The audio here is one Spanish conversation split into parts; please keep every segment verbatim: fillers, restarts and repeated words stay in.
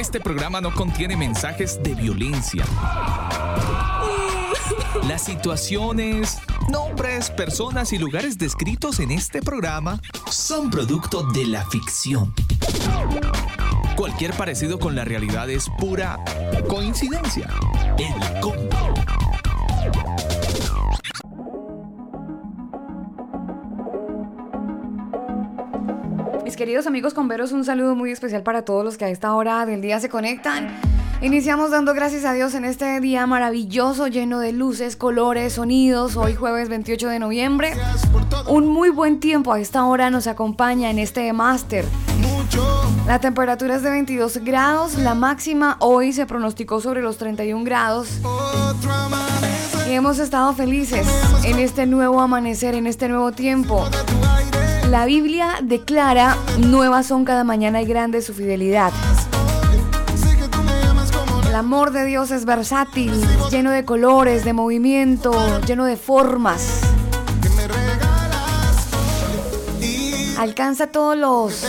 Este programa no contiene mensajes de violencia. Las situaciones, nombres, personas y lugares descritos en este programa son producto de la ficción. Cualquier parecido con la realidad es pura coincidencia. El Combo. Mis queridos amigos comberos, un saludo muy especial para todos los que a esta hora del día se conectan. Iniciamos dando gracias a Dios en este día maravilloso, lleno de luces, colores, sonidos. Hoy jueves veintiocho de noviembre. Un muy buen tiempo a esta hora nos acompaña en este máster. La temperatura es de veintidós grados, la máxima hoy se pronosticó sobre los treinta y un grados. Y hemos estado felices en este nuevo amanecer, en este nuevo tiempo. La Biblia declara: nuevas son cada mañana y grande su fidelidad. El amor de Dios es versátil, lleno de colores, de movimiento, lleno de formas. Alcanza todos los,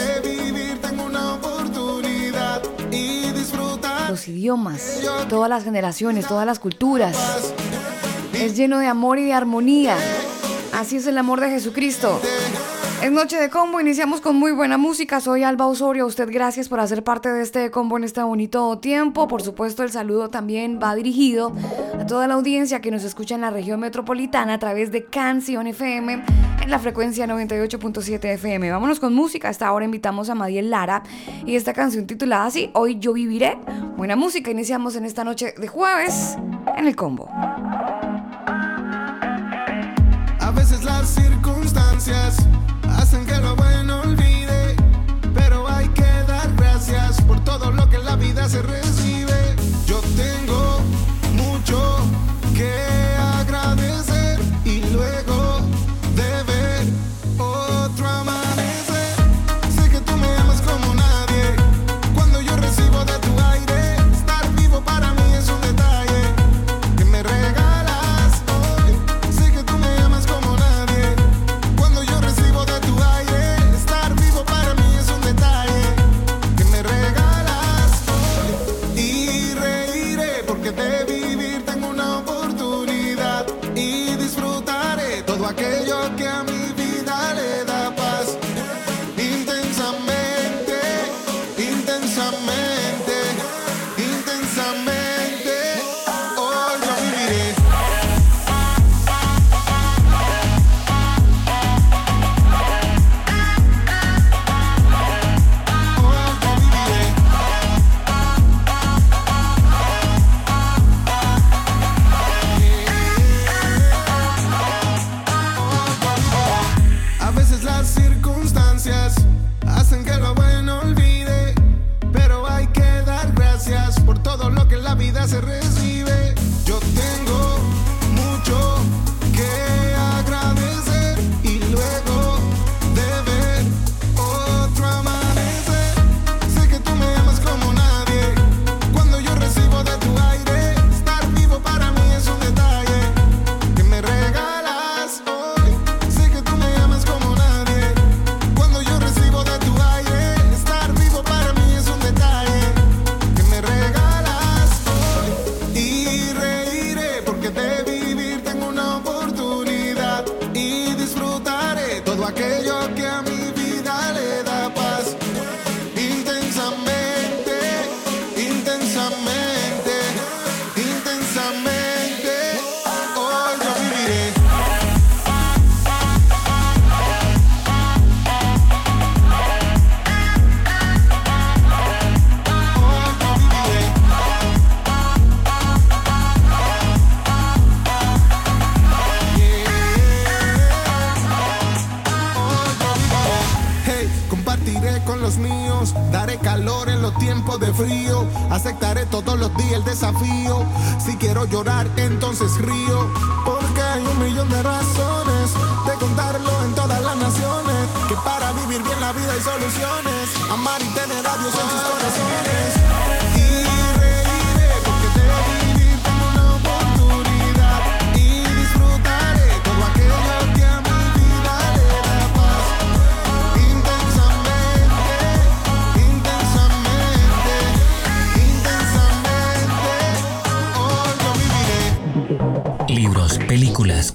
los idiomas, todas las generaciones, todas las culturas. Es lleno de amor y de armonía. Así es el amor de Jesucristo. Es noche de combo, iniciamos con muy buena música. Soy Alba Osorio, a usted gracias por hacer parte de este combo en este bonito tiempo. Por supuesto, el saludo también va dirigido a toda la audiencia que nos escucha en la región metropolitana a través de Canción F M en la frecuencia noventa y ocho punto siete F M. Vámonos con música. Hasta ahora invitamos a Madiel Lara y esta canción titulada así: Hoy yo viviré. Buena música, iniciamos en esta noche de jueves en el combo. A veces las circunstancias hacen que lo bueno olvide, pero hay que dar gracias por todo lo que en la vida se recibe. Yo tengo mucho que agradecer y luego de ver otro amanecer. Sé que tú me amas como nadie. Cuando yo recibo de tu aire, estar vivo para mí es un detalle que me regalas hoy. Sé que tú me amas como nadie. Cuando yo recibo de tu aire, estar vivo para mí es un detalle que me regalas hoy. Y reiré porque de vivir tengo una oportunidad y disfrutaré todo aquello que a mi vida le da paz. Intensamente, intensamente, intensamente, hoy yo viviré. A veces las circunstancias hacen que lo bueno olvide, pero hay que dar gracias por todo lo que en la vida se recibe. Yo tengo mucho que agradecer y luego de ver otro amanecer. Sé que tú me amas como nadie. Cuando yo recibo de tu aire, estar vivo para mí es un detalle que me regalas hoy. Sé que tú me amas como nadie. Cuando yo recibo de tu aire, estar vivo para mí es un detalle que me regalas hoy. Y reiré porque de vivir tengo una oportunidad y disfrutaré todo aquello que a mi vida le da paz. Intensamente, intensamente, intensamente, hoy yo viviré. Hey, compartiré con los míos, daré calor en los tiempos de frío, aceptaré todos los días el desafío. Si quiero llorar, entonces río, porque hay un millón de razones de contarlo en todas las naciones, que para vivir bien la vida hay soluciones, amar y tener a Dios en sus corazones. Y reiré porque de vivir tengo una oportunidad y disfrutaré todo aquello que a mi vida le da paz. Intensamente, intensamente,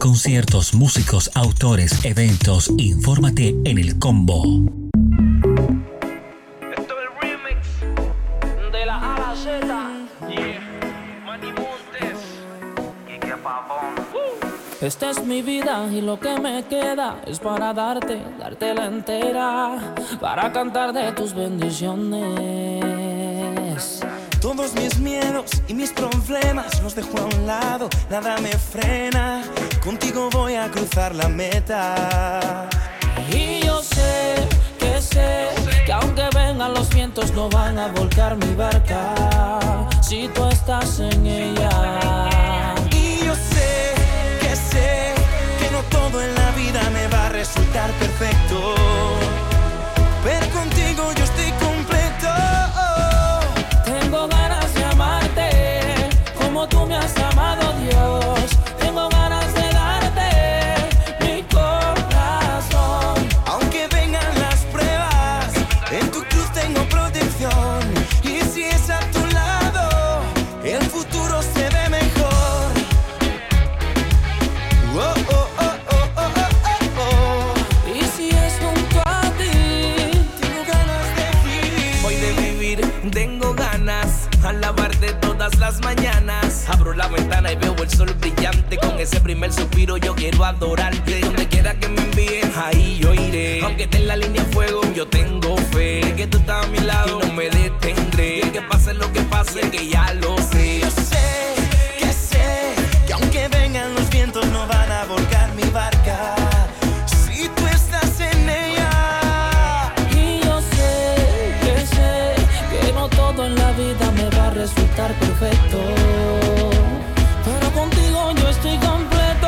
conciertos, músicos, autores, eventos. Infórmate en El Combo. Esto es el remix de la A a la Z. Yeah, Manny Montes. Y que papón. Esta es mi vida y lo que me queda es para darte, dártela entera, para cantar de tus bendiciones. Todos mis miedos y mis problemas los dejo a un lado, nada me frena, contigo voy a cruzar la meta. Y yo sé, que sé, que aunque vengan los vientos no van a volcar mi barca, si tú estás en ella. Y yo sé, que sé, que no todo en la vida me va a resultar perfecto, pero contigo yo estoy completo. Tengo ganas de amarte como tú me has amado, Dios. Tengo ganas de darte mi corazón. Aunque vengan las pruebas, en tu cruz tengo protección. Y si es a tu lado, el futuro se ve mejor. Oh, oh, oh, oh, oh, oh, oh. Y si es junto a ti, tengo ganas de vivir. Hoy de vivir tengo ganas, alabarte todas las mañanas. Abro la ventana y veo el sol brillante. Con ese primer suspiro yo quiero adorarte. Donde quiera que me envíen, ahí yo iré. Aunque esté en la línea de fuego, yo tengo fe de que tú estás a mi lado y no me detendré. Que pase lo que pase, que ya lo sé. Yo sé, que sé, que aunque vengan los vientos no van a volcar mi barca, si tú estás en ella. y yo sé, que sé, que no todo en la vida me va a resultar perfecto, pero contigo yo estoy completo.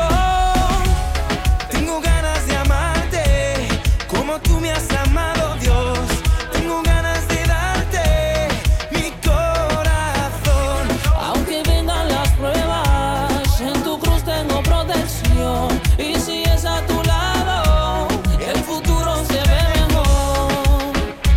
Tengo ganas de amarte como tú me has amado, Dios. Tengo ganas de darte mi corazón. Aunque vengan las pruebas, en tu cruz tengo protección. Y si es a tu lado, el futuro se ve mejor.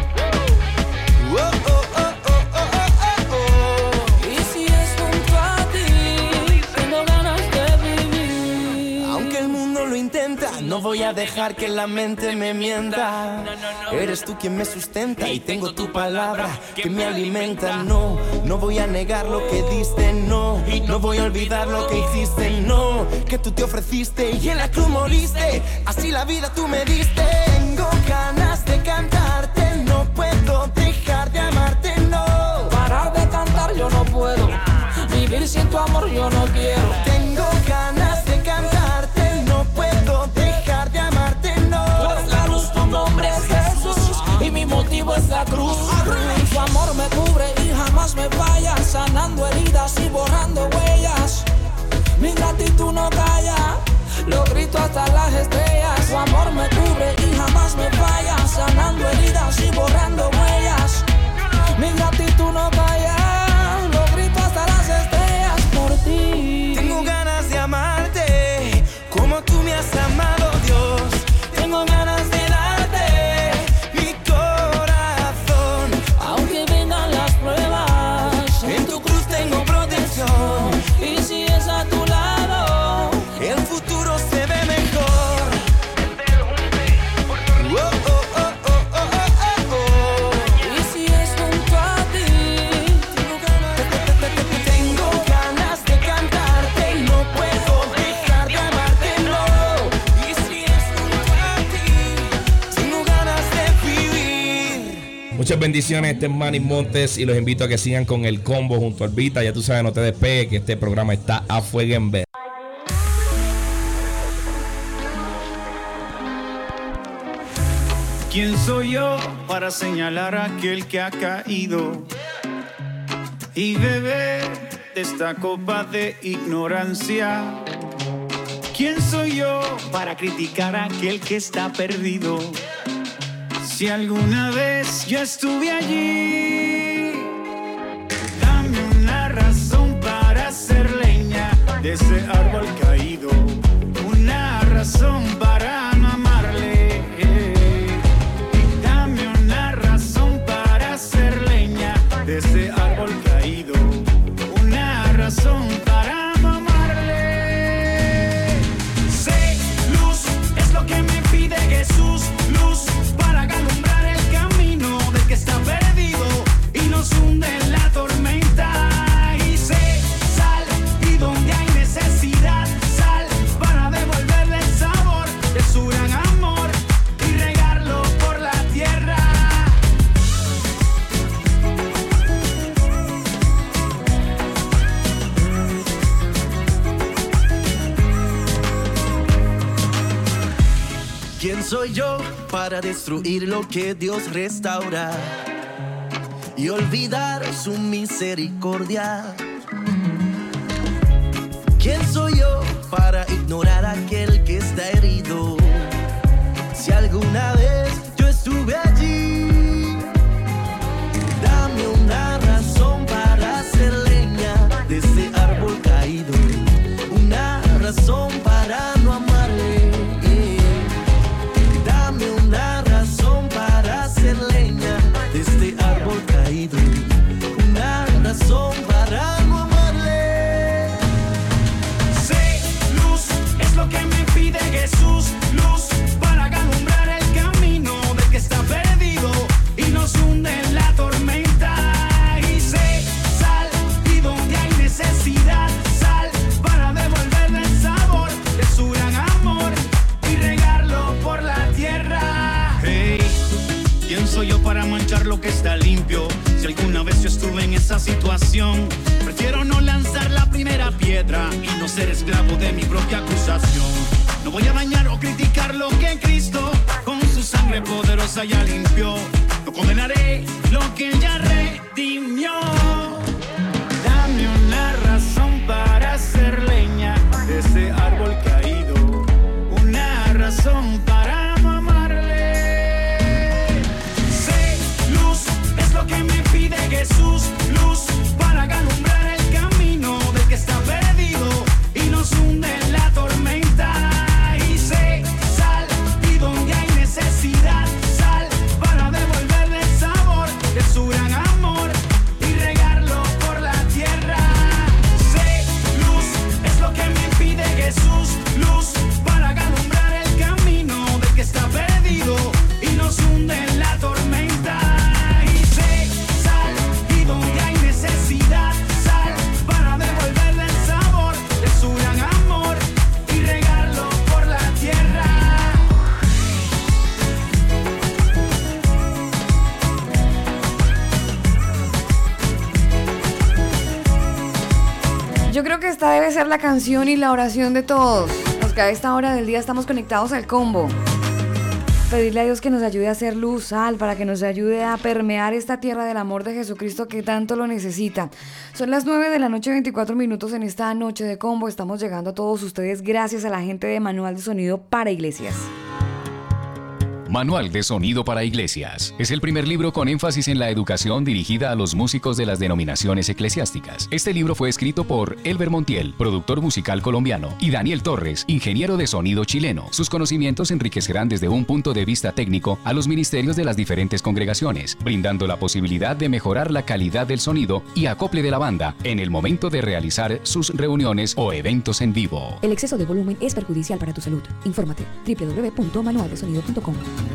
Oh, oh, oh, oh, oh, oh, oh. Y si es junto a ti, tengo ganas de vivir. Aunque el mundo lo intenta, no voy a dejar que la mente me mienta. Eres tú quien me sustenta y tengo tu palabra que me alimenta. No, no voy a negar lo que diste, no. No voy a olvidar lo que hiciste, no. Que tú te ofreciste y en la cruz moriste. Así la vida tú me diste. Tengo ganas de cantarte, no puedo dejar de amarte, no. Parar de cantar yo no puedo, vivir sin tu amor yo no quiero. Tengo ganas de cantarte, no puedo dejar de amarte, no. Tú eres la luz, tu nombre es Jesús y mi motivo es la cruz. Tu amor me cubre y jamás me falla, sanando heridas y borrando huellas. Mi gratitud no calla, lo grito hasta las estrellas. Tu amor me cubre y jamás me falla, sanando heridas y borrando huellas. Mi gratitud no calla, lo grito hasta las estrellas por ti. Tengo ganas de amarte como tú me has amado, Dios. Tengo ganas de darte mi corazón. Aunque vengan las pruebas, En tu cruz tengo protección. y si es a tu lado, El futuro se ve mejor. Oh, oh, oh, oh, oh, oh, oh, oh. y si es junto a ti, Tengo ganas de, tengo ganas de cantarte y no puedo dejar de amarte, no. Y si es junto a ti, tengo ganas de vivir. Muchas bendiciones, este es Manny Montes y los invito a que sigan con El Combo junto al Vita. Ya tú sabes, no te despegues que este programa está a fuego en vez. ¿Quién soy yo para señalar a aquel que ha caído y beber de esta copa de ignorancia? ¿Quién soy yo para criticar a aquel que está perdido? Si alguna vez yo estuve allí, dame una razón para hacer leña de ese árbol caído, una razón para no amarle. Dame una razón para hacer leña de ese árbol caído, una razón para no amarle. soy yo para destruir lo que Dios restaura y olvidar su misericordia? ¿Quién soy yo para ignorar a aquel que está herido? Si alguna vez yo estuve allí, dame una razón para hacer leña de ese árbol caído, una razón para no amarle. Dame una razón para hacer leña de este árbol caído, una razón para no amarle. Sé, luz es lo que me pide Jesús, luz para alumbrar el camino del que está perdido y nos hunde en la tormenta. Y sé, sal y donde hay necesidad, sal para devolverle el sabor de su gran amor y regarlo por la tierra. Hey, ¿quién soy yo para manchar lo que está limpio? Si alguna vez yo estuve en esa situación, prefiero no lanzar la primera piedra y no ser esclavo de mi propia acusación. No voy a dañar o criticar lo que Cristo con su sangre poderosa ya limpió. No condenaré lo que ya redimió. Dame una razón para hacer leña de ese árbol caído, una razón para no amarle. Sé, luz es lo que me pide Jesús, luz para alumbrar el camino del que está perdido y nos hunde en la tormenta. Sal para devolverle el sabor de su gran amor y regarlo por la tierra. Sé, luz es lo que me pide Jesús, luz para alumbrar el camino del que está perdido y nos hunde en la tormenta. Y sé, sal y donde hay necesidad, sal para devolverle el sabor de su gran amor y regarlo por la tierra. Yo creo que esta debe ser la canción y la oración de todos los que a esta hora del día estamos conectados al combo. Pedirle a Dios que nos ayude a hacer luz, sal, para que nos ayude a permear esta tierra del amor de Jesucristo que tanto lo necesita. Son las nueve de la noche, veinticuatro minutos en esta noche de combo. Estamos llegando a todos ustedes gracias a la gente de Manual de Sonido para Iglesias. Manual de Sonido para Iglesias. Es el primer libro con énfasis en la educación dirigida a los músicos de las denominaciones eclesiásticas. Este libro fue escrito por Elber Montiel, productor musical colombiano, y Daniel Torres, ingeniero de sonido chileno. Sus conocimientos enriquecerán desde un punto de vista técnico a los ministerios de las diferentes congregaciones, brindando la posibilidad de mejorar la calidad del sonido y acople de la banda en el momento de realizar sus reuniones o eventos en vivo. El exceso de volumen es perjudicial para tu salud. Infórmate doble u doble u doble u punto manual de sonido punto com.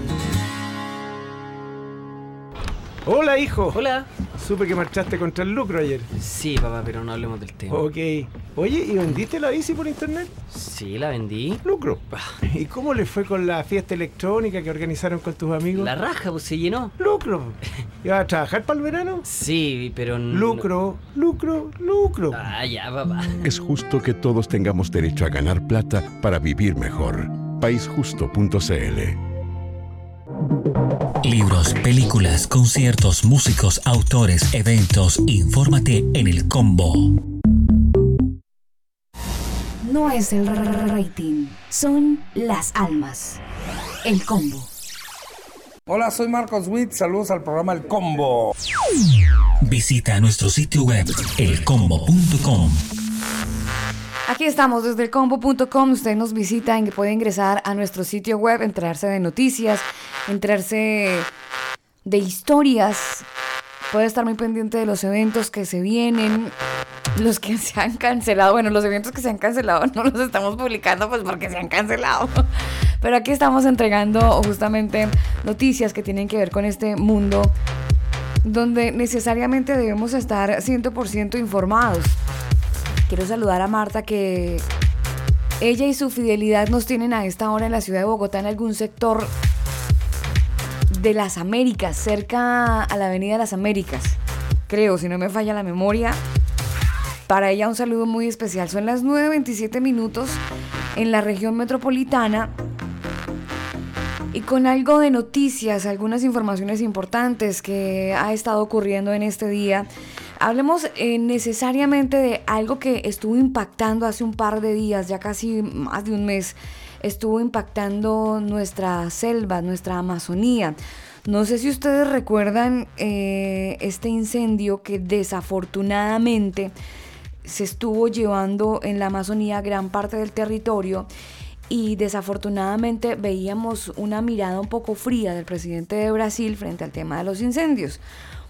Hola, hijo. Hola. Supe que marchaste contra el lucro ayer. Sí, papá, pero no hablemos del tema. Ok. Oye, ¿y vendiste la bici por internet? Sí, la vendí. Lucro. ¿Y cómo le fue con la fiesta electrónica que organizaron con tus amigos? La raja, pues se llenó. Lucro. ¿Ibas a trabajar para el verano? Sí, pero no... Lucro, lucro, lucro. Ah, ya, papá. Es justo que todos tengamos derecho a ganar plata para vivir mejor. país justo punto c l. Libros, películas, conciertos, músicos, autores, eventos. Infórmate en El Combo. No es el rating, son las almas. El Combo. Hola, soy Marcos Witt. Saludos al programa El Combo. Visita nuestro sitio web el combo punto com. Aquí estamos desde el combo punto com. Usted nos visita y puede ingresar a nuestro sitio web, enterarse de noticias, enterarse de historias. Puede estar muy pendiente de los eventos que se vienen, los que se han cancelado. Bueno, los eventos que se han cancelado no los estamos publicando pues porque se han cancelado. Pero aquí estamos entregando justamente noticias que tienen que ver con este mundo donde necesariamente debemos estar cien por ciento informados. Quiero saludar a Marta, que ella y su fidelidad nos tienen a esta hora en la ciudad de Bogotá, en algún sector de las Américas, cerca a la avenida de las Américas, creo, si no me falla la memoria. Para ella un saludo muy especial. Son las nueve veintisiete minutos en la región metropolitana. Y con algo de noticias, algunas informaciones importantes que ha estado ocurriendo en este día. Hablemos eh, necesariamente de algo que estuvo impactando hace un par de días, ya casi más de un mes, estuvo impactando nuestra selva, nuestra Amazonía. No sé si ustedes recuerdan eh, este incendio que desafortunadamente se estuvo llevando en la Amazonía gran parte del territorio, y desafortunadamente veíamos una mirada un poco fría del presidente de Brasil frente al tema de los incendios.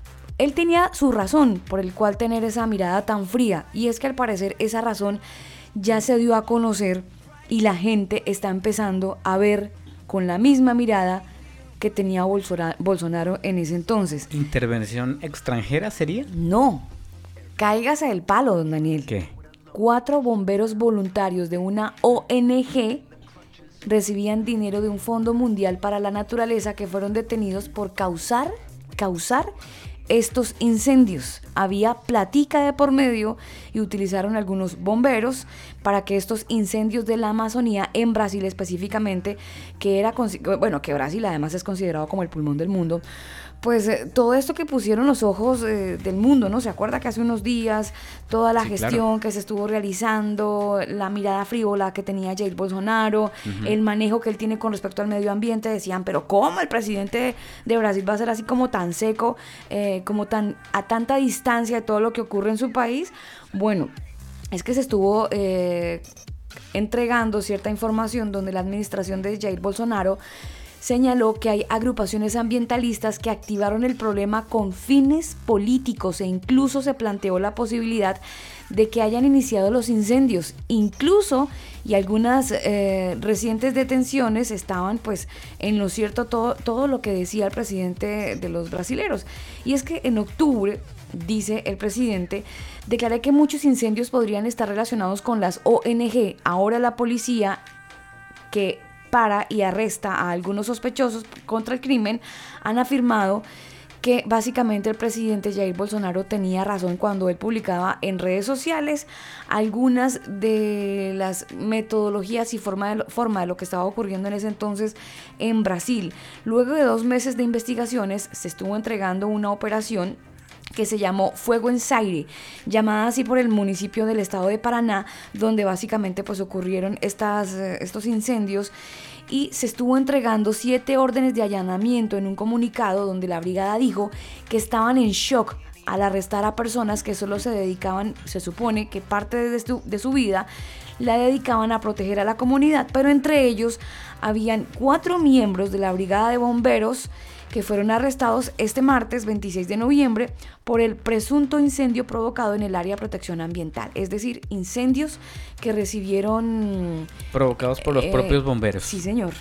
Él tenía su razón por el cual tener esa mirada tan fría, y es que al parecer esa razón ya se dio a conocer y la gente está empezando a ver con la misma mirada que tenía Bolsonaro en ese entonces. ¿Intervención extranjera sería? No, cáigase del palo, don Daniel. ¿Qué? Cuatro bomberos voluntarios de una O N G recibían dinero de un Fondo Mundial para la Naturaleza que fueron detenidos por causar, causar estos incendios. Había platica de por medio y utilizaron algunos bomberos para que estos incendios de la Amazonía, en Brasil específicamente, que era, bueno, que Brasil además es considerado como el pulmón del mundo, pues eh, todo esto que pusieron los ojos eh, del mundo, ¿no? ¿Se acuerda que hace unos días toda la sí, gestión claro. que se estuvo realizando, la mirada frívola que tenía Jair Bolsonaro, uh-huh. el manejo que él tiene con respecto al medio ambiente? Decían, pero ¿cómo el presidente de Brasil va a ser así como tan seco, eh, como tan a tanta distancia de todo lo que ocurre en su país? Bueno, es que se estuvo eh, entregando cierta información donde la administración de Jair Bolsonaro señaló que hay agrupaciones ambientalistas que activaron el problema con fines políticos, e incluso se planteó la posibilidad de que hayan iniciado los incendios, incluso, y algunas eh, recientes detenciones estaban pues en lo cierto todo, todo lo que decía el presidente de los brasileros. Y es que en octubre, dice el presidente, declaré que muchos incendios podrían estar relacionados con las O N G. Ahora la policía, que para y arresta a algunos sospechosos contra el crimen, han afirmado que básicamente el presidente Jair Bolsonaro tenía razón cuando él publicaba en redes sociales algunas de las metodologías y forma de lo, forma de lo que estaba ocurriendo en ese entonces en Brasil. Luego de dos meses de investigaciones, se estuvo entregando una operación que se llamó Fuego en Zaire, llamada así por el municipio del estado de Paraná, donde básicamente pues ocurrieron estas, estos incendios, y se estuvo entregando siete órdenes de allanamiento en un comunicado donde la brigada dijo que estaban en shock al arrestar a personas que solo se dedicaban, se supone que parte de su, de su vida la dedicaban a proteger a la comunidad, pero entre ellos habían cuatro miembros de la brigada de bomberos que fueron arrestados este martes veintiséis de noviembre por el presunto incendio provocado en el área de protección ambiental, es decir, incendios que recibieron... Provocados por los eh, propios bomberos. Sí, señor.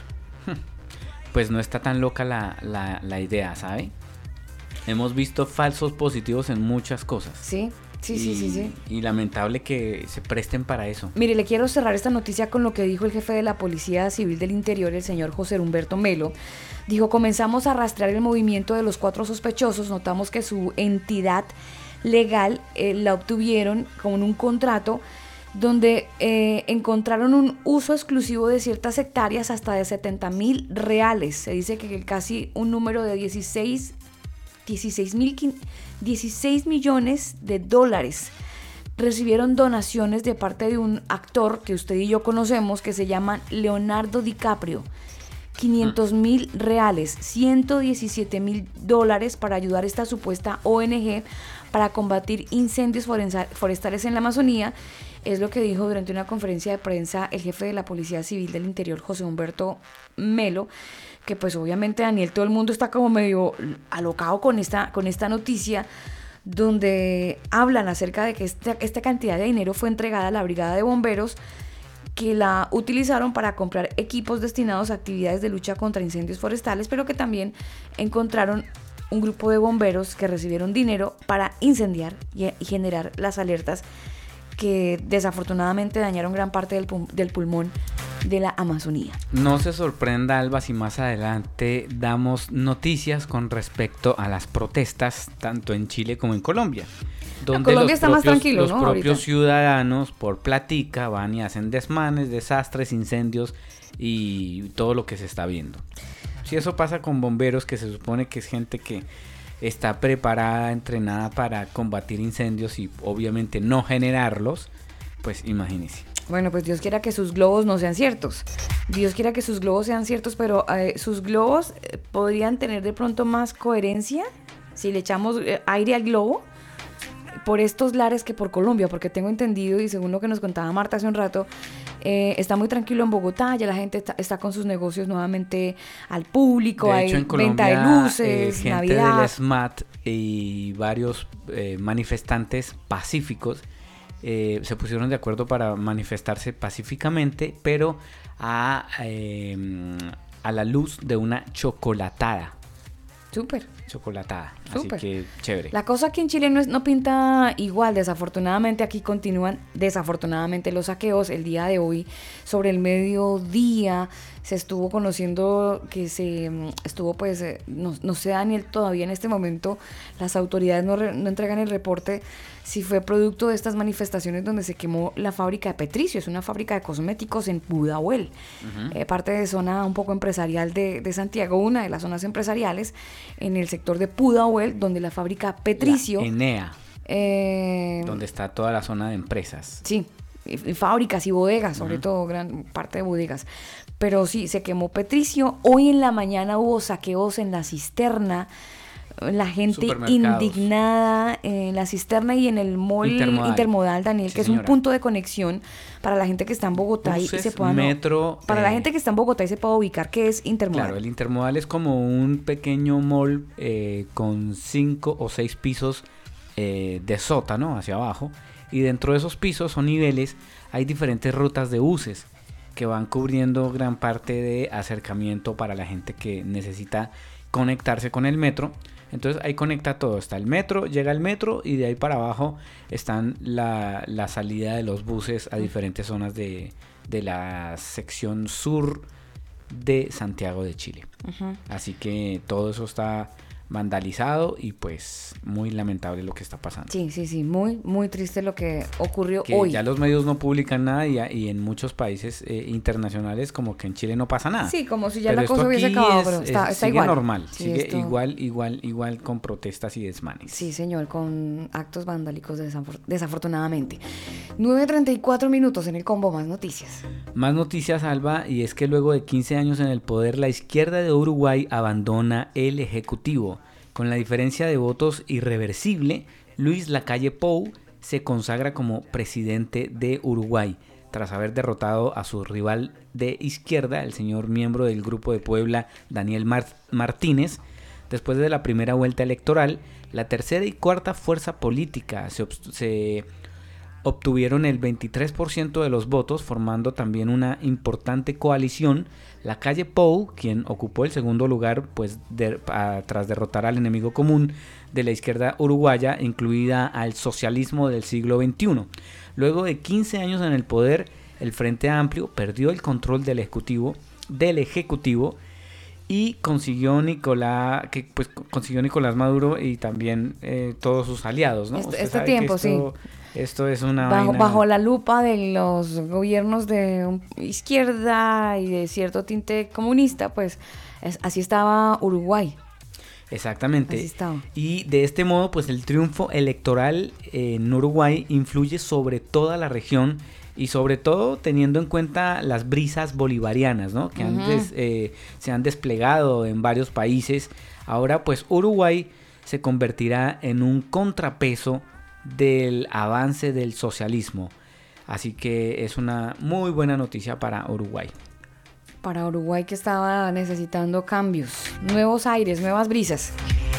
Pues no está tan loca la, la, la idea, ¿sabe? Hemos visto falsos positivos en muchas cosas. Sí. Sí, y, sí, sí, sí. Y lamentable que se presten para eso. Mire, le quiero cerrar esta noticia con lo que dijo el jefe de la Policía Civil del Interior, el señor José Humberto Melo. Dijo, comenzamos a rastrear el movimiento de los cuatro sospechosos, notamos que su entidad legal eh, la obtuvieron con un contrato donde eh, encontraron un uso exclusivo de ciertas hectáreas hasta de setenta mil reales. Se dice que casi un número de dieciséis millones de dólares recibieron donaciones de parte de un actor que usted y yo conocemos que se llama Leonardo DiCaprio. quinientos mil reales, ciento diecisiete mil dólares para ayudar a esta supuesta O N G para combatir incendios forestales en la Amazonía. Es lo que dijo durante una conferencia de prensa el jefe de la Policía Civil del Interior, José Humberto Melo, que pues obviamente, Daniel, todo el mundo está como medio alocado con esta, con esta noticia, donde hablan acerca de que esta, esta cantidad de dinero fue entregada a la brigada de bomberos, que la utilizaron para comprar equipos destinados a actividades de lucha contra incendios forestales, pero que también encontraron un grupo de bomberos que recibieron dinero para incendiar y, y generar las alertas que desafortunadamente dañaron gran parte del, pul- del pulmón de la Amazonía. No se sorprenda, Alba, si más adelante damos noticias con respecto a las protestas tanto en Chile como en Colombia. Donde Colombia los está propios, más tranquilo, los ¿no? propios Ahorita. ciudadanos por platica van y hacen desmanes, desastres, incendios y todo lo que se está viendo. Si eso pasa con bomberos, que se supone que es gente que está preparada, entrenada para combatir incendios y obviamente no generarlos, pues imagínese. Bueno, pues Dios quiera que sus globos no sean ciertos. Dios quiera que sus globos sean ciertos, pero eh, sus globos eh, podrían tener de pronto más coherencia si le echamos eh, aire al globo por estos lares que por Colombia, porque tengo entendido y según lo que nos contaba Marta hace un rato, eh, está muy tranquilo en Bogotá, ya la gente está, está con sus negocios nuevamente al público, De hay hecho, en venta Colombia, de luces, eh, gente Navidad. del S M A T y varios eh, manifestantes pacíficos eh, se pusieron de acuerdo para manifestarse pacíficamente, pero a, eh, a la luz de una chocolatada. Súper. Chocolatada. Súper. Así que chévere. La cosa aquí en Chile no, es, no pinta igual, desafortunadamente aquí continúan desafortunadamente los saqueos. El día de hoy, sobre el mediodía, se estuvo conociendo que se estuvo pues, eh, no, no sé Daniel, todavía en este momento las autoridades no, re, no entregan el reporte si fue producto de estas manifestaciones donde se quemó la fábrica de Petricio, es una fábrica de cosméticos en Pudahuel, uh-huh. eh, parte de zona un poco empresarial de, de Santiago, una de las zonas empresariales en el sector de Pudahuel, donde la fábrica Petricio... La Enea, eh, donde está toda la zona de empresas. Sí, y, y fábricas y bodegas, sobre uh-huh. todo, gran parte de bodegas. Pero sí, se quemó Petricio. Hoy en la mañana hubo saqueos en la cisterna. La gente indignada en la cisterna y en el mall intermodal, intermodal Daniel, sí, que señora. Es un punto de conexión para la gente que está en Bogotá. Buses, y se pueda metro, para eh, la gente que está en Bogotá y se pueda ubicar, ¿qué es intermodal? Claro, el intermodal es como un pequeño mall eh, con cinco o seis pisos eh, de sótano hacia abajo, y dentro de esos pisos o niveles hay diferentes rutas de buses que van cubriendo gran parte de acercamiento para la gente que necesita conectarse con el metro. Entonces ahí conecta todo, está el metro, llega el metro y de ahí para abajo están la, la salida de los buses a diferentes zonas de, de la sección sur de Santiago de Chile. Uh-huh. Así que todo eso está vandalizado y pues muy lamentable lo que está pasando. Sí, sí, sí, muy, muy triste lo que ocurrió que hoy. Ya los medios no publican nada y, y en muchos países eh, internacionales como que en Chile no pasa nada. Sí, como si ya pero la cosa hubiese acabado, es, pero está, es, está sigue igual. normal, sí, sigue esto... igual, igual, igual con protestas y desmanes. Sí, señor, con actos vandálicos desafor- desafortunadamente. nueve treinta y cuatro minutos en el combo, más noticias. Más noticias, Alba, y es que luego de quince años en el poder, la izquierda de Uruguay abandona el Ejecutivo. Con la diferencia de votos irreversible, Luis Lacalle Pou se consagra como presidente de Uruguay, tras haber derrotado a su rival de izquierda, el señor miembro del Grupo de Puebla, Daniel Mar- Martínez. Después de la primera vuelta electoral, la tercera y cuarta fuerza política se, obst- se obtuvieron el veintitrés por ciento de los votos, formando también una importante coalición. Lacalle Pou, quien ocupó el segundo lugar pues de, a, tras derrotar al enemigo común de la izquierda uruguaya, incluida al socialismo del siglo veintiuno. Luego de quince años en el poder, el Frente Amplio perdió el control del ejecutivo, del ejecutivo y consiguió Nicolás, que pues consiguió Nicolás Maduro y también eh, todos sus aliados, ¿no? Este, este tiempo, esto, sí. Esto es una bajo, vaina... bajo la lupa de los gobiernos de izquierda y de cierto tinte comunista, pues es, así estaba Uruguay. Exactamente. Así estaba. Y de este modo, pues el triunfo electoral en Uruguay influye sobre toda la región y sobre todo teniendo en cuenta las brisas bolivarianas, ¿no? Que uh-huh. antes eh, se han desplegado en varios países. Ahora, pues Uruguay se convertirá en un contrapeso del avance del socialismo, así que es una muy buena noticia para Uruguay. Para Uruguay, que estaba necesitando cambios, nuevos aires, nuevas brisas.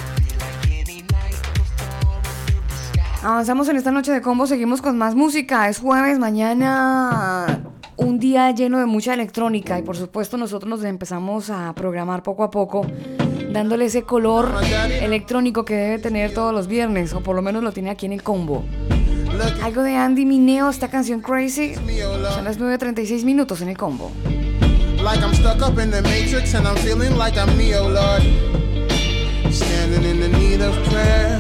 Avanzamos en esta noche de combo, seguimos con más música. Es jueves, mañana un día lleno de mucha electrónica y por supuesto nosotros nos empezamos a programar poco a poco, dándole ese color electrónico que debe tener todos los viernes, o por lo menos lo tiene aquí en el combo. Algo de Andy Mineo, esta canción Crazy. Son las nueve treinta y seis minutos en el combo. Like I'm stuck up in the matrix and I'm feeling like I'm Neo, Lord. Standing in the need of prayer.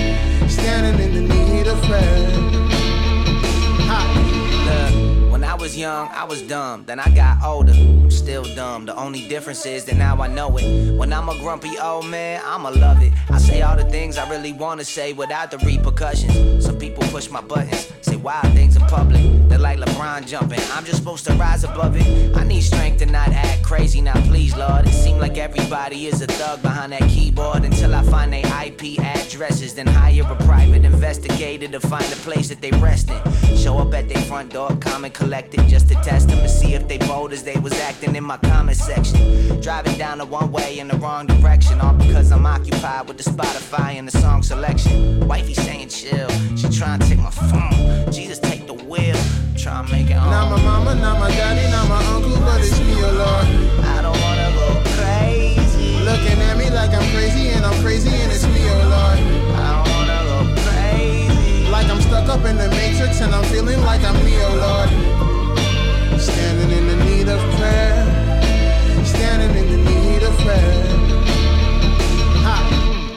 Standing in the need of prayer. Ha. Look, when I was was young, I was dumb. Then I got older, still dumb. The only difference is that now I know it. When I'm a grumpy old man, I'ma love it. I say all the things I really wanna say without the repercussions. Some people push my buttons, say wild things in public. They're like LeBron jumping, I'm just supposed to rise above it. I need strength to not act crazy, now please Lord. It seems like everybody is a thug behind that keyboard until I find their I P addresses. Then hire a private investigator to find the place that they rest in. Show up at their front door, calm and collected, just to test them and see if they bold as they was acting in my comment section. Driving down the one way in the wrong direction, all because I'm occupied with the Spotify and the song selection. Wifey saying chill, she trying to take my phone. Jesus, take the wheel, try to make it home. Not my mama, not my daddy, not my uncle, but it's me, oh Lord. I don't wanna go crazy. Looking at me like I'm crazy and I'm crazy and it's me, oh Lord. I don't wanna go crazy. Like I'm stuck up in the matrix and I'm feeling like I'm me, oh Lord. Standing in the need of prayer. Standing in the need of prayer. Ha.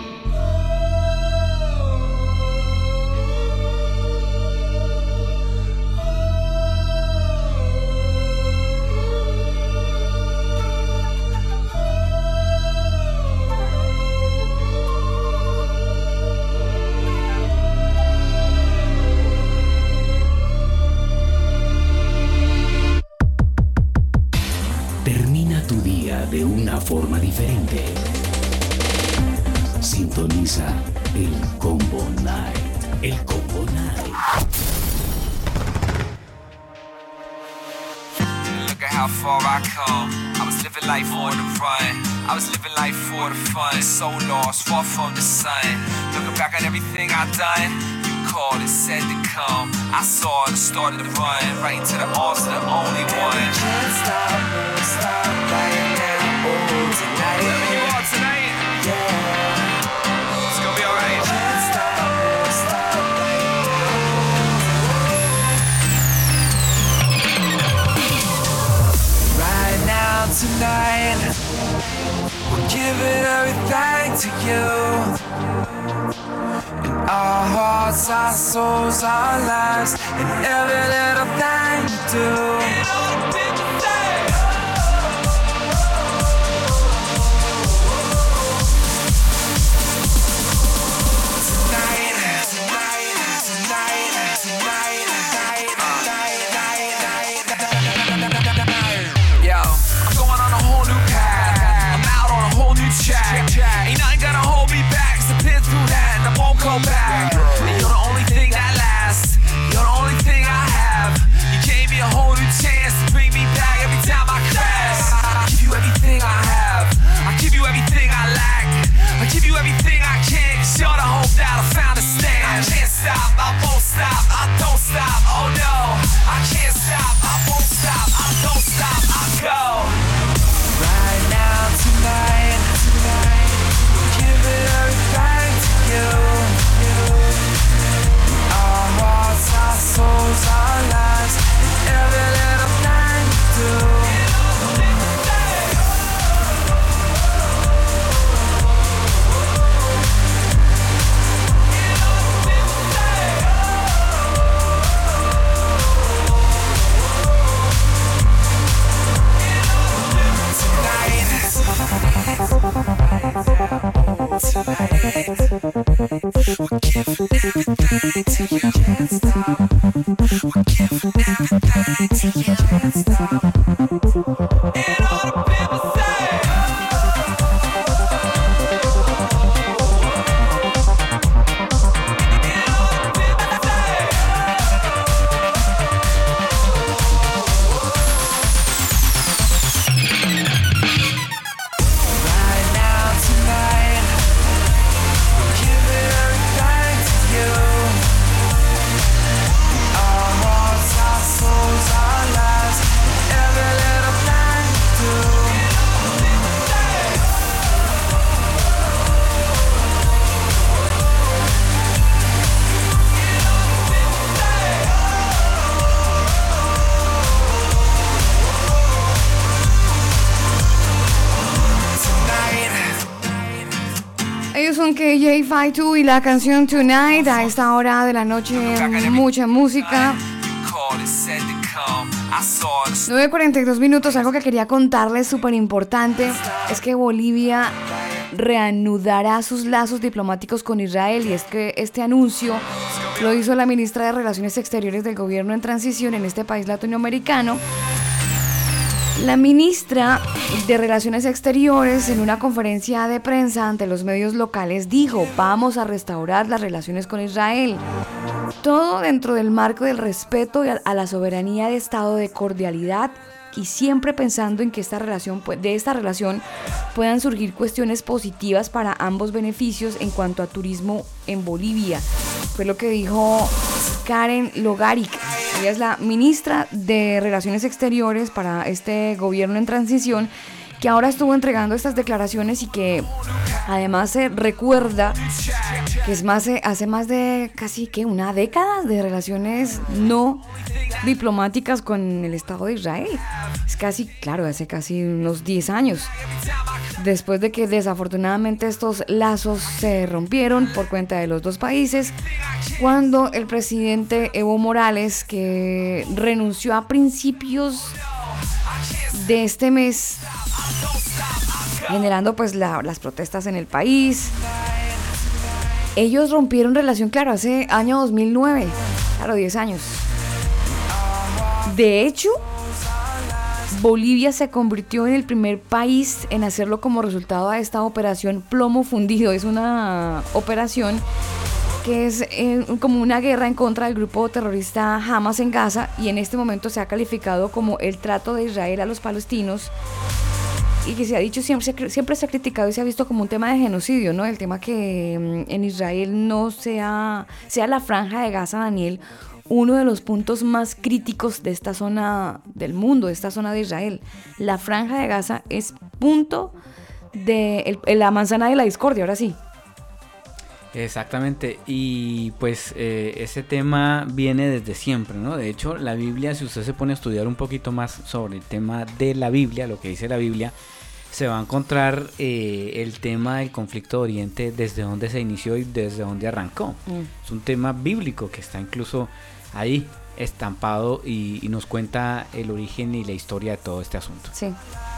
Tu día de una forma diferente. Sintoniza el Combo Night. El Combo Night. Look at how far I come. I was living life for the run. I was living life for the fun. So lost, far from the sun. Looking back at everything I've done. You called and said to come. I saw it, started to run. Right into the arms of the only one. Can't stop, won't stop right now. Oh, tonight. Wherever you are tonight. Yeah. It's gonna be alright. Can't stop, won't stop right now. Right now, tonight. We're giving everything to you. In our hearts, our souls, our lives, and every little thing you do. Ain't nothing gonna hold me back, so pin through that and I won't go back. And you're the only thing that lasts, you're the only thing I have. You gave me a whole new chance to bring me back every time I crash. I give you everything I have, I give you everything I lack, I give you everything I can, cause you're the hope that I found to stand. I can't stop, I won't stop, I don't stop, oh no. I can't stop, I won't stop, I don't stop, I go. Right now, tonight, tonight, we'll give it everything to you. Our hearts, our souls, our lives, and every little thing you do. Son K J cincuenta y dos y la canción Tonight. A esta hora de la noche mucha música. I saw it. nueve cuarenta y dos minutos, algo que quería contarles súper importante es que Bolivia reanudará sus lazos diplomáticos con Israel, y es que este anuncio lo hizo la ministra de Relaciones Exteriores del gobierno en transición en este país latinoamericano. La ministra de Relaciones Exteriores, en una conferencia de prensa ante los medios locales, dijo: vamos a restaurar las relaciones con Israel. Todo dentro del marco del respeto a la soberanía de Estado, de cordialidad, y siempre pensando en que esta relación, de esta relación puedan surgir cuestiones positivas para ambos beneficios en cuanto a turismo en Bolivia. Fue lo que dijo Karen Logaric. Ella es la ministra de Relaciones Exteriores para este gobierno en transición, que ahora estuvo entregando estas declaraciones y que además se recuerda que es más, hace más de casi que una década de relaciones no diplomáticas con el Estado de Israel. Es casi, claro, hace casi unos diez años. Después de que desafortunadamente estos lazos se rompieron por cuenta de los dos países, cuando el presidente Evo Morales, que renunció a principios de este mes, generando pues la, las protestas en el país, ellos rompieron relación, claro, hace año dos mil nueve, claro, diez años. De hecho, Bolivia se convirtió en el primer país en hacerlo como resultado de esta operación Plomo Fundido. Es una operación que es eh, como una guerra en contra del grupo terrorista Hamas en Gaza, y en este momento se ha calificado como el trato de Israel a los palestinos, y que se ha dicho siempre, siempre se ha criticado y se ha visto como un tema de genocidio, ¿no? El tema que en Israel no sea, sea la franja de Gaza, Daniel, uno de los puntos más críticos de esta zona del mundo, de esta zona de Israel. La franja de Gaza es punto de el, la manzana de la discordia, ahora sí. Exactamente, y pues eh, ese tema viene desde siempre, ¿no? De hecho, la Biblia, si usted se pone a estudiar un poquito más sobre el tema de la Biblia, lo que dice la Biblia, se va a encontrar eh, el tema del conflicto de Oriente, desde donde se inició y desde donde arrancó. Mm. Es un tema bíblico que está incluso ahí estampado y, y nos cuenta el origen y la historia de todo este asunto. Sí.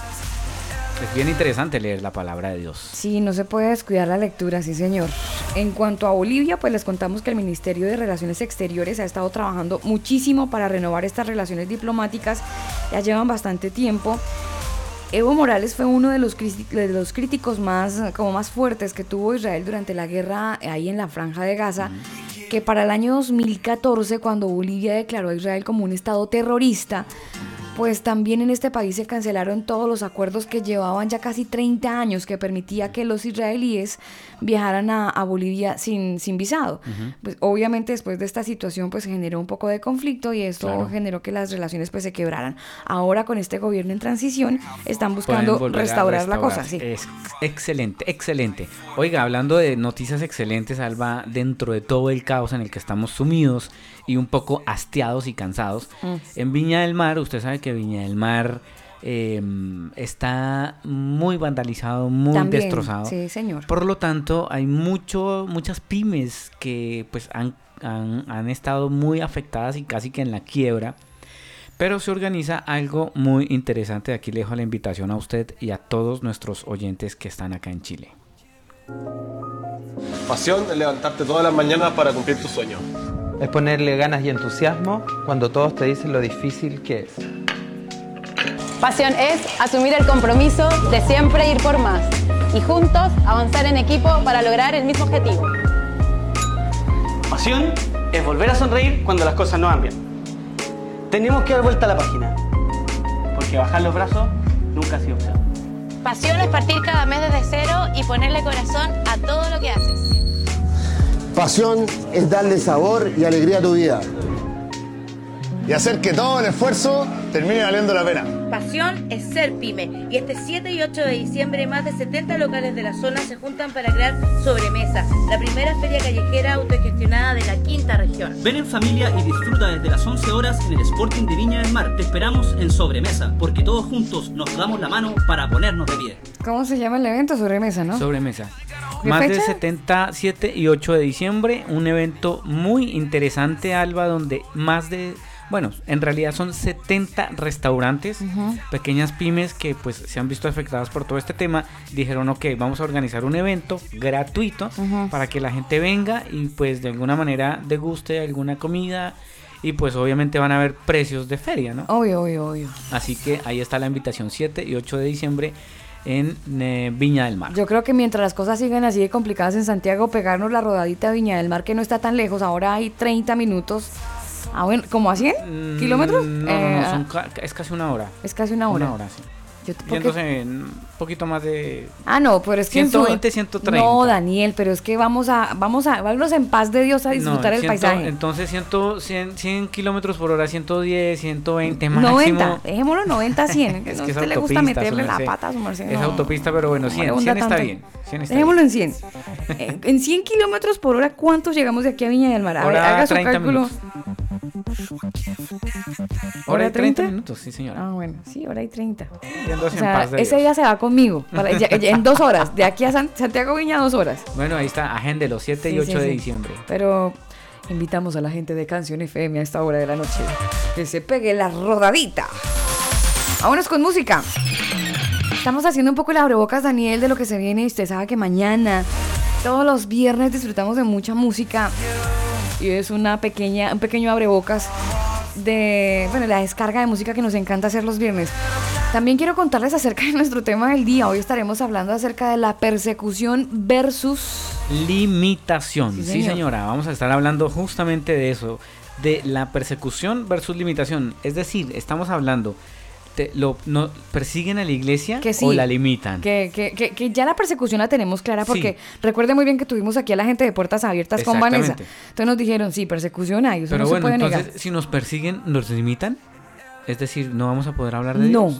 Es bien interesante leer la palabra de Dios. Sí, no se puede descuidar la lectura, sí señor. En cuanto a Bolivia, pues les contamos que el Ministerio de Relaciones Exteriores ha estado trabajando muchísimo para renovar estas relaciones diplomáticas. Ya llevan bastante tiempo. Evo Morales fue uno de los, de los críticos más, como más fuertes que tuvo Israel durante la guerra ahí en la Franja de Gaza, mm. que para el año dos mil catorce, cuando Bolivia declaró a Israel como un estado terrorista, pues también en este país se cancelaron todos los acuerdos que llevaban ya casi treinta años, que permitía que los israelíes viajaran a, a Bolivia sin, sin visado. Uh-huh. Pues obviamente después de esta situación pues generó un poco de conflicto, y esto claro. generó que las relaciones pues se quebraran. Ahora con este gobierno en transición están buscando restaurar la cosa. Sí. Es excelente, excelente. Oiga, hablando de noticias excelentes, Alba, dentro de todo el caos en el que estamos sumidos y un poco hastiados y cansados, mm. en Viña del Mar, usted sabe que Viña del Mar eh, está muy vandalizado, muy También, destrozado. Sí, señor. Por lo tanto, hay mucho, muchas pymes que pues han, han, han estado muy afectadas y casi que en la quiebra. Pero se organiza algo muy interesante. Aquí le dejo la invitación a usted y a todos nuestros oyentes que están acá en Chile. Pasión es levantarte todas las mañanas para cumplir tu sueño. Es ponerle ganas y entusiasmo cuando todos te dicen lo difícil que es. Pasión es asumir el compromiso de siempre ir por más y juntos avanzar en equipo para lograr el mismo objetivo. Pasión es volver a sonreír cuando las cosas no van bien. Tenemos que dar vuelta a la página, porque bajar los brazos nunca ha sido opción. Pasión es partir cada mes desde cero y ponerle corazón a todo lo que haces. Pasión es darle sabor y alegría a tu vida. Y hacer que todo el esfuerzo termine valiendo la pena. Pasión es ser pyme. Y este siete y ocho de diciembre, más de setenta locales de la zona se juntan para crear Sobremesa, la primera feria callejera autogestionada de la quinta región. Ven en familia y disfruta desde las once horas en el Sporting de Viña del Mar. Te esperamos en Sobremesa, porque todos juntos nos damos la mano para ponernos de pie. ¿Cómo se llama el evento? Sobremesa, ¿no? Sobremesa. Más fecha? De setenta, siete y ocho de diciembre, un evento muy interesante, Alba, donde más de Bueno, en realidad son setenta restaurantes, Ujú. pequeñas pymes que pues se han visto afectadas por todo este tema. Dijeron, ok, vamos a organizar un evento gratuito Ujú. para que la gente venga y pues de alguna manera deguste alguna comida y pues obviamente van a haber precios de feria, ¿no? Obvio, obvio, obvio. Así que ahí está la invitación, siete y ocho de diciembre en eh, Viña del Mar. Yo creo que mientras las cosas sigan así de complicadas en Santiago, pegarnos la rodadita a Viña del Mar, que no está tan lejos, ahora hay treinta minutos, ah, bueno, ¿como a cien Mm, kilómetros? No, no, Eh, no, son ca- es casi una hora. Es casi una hora. Una hora, sí. Yo te- porque- Yéndose en un poquito más de... Ah, no, pero es que en su- ciento veinte, ciento treinta. No, Daniel, pero es que vamos a, vamos a, vámonos en paz de Dios a disfrutar No, el cien, paisaje. Entonces cien, cien, cien kilómetros por hora, ciento diez, ciento veinte máximo. noventa, dejémoslo noventa a cien. Que Es no, que a es usted le gusta autopista, meterle su la merced. pata a su merced. Es no. autopista, pero bueno, No cien, le hunda cien está tanto. bien. cien está Dejémoslo bien. en cien. Eh, en cien kilómetros por hora, ¿cuántos llegamos de aquí a Viña del Mar? A ver, Hora haga su treinta cálculo. minutos. Hora y treinta minutos, sí señora. Ah, bueno, sí, hora y treinta. Yéndose O en sea, paz de ese Dios. día se va conmigo. para- ya- ya en dos horas. De aquí a San- Santiago Viña, dos horas. Bueno, ahí está, agéndelo, siete y Sí, ocho sí, de sí. diciembre. Pero invitamos a la gente de Canción F M a esta hora de la noche que se pegue la rodadita. Vámonos con música. Estamos haciendo un poco el abrebocas, Daniel, de lo que se viene. Y usted sabe que mañana, todos los viernes, disfrutamos de mucha música. Y es una pequeña, un pequeño abrebocas de, bueno, la descarga de música que nos encanta hacer los viernes. También quiero contarles acerca de nuestro tema del día. Hoy estaremos hablando acerca de la persecución versus... Limitación, Sí, sí, señor. señora, vamos a estar hablando justamente de eso, de la persecución versus limitación. Es decir, estamos hablando, te, lo, no, ¿persiguen a la iglesia Que sí, o la limitan? Que, que, que, que ya la persecución la tenemos clara porque Sí. recuerde muy bien que tuvimos aquí a la gente de Puertas Abiertas con Vanessa. Exactamente. Entonces nos dijeron, sí, persecución hay, eso Pero no bueno, se puede entonces, negar. si nos persiguen, ¿nos limitan? Es decir, ¿no vamos a poder hablar de No. Dios?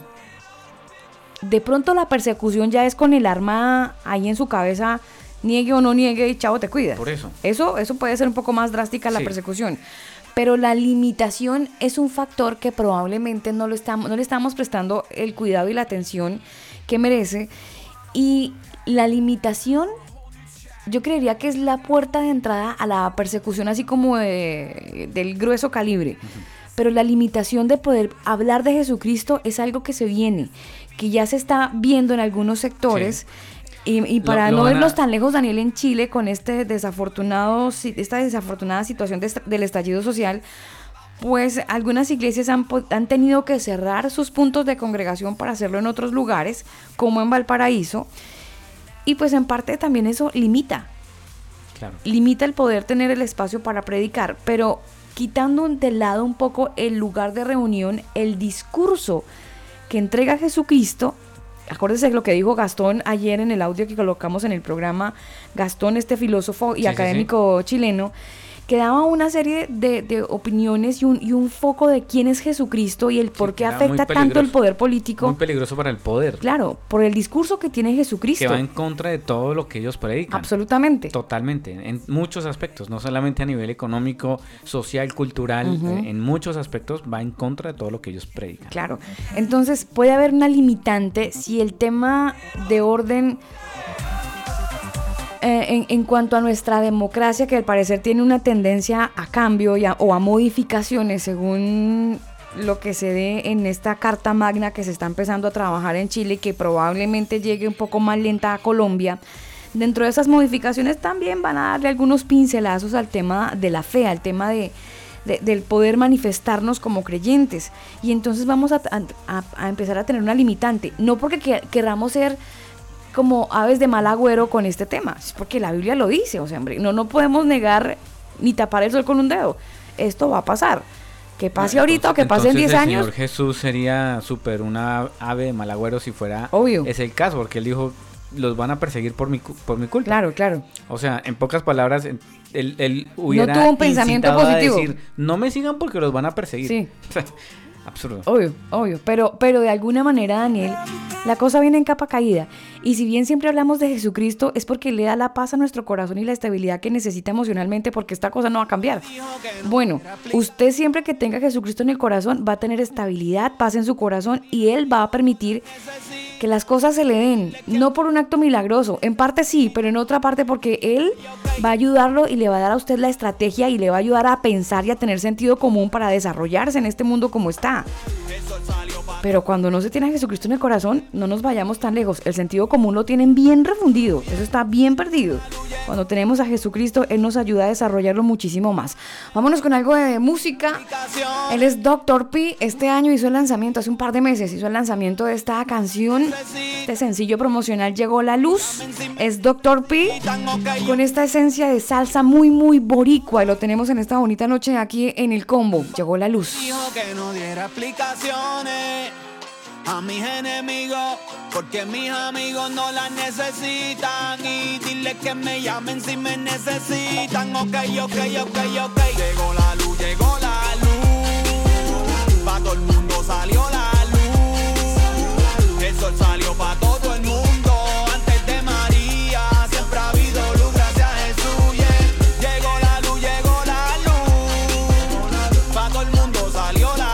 De pronto la persecución ya es con el arma ahí en su cabeza, niegue o no niegue y chavo te cuida. Por eso. Eso, eso puede ser un poco más drástica la Sí. persecución. Pero la limitación es un factor que probablemente no, lo estamos, no le estamos prestando el cuidado y la atención que merece. Y la limitación, yo creería que es la puerta de entrada a la persecución así como de- del grueso calibre. Pero la limitación de poder hablar de Jesucristo es algo que se viene, que ya se está viendo en algunos sectores. Y, y para lo no van a- vernos tan lejos, Daniel, en Chile, con este desafortunado, si- esta desafortunada situación de esta- del estallido social, pues algunas iglesias han, po- han tenido que cerrar sus puntos de congregación para hacerlo en otros lugares, como en Valparaíso. Y pues en parte también eso limita, Claro. limita el poder tener el espacio para predicar, pero quitando de lado un poco el lugar de reunión, el discurso que entrega Jesucristo. Acuérdese lo que dijo Gastón ayer en el audio que colocamos en el programa. Gastón, este filósofo y Sí, sí, académico chileno, que daba una serie de, de opiniones y un, y un foco de quién es Jesucristo y el por qué era afecta muy tanto el peligroso. poder político. Muy peligroso para el poder. Claro, por el discurso que tiene Jesucristo. Que va en contra de todo lo que ellos predican. Absolutamente. Totalmente, en muchos aspectos, no solamente a nivel económico, social, cultural, Ujú. eh, en muchos aspectos va en contra de todo lo que ellos predican. Claro. Entonces puede haber una limitante si el tema de orden eh, en, en cuanto a nuestra democracia, que al parecer tiene una tendencia a cambio y a- o a modificaciones según lo que se dé en esta carta magna que se está empezando a trabajar en Chile y que probablemente llegue un poco más lenta a Colombia. Dentro de esas modificaciones también van a darle algunos pincelazos al tema de la fe, al tema de, de- del poder manifestarnos como creyentes. Y entonces vamos a, a- a empezar a tener una limitante, no porque que- queramos ser como aves de mal agüero con este tema, es porque la Biblia lo dice, o sea, hombre, no, no podemos negar ni tapar el sol con un dedo. Esto va a pasar. Que pase Ah, ahorita o que entonces- pase en diez entonces años. El Señor Jesús sería súper una ave de mal agüero si fuera Obvio. es el caso, porque él dijo, los van a perseguir por mi, cu- por mi culpa. Claro, claro. O sea, en pocas palabras, en- él, él hubiera tuvo un pensamiento incitado a positivo. decir, no me sigan porque los van a perseguir. Sí. Absurdo. Obvio, obvio, pero, pero de alguna manera, Daniel, La cosa viene en capa caída. Y si bien siempre hablamos de Jesucristo, es porque le da la paz a nuestro corazón y la estabilidad que necesita emocionalmente, porque esta cosa no va a cambiar. Bueno, usted siempre que tenga a Jesucristo en el corazón va a tener estabilidad, paz en su corazón, y Él va a permitir que las cosas se le den, no por un acto milagroso, en parte sí, pero en otra parte porque Él va a ayudarlo y le va a dar a usted la estrategia y le va a ayudar a pensar y a tener sentido común para desarrollarse en este mundo como está. Pero cuando no se tiene a Jesucristo en el corazón, no nos vayamos tan lejos. El sentido común lo tienen bien refundido, eso está bien perdido. Cuando tenemos a Jesucristo, Él nos ayuda a desarrollarlo muchísimo más. Vámonos con algo de música. Él es doctor P. Este año hizo el lanzamiento, hace un par de meses, hizo el lanzamiento de esta canción. Este sencillo promocional, Llegó la Luz. Es doctor P. con esta esencia de salsa muy, muy boricua. Y lo tenemos en esta bonita noche aquí en el combo. Llegó la Luz. Dijo que no diera explicaciones a mis enemigos, porque mis amigos no las necesitan. Y dile que me llamen si me necesitan. Ok, ok, ok, ok. Llegó la luz, llegó la luz. Pa' todo el mundo salió la luz. El sol salió pa' todo el mundo. Antes de María siempre ha habido luz, gracias a Jesús. Yeah. Llegó la luz, llegó la luz. Pa' todo el mundo salió la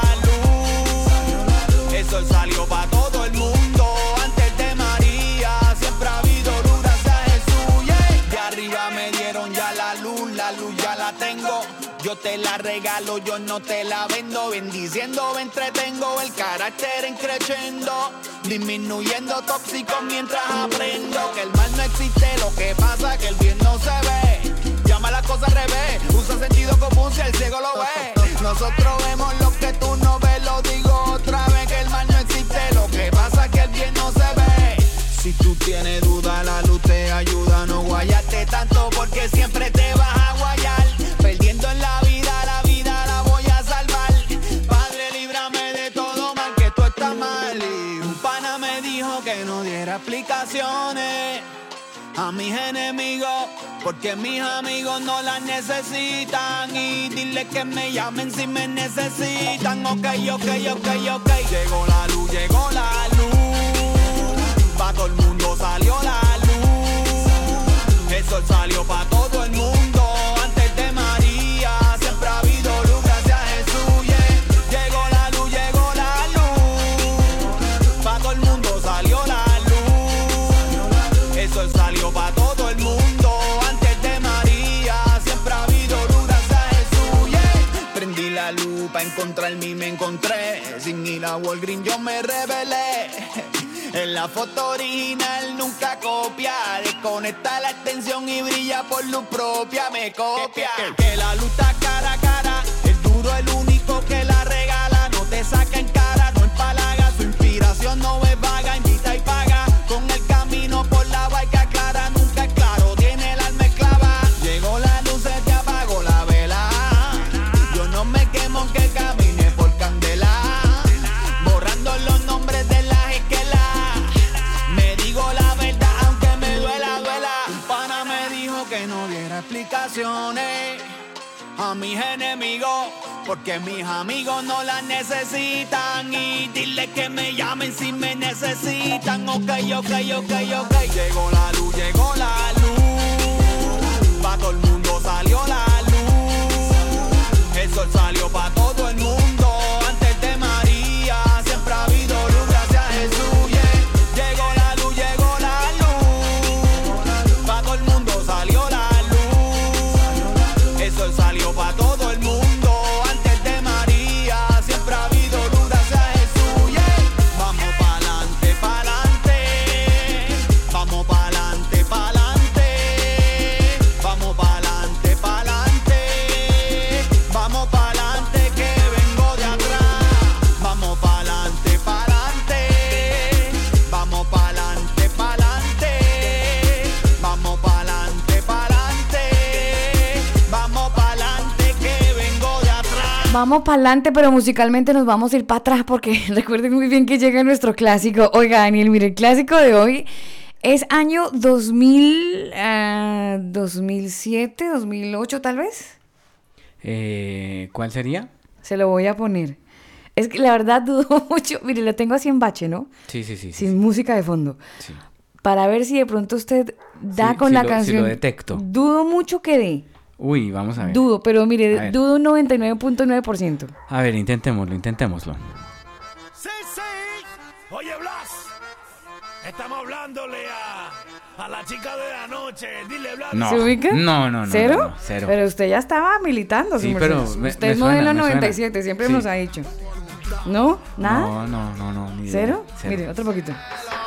luz. El sol salió pa' todo el mundo. Antes de María siempre ha habido luz, gracias a Jesús. Yeah. De arriba me dieron ya la luz, la luz ya la tengo. Yo te la regalo, yo no te la vendo. Bendiciendo, me entretengo, el carácter en creciendo, disminuyendo tóxicos mientras aprendo que el mal no existe, lo que pasa que el bien no se ve. Llama las cosas al revés, usa sentido común si el ciego lo ve. Nosotros vemos lo que tú no ves, lo digo otra vez, que el mal no existe, lo que pasa que el bien no se ve. Si tú tienes duda, la luz te ayuda, no guayate tanto porque siempre te vas a guayar. Perdiendo en la vida, la vida la voy a salvar. Padre, líbrame de todo mal, que tú estás mal. Y un pana me dijo que no diera explicaciones a mis enemigos, porque mis amigos no las necesitan. Y dile que me llamen si me necesitan. Ok, ok, ok, ok. Llegó la luz, llegó la luz. Pa' todo el mundo salió la luz. El sol salió pa' todo el mundo. Antes de María siempre ha habido luz, gracias a Jesús. Yeah. Llegó la luz, llegó la luz. Pa' todo el mundo salió la luz. El sol salió pa' todo el mundo. Antes de María siempre ha habido luz, gracias a Jesús. Yeah. Prendí la luz pa' encontrarme y me encontré. Sin ir a Walgreens yo me rebelé. En la foto original nunca copia. Desconecta la extensión y brilla por luz propia. Me copia. Que, que la luz está cara a cara. El duro el único que la regala. No te saca en cara, no empalaga. Su inspiración no es vaga, invita y paga. Con el camino por la barca clara. Nunca es claro, tiene el alma esclava. Llegó la luz, se te apagó la vela. Yo no me quemo que camine por candela. Borrando los nombres de las esquelas. Me digo la verdad aunque me duela, duela. Un pana me dijo que no diera explicaciones a mis enemigos, porque mis amigos no las necesitan. Y dile que me llamen si me necesitan. Ok, ok, ok, ok. Llegó la luz, llegó la luz. Pa' todo el mundo salió la luz. El sol salió pa' todo el mundo. Antes de María siempre ha habido luz, gracias a Jesús. Yeah. Llegó la luz, llegó la luz. Pa' todo el mundo salió la luz. El sol salió pa' todo el mundo. Antes de María siempre ha habido luz, gracias a Jesús. Yeah. Vamos pa'lante, pa'lante. Vamos pa'lante, pa'lante. Vamos pa'lante, pa'lante. Vamos pa'lante que vengo de atrás. Vamos pa'lante, pa'lante. Vamos pa'lante, pa'lante. Vamos pa'lante, pa'lante. Vamos pa'lante que vengo de atrás. Vamos para adelante, pero musicalmente nos vamos a ir para atrás porque recuerden muy bien que llega nuestro clásico. Oiga, Daniel, mire, el clásico de hoy es año dos mil, uh, dos mil siete, dos mil ocho tal vez. Eh, ¿Cuál sería? Se lo voy a poner. Es que la verdad dudo mucho. Mire, lo tengo así en bache, ¿no? Sí, sí, sí. Sin sí, música de fondo. Sí. Para ver si de pronto usted da Sí, con sí la lo- sí canción. lo detecto. Dudo mucho que dé. Uy, vamos a ver. Dudo, pero A mire, ver. dudo un noventa y nueve punto nueve por ciento. A ver, intentémoslo, intentémoslo. Oye, Blas, estamos hablándole a, a la chica de la noche. Dile, Blas. No. ¿Se ubica? No, no, no, ¿Cero? no, no, cero. Pero usted ya estaba militando, Sí, su pero merced. me- Usted me es suena, modelo me suena. noventa y siete, siempre Sí. nos ha dicho. ¿No? ¿Nada? No, no, no, no. Ni idea. ¿Cero? Cero. Mire, otro poquito.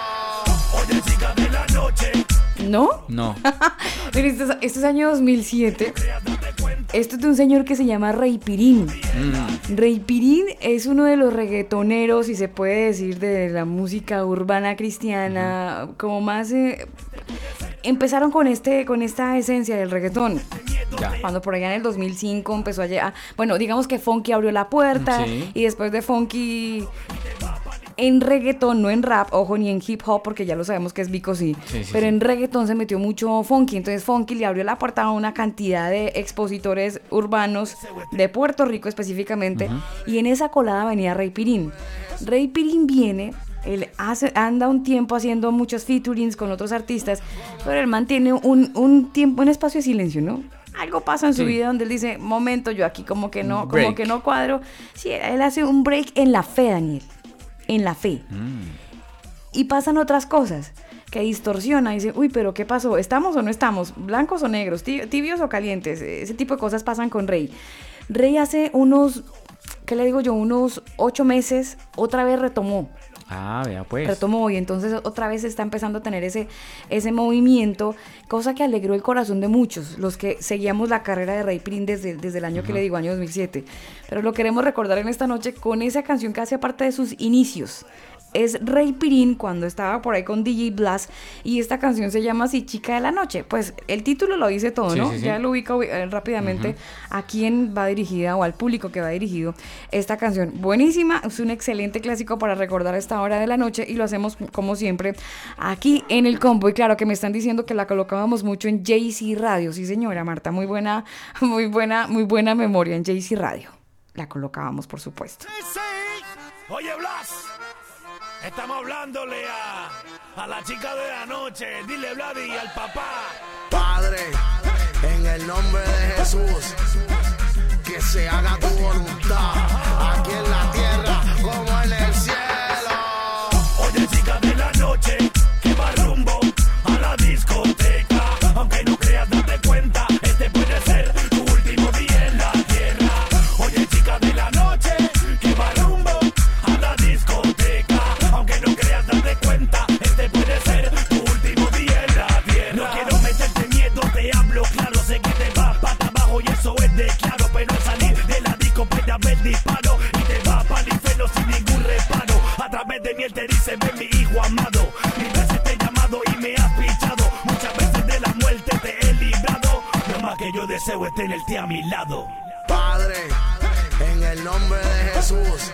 Oye, chica de la noche. ¿No? No. Mire, esto es, esto es año dos mil siete. Esto es de un señor que se llama Rey Pirín. Mm. Rey Pirín es uno de los reggaetoneros, si se puede decir, de la música urbana cristiana, como más... eh, empezaron con este con esta esencia del reggaetón. Ya. Cuando por allá en el dos mil cinco empezó a llegar... Bueno, digamos que Funky abrió la puerta Sí. y después de Funky... En reggaetón, no en rap, ojo, ni en hip hop, porque ya lo sabemos que es Vico sí, Sí, sí, pero sí. en reggaetón se metió mucho Funky, entonces Funky le abrió la puerta a una cantidad de expositores urbanos de Puerto Rico específicamente, Ujú. y en esa colada venía Rey Pirín. Rey Pirín viene, él hace, anda un tiempo haciendo muchos featurings con otros artistas, pero él mantiene un, un tiempo, un espacio de silencio, ¿no? Algo pasa en su Sí. vida donde él dice, momento, yo aquí como que no, Un como break. que no cuadro. Sí, él hace un break en la fe, Daniel. En la fe. Mm. Y pasan otras cosas que distorsiona y dice, uy, pero ¿qué pasó? ¿Estamos o no estamos? ¿Blancos o negros? Ti- ¿Tibios o calientes? Ese tipo de cosas pasan con Rey. Rey hace unos, ¿qué le digo yo? Unos ocho meses otra vez retomó. Ah, vea pues. Retomó y entonces otra vez está empezando a tener ese, ese movimiento, cosa que alegró el corazón de muchos, los que seguíamos la carrera de Rey Pirín desde, desde el año que Ajá. le digo, año dos mil siete. Pero lo queremos recordar en esta noche con esa canción que hace parte de sus inicios. Es Rey Pirín cuando estaba por ahí con D J Blas y esta canción se llama así, Chica de la Noche. Pues el título lo dice todo, Sí, ¿no? sí, sí. Ya lo ubica eh, rápidamente Ujú. a quién va dirigida o al público que va dirigido esta canción. Buenísima, es un excelente clásico para recordar a esta hora de la noche y lo hacemos como siempre aquí en el combo. Y claro que me están diciendo que la colocábamos mucho en J C Radio. Sí, señora Marta, muy buena, muy buena, muy buena memoria en J C Radio. La colocábamos, por supuesto. Oye, Blas, estamos hablándole a, a la chica de la noche. Dile, Vladi, al papá. Padre, en el nombre de Jesús, que se haga tu voluntad, aquí en la tierra como en el cielo. Oye, chica de la noche, que va rumbo a la discoteca. Aunque no creas, date cuenta, este puede ser tu último día en la tierra. Oye, chica de la noche, que va rumbo a la discoteca. Aunque no creas, date cuenta, este puede ser tu último día en la tierra. No quiero meterte miedo, te hablo claro, sé que te vas para abajo y eso es de claro. Pero al salir de la disco puede haber disparo y te vas para el infierno sin ningún reparo. A través de mí él te dice, ven mi hijo amado, mil veces te he llamado y me has pichado. Muchas veces de la muerte te he librado. Lo más que yo deseo es tenerte a mi lado. Padre, en el nombre de Jesús,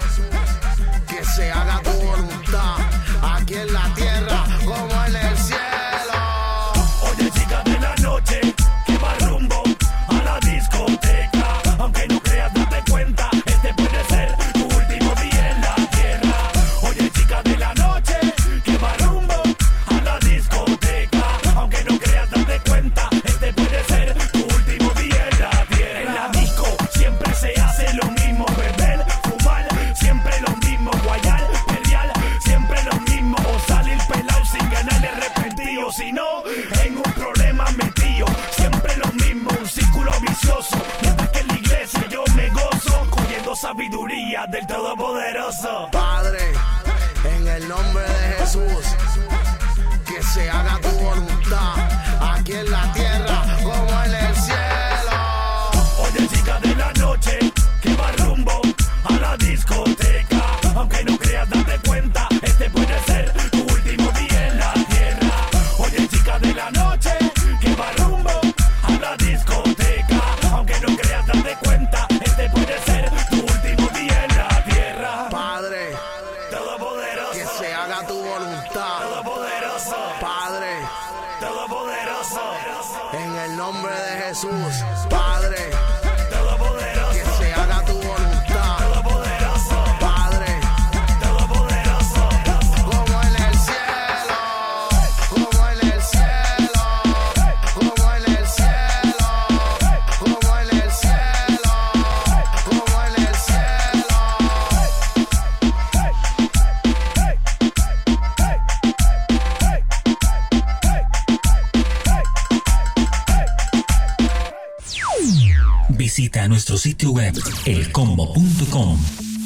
que se haga tu voluntad, aquí en la tierra como en el cielo. Oye, chica de la noche, que va rumbo a la discoteca. Aunque no creas, date cuenta, este puede ser tu último día en la tierra. Oye, chica de la noche, que va rumbo a la discoteca. Aunque no creas, date cuenta, este puede ser tu último día en la tierra. En la disco siempre se hace lo mismo, beber, fumar, siempre lo mismo, guayar, pelear, siempre lo mismo. O salir pelado sin ganarle arrepentido, si no, en un problema metido. Siempre lo mismo, un círculo vicioso. Mientras que en la iglesia yo me gozo, cogiendo sabiduría del Todopoderoso. Padre, en el nombre de Jesús, que se haga tu voluntad, aquí en la tierra como en el cielo. Oye, chica de la noche, que va rumbo a la discoteca. Aunque no creas, date cuenta, este puede ser tu último día en la tierra. Oye, chica de la noche, que va rumbo a la discoteca. Aunque no creas, date cuenta, este puede ser tu último día en la tierra. Padre, Todopoderoso, que se haga tu voluntad. Todopoderoso, Padre, Todopoderoso, en el nombre de Jesús, Padre, Todopoderoso, que se haga tu voluntad. Todopoderoso, Padre, Visita nuestro sitio web el combo punto com.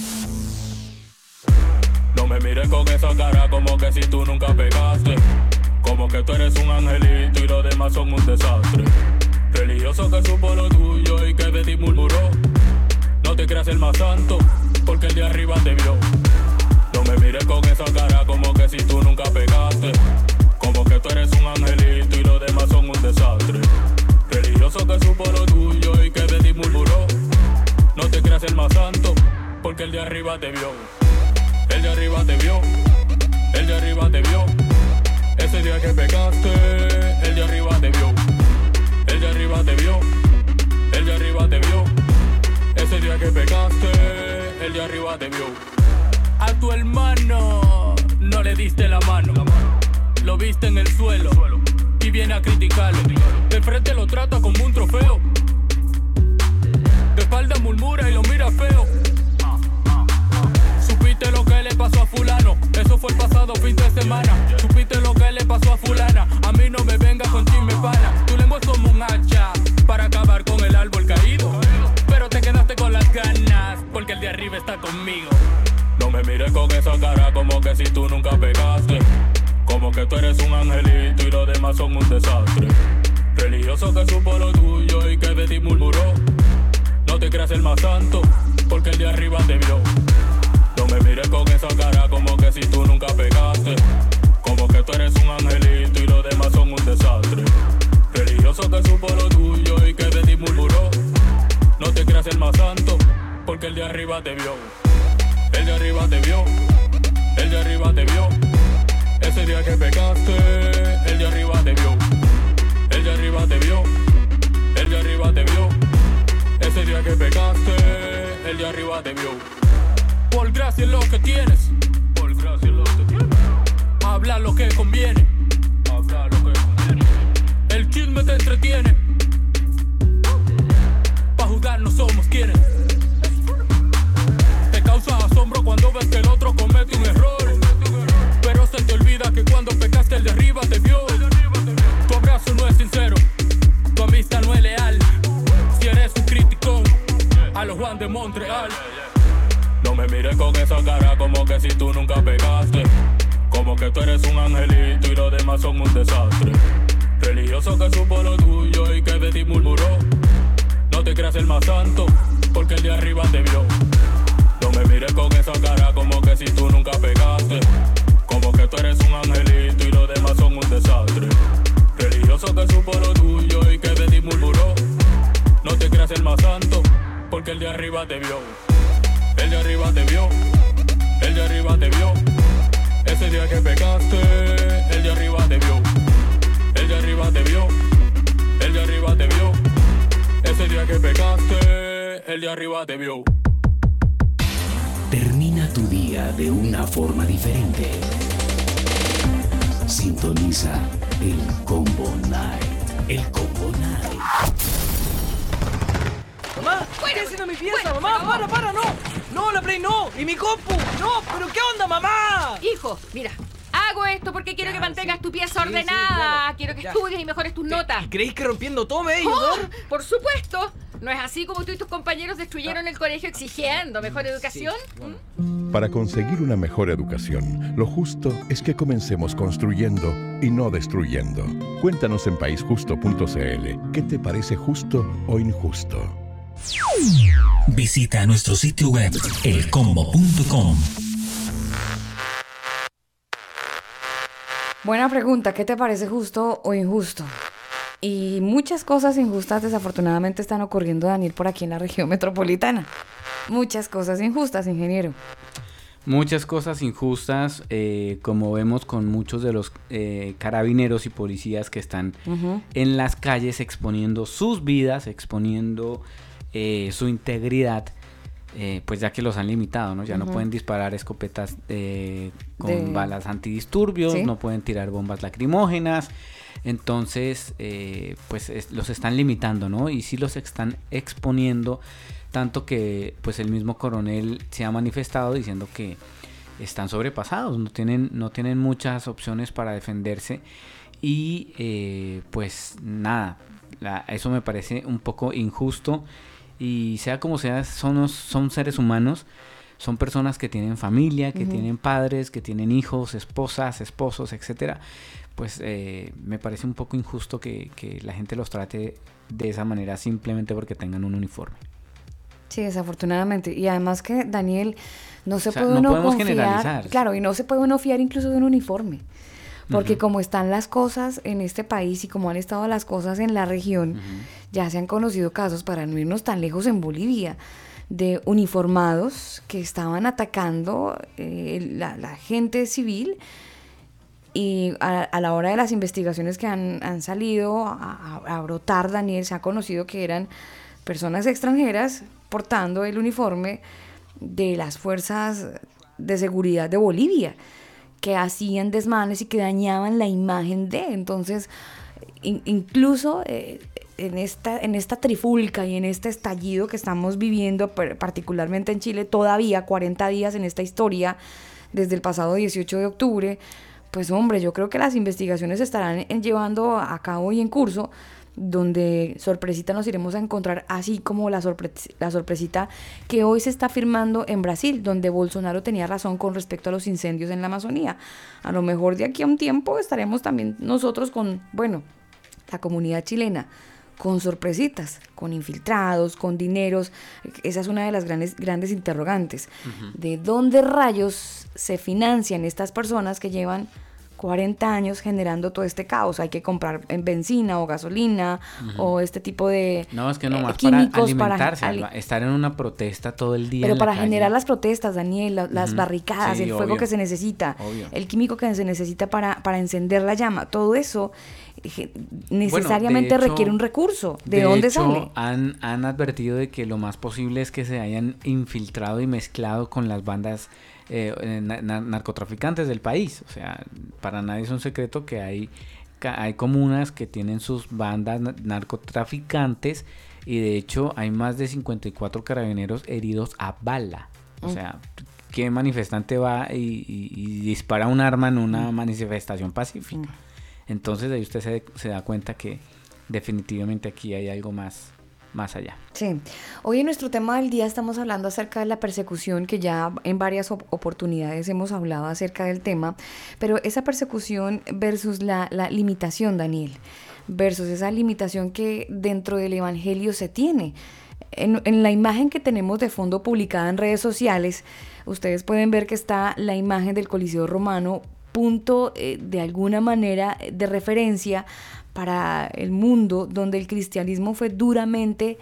No me mires con esa cara como que si tú nunca pegaste. Como que tú eres un angelito y los demás son un desastre. Religioso que supo lo tuyo y que de ti murmuró. No te creas el más santo, porque el de arriba te vio. No me mires con esa cara como que si tú nunca pegaste. Como que tú eres un angelito y los demás son un desastre. Religioso que supo lo tuyo y que de ti murmuró. No te creas el más santo, porque el de arriba te vio. El de arriba te vio, el de arriba te vio. Ese día que pecaste, el de arriba te vio. El de arriba te vio, el de arriba te vio. Ese día que pecaste, el de arriba te vio. A tu hermano no le diste la mano, lo viste en el suelo y viene a criticarlo. De frente lo trata como un trofeo, de espalda murmura y lo mira feo. Supiste lo que le pasó a fulano, eso fue el pasado fin de semana. Supiste lo que le pasó a fulana, a mí no me vengas con chisme pana. Tu lengua es como un hacha para acabar con el árbol caído, pero te quedaste con las ganas porque el de arriba está conmigo. No me mires con esa cara como que si tú nunca pegaste. Como que tú eres un angelito y los demás son un desastre. Religioso que supo lo tuyo y que de ti murmuró. No te creas el más santo, porque el de arriba te vio. No me mires con esa cara como que si tú nunca pegaste. Como que tú eres un angelito y los demás son un desastre. Religioso que supo lo tuyo y que de ti murmuró. No te creas el más santo, porque el de arriba te vio. El de arriba te vio, el de arriba te vio. Ese día que pecaste, el de arriba te vio. El de arriba te vio, el de arriba te vio. Ese día que pecaste, el de arriba te vio. Por gracia en lo que tienes, por gracia en lo que tienes. Habla lo que conviene, habla lo que conviene. El chisme te entretiene, pa' juzgar no somos quienes. Te causa asombro cuando ves que el otro comete un error, pero se te olvida que cuando pecaste el de arriba te vio. Tu abrazo no es sincero, tu amistad no es leal. Si eres un crítico, a los Juan de Montreal. No me mires con esa cara como que si tú nunca pegaste. Como que tú eres un angelito y los demás son un desastre. Religioso que supo lo tuyo y que de ti murmuró. No te creas el más santo, porque el de arriba te vio. No me mires con esa cara como que si tú nunca pegaste. Como que tú eres un angelito y los demás son un desastre. Religioso que supo lo tuyo y que de ti murmuró. No te creas el más santo, porque el de arriba te vio. El de arriba te vio, el de arriba te vio. Ese día que pecaste, el de arriba te vio. El de arriba te vio, el de arriba te vio. Ese día que pecaste, el de arriba te vio. Termina tu día de una forma diferente. Sintoniza el Combo Night. El Combo Night. Mamá, ¿qué estás haciendo mi pieza? Mamá, para, para, no. No, la Play no. Y mi compu. No, pero ¿qué onda, mamá? Hijo, mira. Hago esto porque quiero que mantengas tu pieza ordenada. Sí, sí, claro. Quiero que ya. estudies y mejores tus notas. ¿Y creéis que rompiendo todo me voy a ayudar? Oh, por supuesto. ¿No es así como tú y tus compañeros destruyeron el colegio exigiendo mejor educación? Sí, bueno. Para conseguir una mejor educación, lo justo es que comencemos construyendo y no destruyendo. Cuéntanos en país justo punto c l qué te parece justo o injusto. Visita nuestro sitio web el combo punto com. Buena pregunta, ¿qué te parece justo o injusto? Y muchas cosas injustas desafortunadamente están ocurriendo, Daniel, por aquí en la región metropolitana. Muchas cosas injustas, ingeniero. Muchas cosas injustas, eh, como vemos con muchos de los eh, carabineros y policías que están uh-huh. en las calles exponiendo sus vidas, exponiendo eh, su integridad. Eh, pues ya que los han limitado, ¿no? Ya uh-huh. no pueden disparar escopetas eh, con de... balas antidisturbios, ¿sí? No pueden tirar bombas lacrimógenas, entonces eh, pues es, los están limitando, ¿no? Y sí los están exponiendo, tanto que pues el mismo coronel se ha manifestado diciendo que están sobrepasados, no tienen, no tienen muchas opciones para defenderse y eh, pues nada, la, eso me parece un poco injusto. Y sea como sea, son, son seres humanos, son personas que tienen familia, que uh-huh. tienen padres, que tienen hijos, esposas, esposos, etcétera. Pues eh, me parece un poco injusto que, que la gente los trate de esa manera simplemente porque tengan un uniforme. Sí, desafortunadamente. Y además que, Daniel, no se o sea, puede no uno podemos confiar, generalizar. Claro, y no se puede uno fiar incluso de un uniforme. Porque uh-huh. como están las cosas en este país y como han estado las cosas en la región, uh-huh. ya se han conocido casos, para no irnos tan lejos, en Bolivia, de uniformados que estaban atacando eh, la, la gente civil. Y a, a la hora de las investigaciones que han, han salido a, a, a brotar, Daniel, se ha conocido que eran personas extranjeras portando el uniforme de las fuerzas de seguridad de Bolivia, que hacían desmanes y que dañaban la imagen de. Entonces, in, incluso eh, en, esta, en esta trifulca y en este estallido que estamos viviendo, particularmente en Chile, todavía cuarenta días en esta historia, desde el pasado dieciocho de octubre, pues hombre, yo creo que las investigaciones se estarán llevando a cabo y en curso, donde sorpresita nos iremos a encontrar, así como la, sorpre- la sorpresita que hoy se está firmando en Brasil, donde Bolsonaro tenía razón con respecto a los incendios en la Amazonía. A lo mejor de aquí a un tiempo estaremos también nosotros con, bueno, la comunidad chilena, con sorpresitas, con infiltrados, con dineros. Esa es una de las grandes, grandes interrogantes. Uh-huh. ¿De dónde rayos se financian estas personas que llevan cuarenta años generando todo este caos? Hay que comprar en benzina o gasolina uh-huh. o este tipo de no, es que no eh, más químicos para alimentarse, para ali- estar en una protesta todo el día. Pero en para la calle. generar las protestas, Daniel, la, las uh-huh. barricadas, sí, el fuego obvio. que se necesita, Obvio. el químico que se necesita para, para encender la llama, todo eso necesariamente bueno, de hecho, requiere un recurso. ¿De, de dónde hecho, sale? Han, han advertido de que lo más posible es que se hayan infiltrado y mezclado con las bandas eh, na- narcotraficantes del país. O sea, para nadie es un secreto que hay, hay comunas que tienen sus bandas narcotraficantes y de hecho hay más de cincuenta y cuatro carabineros heridos a bala. O sea, ¿qué manifestante va y, y, y dispara un arma en una manifestación pacífica? Entonces ahí usted se, se da cuenta que definitivamente aquí hay algo más, más allá. Sí. Hoy en nuestro tema del día estamos hablando acerca de la persecución, que ya en varias op- oportunidades hemos hablado acerca del tema, pero esa persecución versus la, la limitación, Daniel, versus esa limitación que dentro del evangelio se tiene. En, en la imagen que tenemos de fondo publicada en redes sociales, ustedes pueden ver que está la imagen del Coliseo Romano, punto eh, de alguna manera de referencia para el mundo donde el cristianismo fue duramente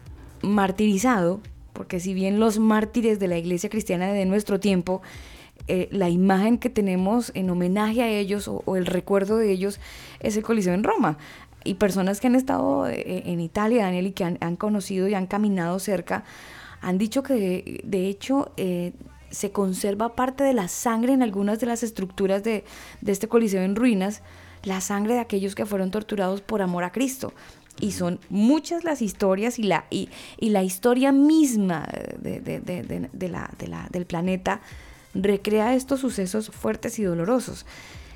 martirizado, porque si bien los mártires de la iglesia cristiana de nuestro tiempo, eh, la imagen que tenemos en homenaje a ellos o, o el recuerdo de ellos es el Coliseo en Roma. Y personas que han estado eh, en Italia, Daniel, y que han, han conocido y han caminado cerca, han dicho que de, de hecho eh, se conserva parte de la sangre en algunas de las estructuras de, de este Coliseo en ruinas, la sangre de aquellos que fueron torturados por amor a Cristo. Y son muchas las historias y la, y, y la historia misma de, de, de, de, de la, de la, del planeta recrea estos sucesos fuertes y dolorosos.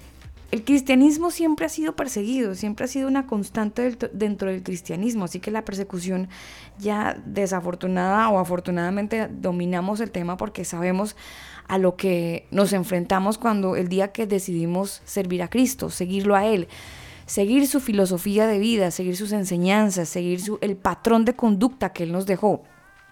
El cristianismo siempre ha sido perseguido, siempre ha sido una constante del, dentro del cristianismo, así que la persecución ya desafortunada o afortunadamente dominamos el tema porque sabemos a lo que nos enfrentamos cuando el día que decidimos servir a Cristo, seguirlo a Él, seguir su filosofía de vida, seguir sus enseñanzas, seguir su, el patrón de conducta que Él nos dejó.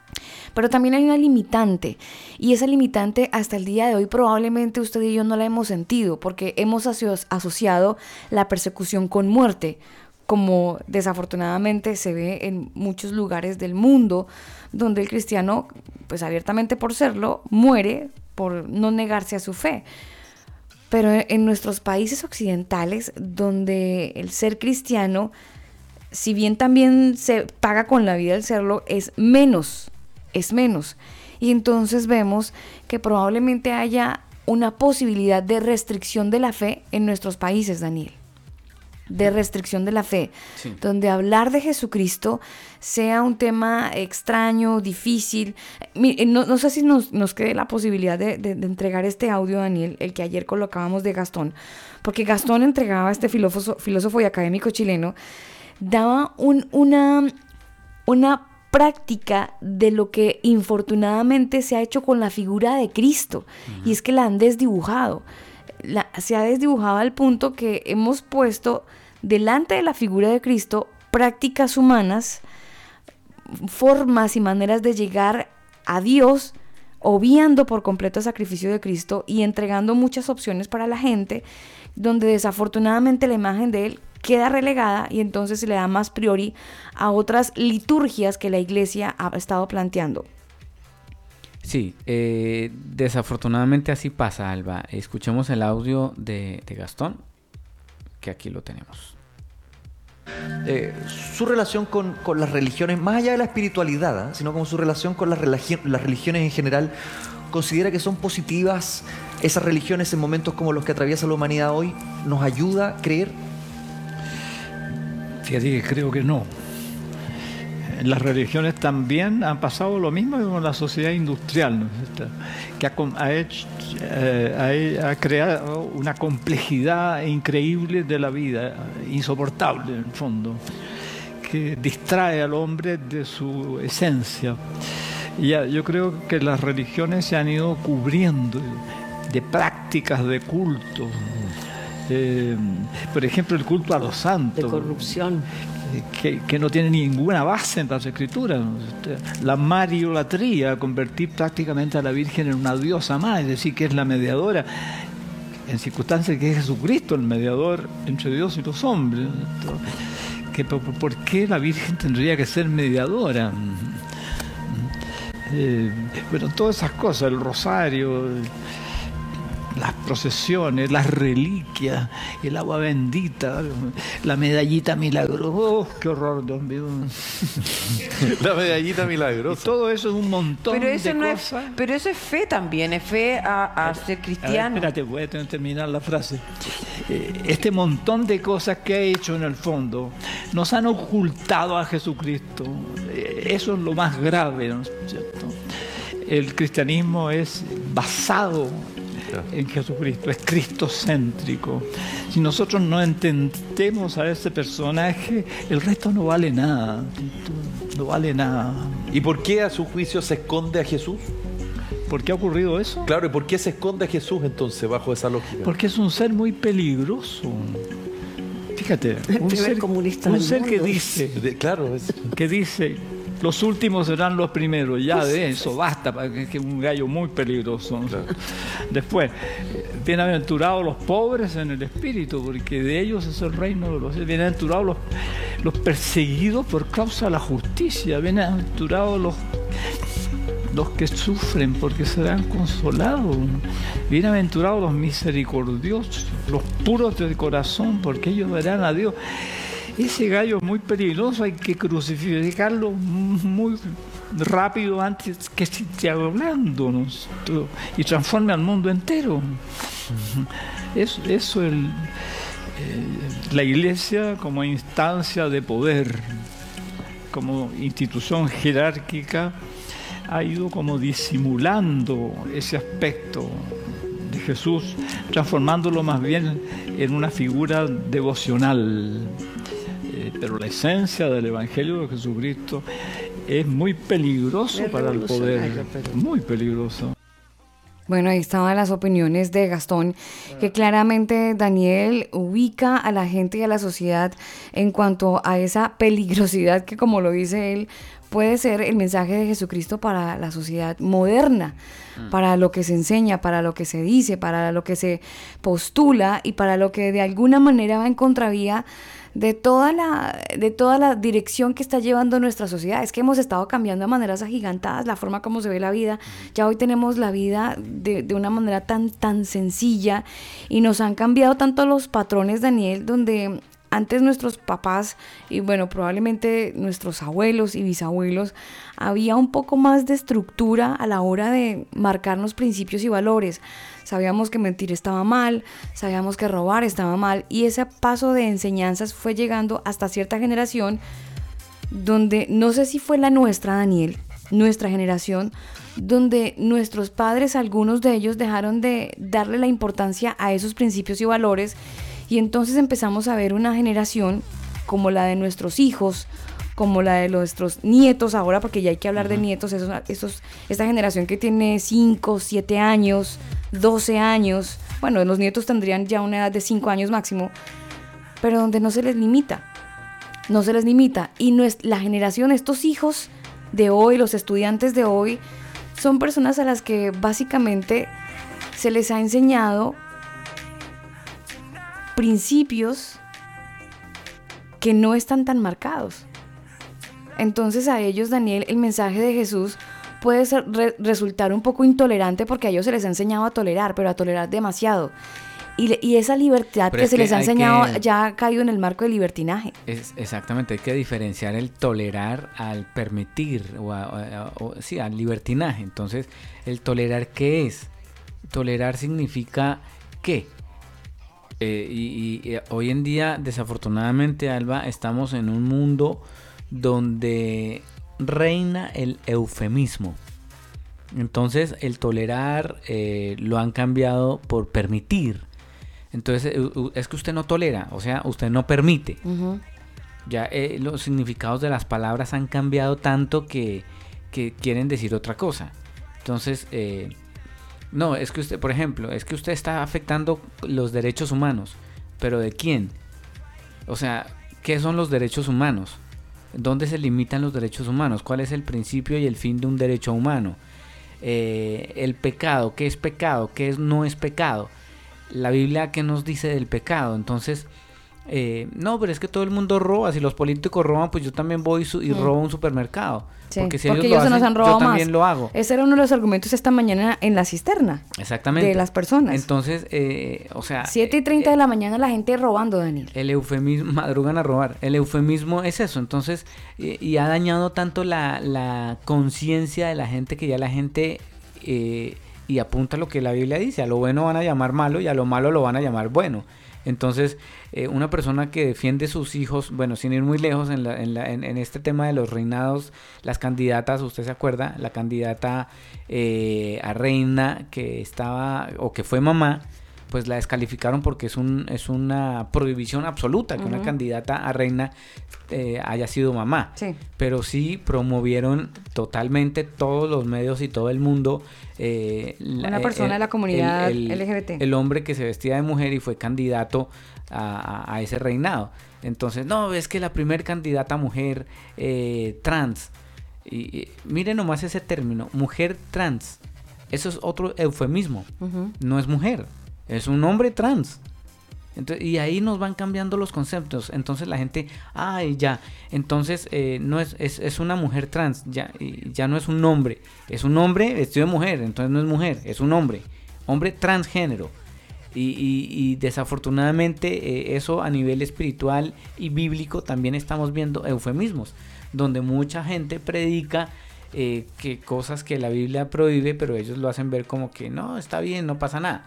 Pero también hay una limitante, y esa limitante hasta el día de hoy probablemente usted y yo no la hemos sentido, porque hemos aso- asociado la persecución con muerte, como desafortunadamente se ve en muchos lugares del mundo, donde el cristiano, pues abiertamente por serlo, muere por no negarse a su fe. Pero en nuestros países occidentales, donde el ser cristiano, si bien también se paga con la vida el serlo, es menos, es menos. Y entonces vemos que probablemente haya una posibilidad de restricción de la fe en nuestros países, Daniel. De restricción de la fe, sí. Donde hablar de Jesucristo sea un tema extraño, difícil. No, no sé si nos, nos quede la posibilidad de, de, de entregar este audio, Daniel, el que ayer colocábamos de Gastón, porque Gastón entregaba, este filósofo, filósofo y académico chileno, daba un, una, una práctica de lo que infortunadamente se ha hecho con la figura de Cristo, uh-huh. y es que la han desdibujado. La, se ha desdibujado al punto que hemos puesto delante de la figura de Cristo prácticas humanas, formas y maneras de llegar a Dios, obviando por completo el sacrificio de Cristo y entregando muchas opciones para la gente, donde desafortunadamente la imagen de Él queda relegada y entonces se le da más priori a otras liturgias que la Iglesia ha estado planteando. Sí, eh, desafortunadamente así pasa, Alba. Escuchemos el audio de, de Gastón, que aquí lo tenemos. Eh, su relación con, con las religiones, más allá de la espiritualidad, ¿eh? sino como su relación con las, religi- las religiones en general, ¿considera que son positivas esas religiones en momentos como los que atraviesa la humanidad hoy? ¿Nos ayuda a creer? Fíjate que creo que no. Las religiones también han pasado lo mismo con la sociedad industrial, ¿no? que ha, ha, hecho, eh, ha, ha creado una complejidad increíble de la vida, insoportable en el fondo, que distrae al hombre de su esencia. Y ya, yo creo que las religiones se han ido cubriendo de prácticas de culto. Eh, por ejemplo, el culto a los santos. De corrupción. Que, que no tiene ninguna base en las escrituras. La mariolatría, convertir prácticamente a la Virgen en una diosa más, es decir, que es la mediadora, en circunstancias que es Jesucristo el mediador entre Dios y los hombres. Que, ¿por, ¿Por qué la Virgen tendría que ser mediadora? Eh, bueno, todas esas cosas, el rosario, las procesiones, las reliquias, el agua bendita, la medallita milagrosa. ¡Oh, qué horror, Dios mío! La medallita milagrosa. Y todo eso es un montón pero eso de no cosas. Es, pero eso es fe también, es fe a, a ser cristiano. A ver, espérate, voy a terminar la frase. Este montón de cosas que ha hecho en el fondo nos han ocultado a Jesucristo. Eso es lo más grave, ¿no es cierto? El cristianismo es basado en Jesucristo, es cristocéntrico. Si nosotros no entendemos a ese personaje, el resto no vale nada, no vale nada. ¿Y por qué a su juicio se esconde a Jesús? ¿Por qué ha ocurrido eso? Claro, ¿y por qué se esconde a Jesús entonces bajo esa lógica? Porque es un ser muy peligroso. Fíjate, un ser, comunista un ser que dice, de, claro, es... que dice, los últimos serán los primeros. Ya de eso basta, que es un gallo muy peligroso. Claro. Después, bienaventurados los pobres en el espíritu, porque de ellos es el reino de los cielos. Bienaventurados los, los perseguidos por causa de la justicia. Bienaventurados los los que sufren, porque serán consolados. Bienaventurados los misericordiosos, los puros de corazón, porque ellos verán a Dios. Ese gallo es muy peligroso, hay que crucificarlo muy rápido antes que esté hablando, ¿no? Y transforme al mundo entero. Eso, eso es el, eh, la Iglesia como instancia de poder, como institución jerárquica, ha ido como disimulando ese aspecto de Jesús, transformándolo más bien en una figura devocional. Eh, pero la esencia del Evangelio de Jesucristo es muy peligroso es para el poder, pero... muy peligroso. Bueno, ahí estaban las opiniones de Gastón, que claramente Daniel ubica a la gente y a la sociedad en cuanto a esa peligrosidad que, como lo dice él, puede ser el mensaje de Jesucristo para la sociedad moderna, mm. para lo que se enseña, para lo que se dice, para lo que se postula y para lo que de alguna manera va en contravía de toda la, de toda la dirección que está llevando nuestra sociedad. Es que hemos estado cambiando de maneras agigantadas la forma como se ve la vida. Ya hoy tenemos la vida de, de una manera tan, tan sencilla y nos han cambiado tanto los patrones, Daniel, donde antes nuestros papás y bueno, probablemente nuestros abuelos y bisabuelos, había un poco más de estructura a la hora de marcarnos principios y valores. Sabíamos que mentir estaba mal, sabíamos que robar estaba mal, y ese paso de enseñanzas fue llegando hasta cierta generación donde, no sé si fue la nuestra, Daniel, nuestra generación, donde nuestros padres, algunos de ellos, dejaron de darle la importancia a esos principios y valores, y entonces empezamos a ver una generación como la de nuestros hijos, como la de nuestros nietos ahora, porque ya hay que hablar uh-huh. de nietos, esos, esos, esta generación que tiene cinco, siete años, doce años, bueno, los nietos tendrían ya una edad de cinco años máximo, pero donde no se les limita, no se les limita, y no es, la generación, estos hijos de hoy, los estudiantes de hoy, son personas a las que básicamente se les ha enseñado principios que no están tan marcados. Entonces a ellos, Daniel, el mensaje de Jesús puede ser, re, resultar un poco intolerante porque a ellos se les ha enseñado a tolerar, pero a tolerar demasiado. Y, y esa libertad que, que se les ha enseñado que, ya ha caído en el marco del libertinaje. Es, exactamente, hay que diferenciar el tolerar al permitir, o, a, a, o sí, al libertinaje. Entonces, ¿el tolerar qué es? Tolerar significa ¿qué? Eh, y, y, y hoy en día, desafortunadamente, Alba, estamos en un mundo donde reina el eufemismo. Entonces el tolerar eh, lo han cambiado por permitir. Entonces es que usted no tolera, o sea, usted no permite. Uh-huh. Ya eh, los significados de las palabras han cambiado tanto que, que quieren decir otra cosa. Entonces eh, no, es que usted, por ejemplo, es que usted está afectando los derechos humanos. ¿Pero de quién? O sea, ¿qué son los derechos humanos? ¿Dónde se limitan los derechos humanos? ¿Cuál es el principio y el fin de un derecho humano? Eh, el pecado, ¿qué es pecado? ¿Qué es, no es pecado? La Biblia, ¿qué nos dice del pecado? Entonces, eh, no, pero es que todo el mundo roba. Si los políticos roban, pues yo también voy su- y mm. robo un supermercado. Sí, porque si porque ellos, ellos lo se hacen, nos han robado yo también más. lo hago. Ese era uno de los argumentos esta mañana en la cisterna. Exactamente. De las personas. Entonces, eh, o sea... siete y treinta eh, de la mañana la gente robando, Daniel. El eufemismo, madrugan a robar. El eufemismo es eso. Entonces, eh, y ha dañado tanto la, la conciencia de la gente que ya la gente... Eh, y apunta a lo que la Biblia dice. A lo bueno van a llamar malo y a lo malo lo van a llamar bueno. Entonces, eh, una persona que defiende sus hijos, bueno, sin ir muy lejos en, la, en, la, en, en este tema de los reinados, las candidatas, usted se acuerda, la candidata eh, a reina que estaba, o que fue mamá, pues la descalificaron porque es un es una prohibición absoluta que uh-huh. una candidata a reina eh, haya sido mamá. Sí. Pero sí promovieron totalmente todos los medios y todo el mundo. Eh, una la, persona el, de la comunidad el, el, L G B T. El hombre que se vestía de mujer y fue candidato a, a, a ese reinado. Entonces, no, es que la primer candidata mujer eh, trans. Y, y miren nomás ese término, mujer trans. Eso es otro eufemismo. Uh-huh. No es mujer. Es un hombre trans. Entonces, y ahí nos van cambiando los conceptos. Entonces la gente, ay, ya. Entonces eh, no es, es, es una mujer trans. Ya, ya no es un hombre. Es un hombre vestido de mujer. Entonces no es mujer, es un hombre. Hombre transgénero. Y, y, y desafortunadamente eh, eso a nivel espiritual y bíblico también estamos viendo eufemismos. Donde mucha gente predica eh, que cosas que la Biblia prohíbe, pero ellos lo hacen ver como que no, está bien, no pasa nada.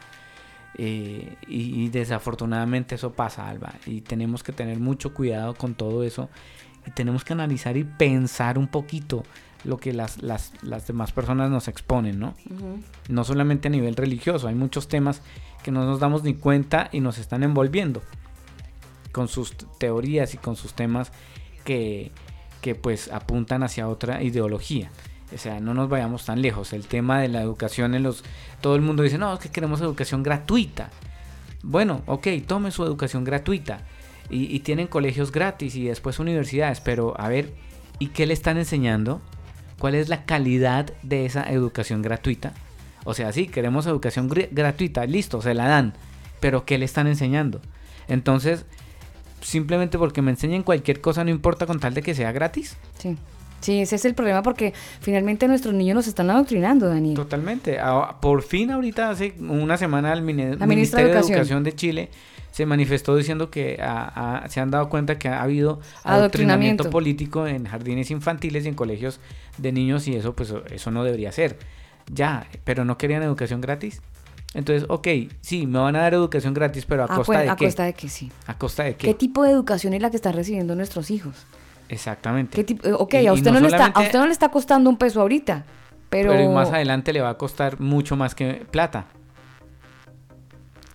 Eh, y, y desafortunadamente eso pasa, Alba, y tenemos que tener mucho cuidado con todo eso y tenemos que analizar y pensar un poquito lo que las, las, las demás personas nos exponen, ¿no? Uh-huh. No solamente a nivel religioso, hay muchos temas que no nos damos ni cuenta y nos están envolviendo con sus teorías y con sus temas que, que pues apuntan hacia otra ideología. O sea, no nos vayamos tan lejos. El tema de la educación en los... Todo el mundo dice, no, es que queremos educación gratuita. Bueno, ok, tome su educación gratuita. Y, y tienen colegios gratis y después universidades. Pero, a ver, ¿y qué le están enseñando? ¿Cuál es la calidad de esa educación gratuita? O sea, sí, queremos educación gr- gratuita, listo, se la dan. Pero ¿qué le están enseñando? Entonces, simplemente porque me enseñen cualquier cosa no importa con tal de que sea gratis. Sí. Sí, ese es el problema porque finalmente nuestros niños nos están adoctrinando, Daniel. Totalmente. Por fin ahorita hace una semana el Mine- La Ministerio de Educación. Educación de Chile se manifestó diciendo que a, a, se han dado cuenta que ha habido Adoctrinamiento. adoctrinamiento político en jardines infantiles y en colegios de niños y eso pues eso no debería ser. Ya, pero no querían educación gratis. Entonces, ok, sí, me van a dar educación gratis, pero a Ah, costa pues, de a qué? costa de qué, sí. ¿A costa de qué? ¿Qué tipo de educación es la que están recibiendo nuestros hijos? Exactamente. ¿Qué tipo? Ok, Y- a y usted no no, le está, a solamente- usted no le está costando un peso ahorita, pero... Pero más adelante le va a costar mucho más que plata.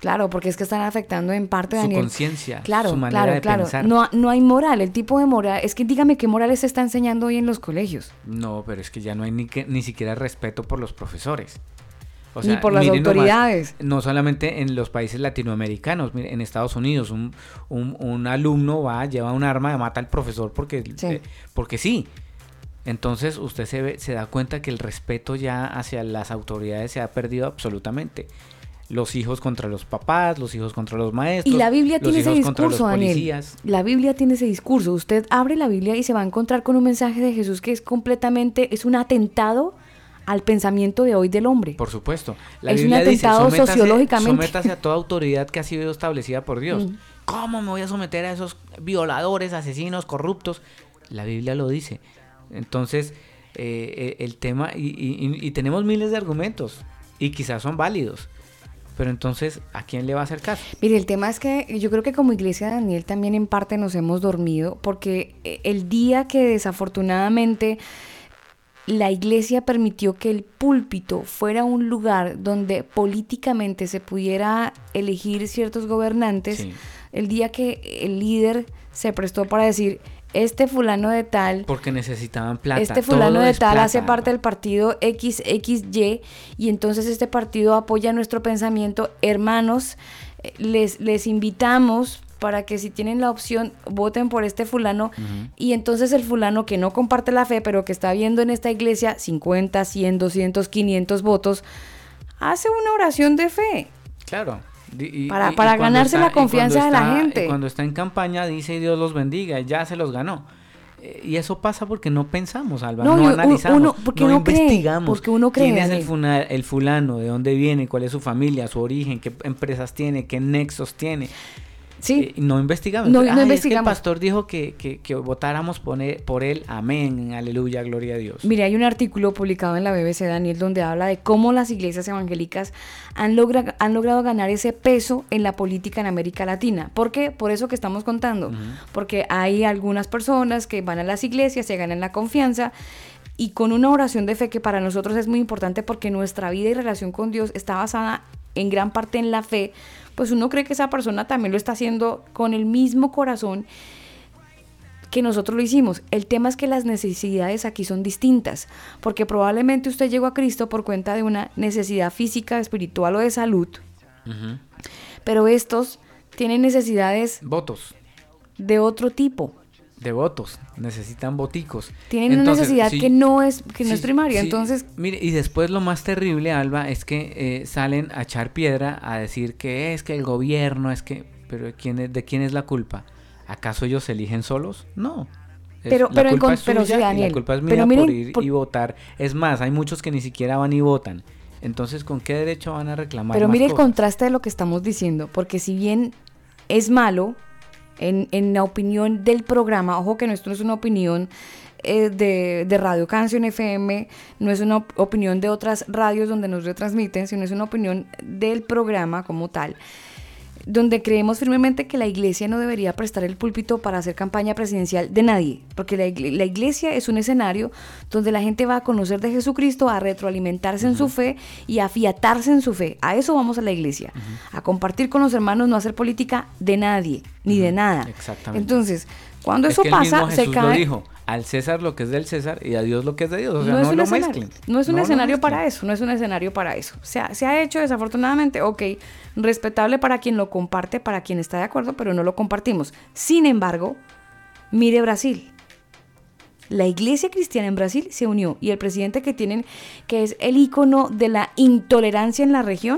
Claro, porque es que están afectando en parte, Su Daniel. conciencia, claro, su manera claro, de claro. pensar. No, no hay moral, el tipo de moral, es que dígame qué morales se está enseñando hoy en los colegios. No, pero es que ya no hay ni, que, ni siquiera respeto por los profesores. O Ni por las miren nomás, autoridades. no solamente en los países latinoamericanos, mire, en Estados Unidos un, un, un alumno va, lleva un arma y mata al profesor porque Sí. eh, porque sí. Entonces usted se, ve, se da cuenta que el respeto ya hacia las autoridades se ha perdido absolutamente. Los hijos contra los papás, los hijos contra los maestros. Y la Biblia los tiene ese hijos contra los discurso, Daniel. policías. La Biblia tiene ese discurso. Usted abre la Biblia y se va a encontrar con un mensaje de Jesús que es completamente, es un atentado al pensamiento de hoy del hombre. Por supuesto. La Es un Biblia dice, atentado "Sométase- sociológicamente". Sométase a toda autoridad que ha sido establecida por Dios. Mm. ¿Cómo me voy a someter a esos violadores, asesinos, corruptos? La Biblia lo dice. Entonces, eh, el tema, y, y- y tenemos miles de argumentos, y quizás son válidos, pero entonces, ¿a quién le va a hacer caso? Mire, el tema es que yo creo que como iglesia, Daniel, también en parte nos hemos dormido, porque el día que desafortunadamente la iglesia permitió que el púlpito fuera un lugar donde políticamente se pudiera elegir ciertos gobernantes, Sí. el día que el líder se prestó para decir, este fulano de tal, Porque necesitaban plata. este fulano todo de es tal plata. hace parte del partido X X Y y entonces este partido apoya nuestro pensamiento. Hermanos, eh, les, les invitamos para que si tienen la opción voten por este fulano. Ujú. Y entonces el fulano que no comparte la fe pero que está viendo en esta iglesia cincuenta, cien, doscientos, quinientos votos, hace una oración de fe. Claro. Di- y- Para- y- y para cuando ganarse la y cuando confianza de la está- gente. y Cuando está en campaña dice Dios los bendiga, y ya se los ganó. Eh, Y eso pasa porque no pensamos, Alba, No, no, y u- analizamos, uno- porque no uno cree, investigamos porque uno cree, quién es el, Daniel. funa- el fulano, de dónde viene, cuál es su familia, su origen, qué empresas tiene, qué nexos tiene. Sí. Eh, y no investigamos. No- no Ay, es que investigamos. el pastor dijo que, que, que votáramos por él, por él, amén, aleluya, gloria a Dios. Mire, hay un artículo publicado en la B B C, Daniel, donde habla de cómo las iglesias evangélicas han, logra- han logrado ganar ese peso en la política en América Latina. ¿Por qué? Por eso que estamos contando. Porque hay algunas personas que van a las iglesias, se ganan la confianza y con una oración de fe que para nosotros es muy importante porque nuestra vida y relación con Dios está basada en gran parte en la fe, pues uno cree que esa persona también lo está haciendo con el mismo corazón que nosotros lo hicimos. El tema es que las necesidades aquí son distintas, porque probablemente usted llegó a Cristo por cuenta de una necesidad física, espiritual o de salud, Ujú. pero estos tienen necesidades Votos, de otro tipo. de votos, necesitan voticos. Tienen una Entonces, necesidad sí, que no es que no sí, es primaria, sí. entonces Mire, y después lo más terrible, Alba, es que eh, salen a echar piedra, a decir que es que el gobierno, es que... Pero ¿quién es, ¿de quién es la culpa? ¿Acaso ellos se eligen solos? No. Es- Pero- la pero en culpa con- es pero sí, suya y Daniel, la culpa es pero mía por miren, ir por- y votar. Es más, hay muchos que ni siquiera van y votan. Entonces, ¿con qué derecho van a reclamar Pero más mire el cosas? contraste de lo que estamos diciendo, porque si bien es malo, en, en la opinión del programa, ojo que esto no es una opinión eh, de, de Radio Canción F M, no es una op- opinión de otras radios donde nos retransmiten, sino es una opinión del programa como tal, donde creemos firmemente que la iglesia no debería prestar el púlpito para hacer campaña presidencial de nadie, porque la, igle- la iglesia es un escenario donde la gente va a conocer de Jesucristo, a retroalimentarse en su fe y a afiatarse en su fe. A eso vamos a la iglesia, a compartir con los hermanos, no hacer política de nadie, ni de nada. Exactamente. Entonces, cuando Es eso que el mismo pasa, se Jesús lo cae... dijo, al César lo que es del César y a Dios lo que es de Dios. O sea, no, no, es un lo escenario, mezclen. no es un No lo escenario mezclen. para eso, no es un escenario para eso. Se ha, se ha hecho desafortunadamente, ok, respetable para quien lo comparte, para quien está de acuerdo, pero no lo compartimos. Sin embargo, mire Brasil. La iglesia cristiana en Brasil se unió y el presidente que tienen, que es el ícono de la intolerancia en la región,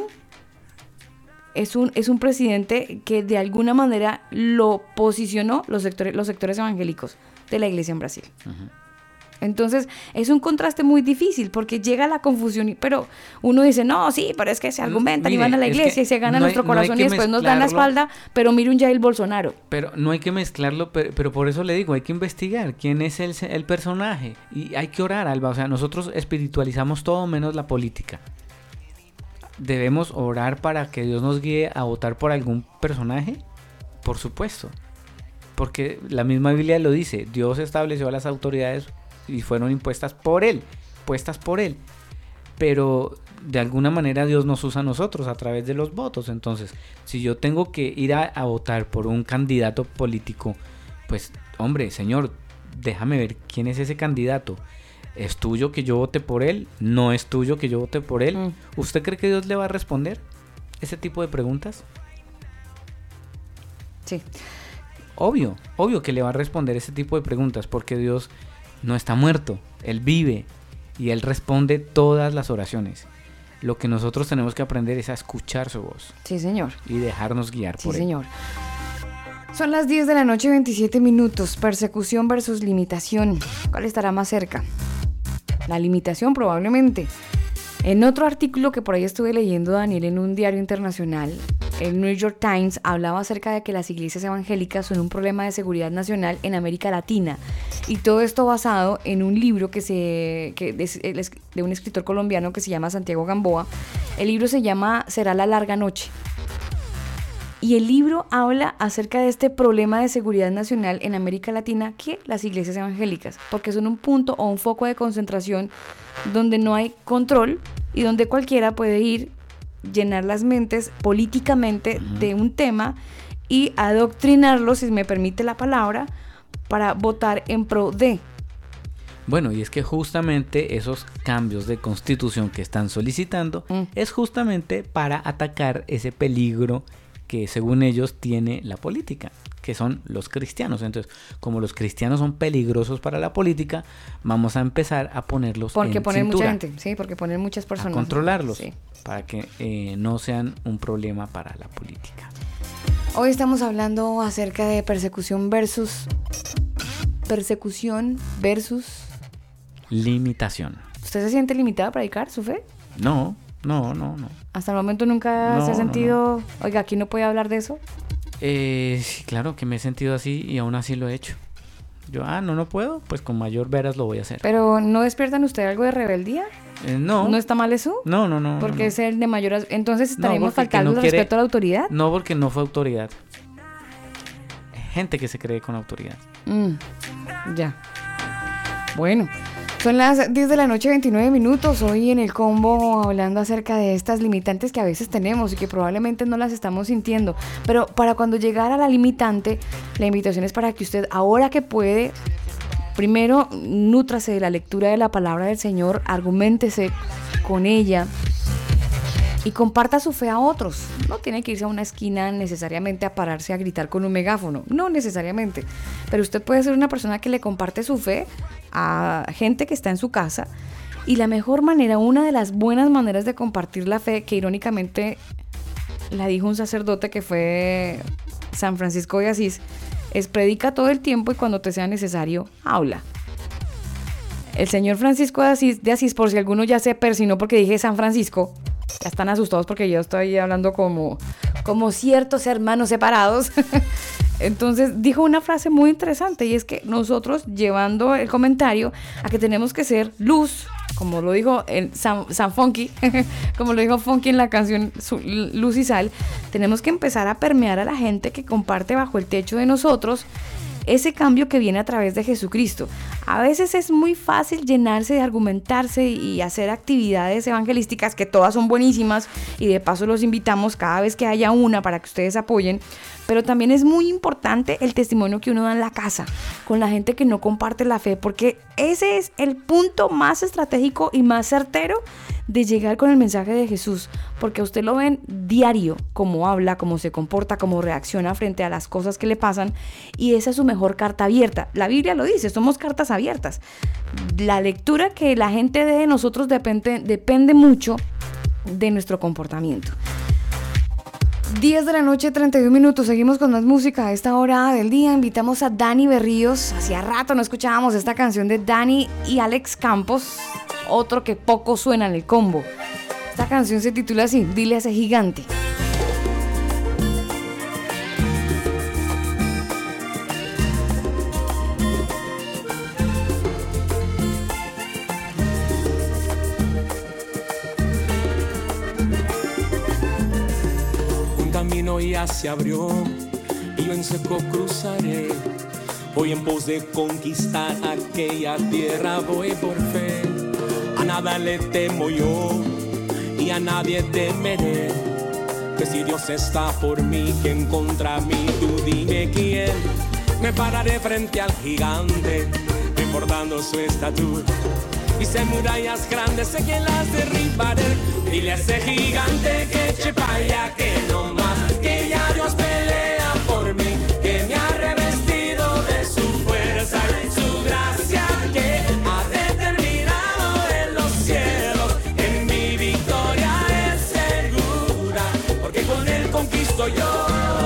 es un, es un presidente que de alguna manera lo posicionó los sectores, los sectores evangélicos de la iglesia en Brasil. Entonces, es un contraste muy difícil porque llega la confusión, y- pero uno dice, no, sí, pero es que se argumentan y mire, van a la es iglesia que y se ganan no hay- nuestro no hay corazón que y después nos dan la mezclarlo. espalda, pero mire un Jair Bolsonaro. Pero no hay que mezclarlo, pero, pero por eso le digo, hay que investigar quién es el, el personaje. Y hay que orar, Alba. O sea, nosotros espiritualizamos todo menos la política. ¿Debemos orar para que Dios nos guíe a votar por algún personaje? Por supuesto. Porque la misma Biblia lo dice. Dios estableció a las autoridades y fueron impuestas por Él. Puestas por Él. Pero de alguna manera Dios nos usa a nosotros a través de los votos. Entonces, si yo tengo que ir a, a votar por un candidato político, pues, hombre, Señor, déjame ver quién es ese candidato. ¿Es tuyo que yo vote por él? ¿No es tuyo que yo vote por él? Mm. ¿Usted cree que Dios le va a responder ese tipo de preguntas? Sí. Obvio, obvio que le va a responder ese tipo de preguntas, porque Dios no está muerto, Él vive y Él responde todas las oraciones. Lo que nosotros tenemos que aprender es a escuchar su voz. Sí, señor. Y dejarnos guiar sí, por Él. Sí, señor. Son las diez de la noche, veintisiete minutos. Persecución versus limitación. ¿Cuál estará más cerca? La limitación, probablemente. En otro artículo que por ahí estuve leyendo, Daniel, en un diario internacional, el New York Times hablaba acerca de que las iglesias evangélicas son un problema de seguridad nacional en América Latina. Y todo esto basado en un libro que se que de, de un escritor colombiano que se llama Santiago Gamboa. El libro se llama Será la larga noche. Y el libro habla acerca de este problema de seguridad nacional en América Latina que las iglesias evangélicas, porque son un punto o un foco de concentración donde no hay control y donde cualquiera puede ir, llenar las mentes políticamente uh-huh. de un tema y adoctrinarlo, si me permite la palabra, para votar en pro de. Bueno, y es que justamente esos cambios de constitución que están solicitando mm. es justamente para atacar ese peligro que según ellos tiene la política, que son los cristianos. Entonces, como los cristianos son peligrosos para la política, vamos a empezar a ponerlos porque en poner cintura, mucha gente, sí, porque poner muchas personas, a controlarlos, sí. para que eh, no sean un problema para la política. Hoy estamos hablando acerca de persecución versus persecución versus limitación. ¿Usted se siente limitado a predicar su fe? No. No, no, no. ¿Hasta el momento nunca no, se ha sentido, no, no. oiga, aquí no puede hablar de eso? Eh, sí, claro que me he sentido así y aún así lo he hecho. Yo, ah, no, no puedo, pues con mayor veras lo voy a hacer. ¿Pero no despiertan usted algo de rebeldía? Eh, no. ¿No está mal eso? No, no, no. Porque no, no. es el de mayor... Entonces estaremos no, faltando no el quiere... respeto a la autoridad. No, porque no fue autoridad. Gente que se cree con autoridad. Mm, ya. Bueno. Son las diez de la noche, veintinueve minutos, hoy en el combo hablando acerca de estas limitantes que a veces tenemos y que probablemente no las estamos sintiendo, pero para cuando llegara la limitante, la invitación es para que usted, ahora que puede, primero nútrase de la lectura de la palabra del Señor, arguméntese con ella y comparta su fe a otros. No tiene que irse a una esquina necesariamente a pararse a gritar con un megáfono, no necesariamente, pero usted puede ser una persona que le comparte su fe a gente que está en su casa. Y la mejor manera, una de las buenas maneras de compartir la fe, que irónicamente la dijo un sacerdote que fue San Francisco de Asís, es predica todo el tiempo y cuando te sea necesario, habla. El señor Francisco de Asís, de Asís, por si alguno ya se persinó porque dije San Francisco, ya están asustados porque yo estoy hablando como, como ciertos hermanos separados. Entonces dijo una frase muy interesante y es que nosotros, llevando el comentario a que tenemos que ser luz, como lo dijo el San, San Funky, como lo dijo Funky en la canción su, Luz y Sal, tenemos que empezar a permear a la gente que comparte bajo el techo de nosotros ese cambio que viene a través de Jesucristo. A veces es muy fácil llenarse de argumentarse y hacer actividades evangelísticas que todas son buenísimas y de paso los invitamos cada vez que haya una para que ustedes apoyen, pero también es muy importante el testimonio que uno da en la casa con la gente que no comparte la fe, porque ese es el punto más estratégico y más certero de llegar con el mensaje de Jesús, porque usted lo ven diario, cómo habla, cómo se comporta, cómo reacciona frente a las cosas que le pasan, y esa es su mejor carta abierta. La Biblia lo dice, somos cartas abiertas. La lectura que la gente dé de nosotros depende, depende mucho de nuestro comportamiento. diez de la noche, treinta y un minutos, seguimos con más música a esta hora del día. Invitamos a Dani Berríos. Hacía rato no escuchábamos esta canción de Dani y Alex Campos, otro que poco suena en el combo. Esta canción se titula así, Dile a ese gigante. Ya se abrió y yo en seco cruzaré. Voy en pos de conquistar aquella tierra, voy por fe. A nada le temo yo y a nadie temeré. Que si Dios está por mí, ¿quién contra mí? Tú dime quién. Me pararé frente al gigante, no importando su estatura. Y si hay murallas grandes, sé que las derribaré. Dile a ese gigante que eche pa' allá, que no más, que ya Dios pelea por mí, que me ha revestido de su fuerza y su gracia, que ha determinado en los cielos, en mi victoria es segura, porque con él conquisto yo.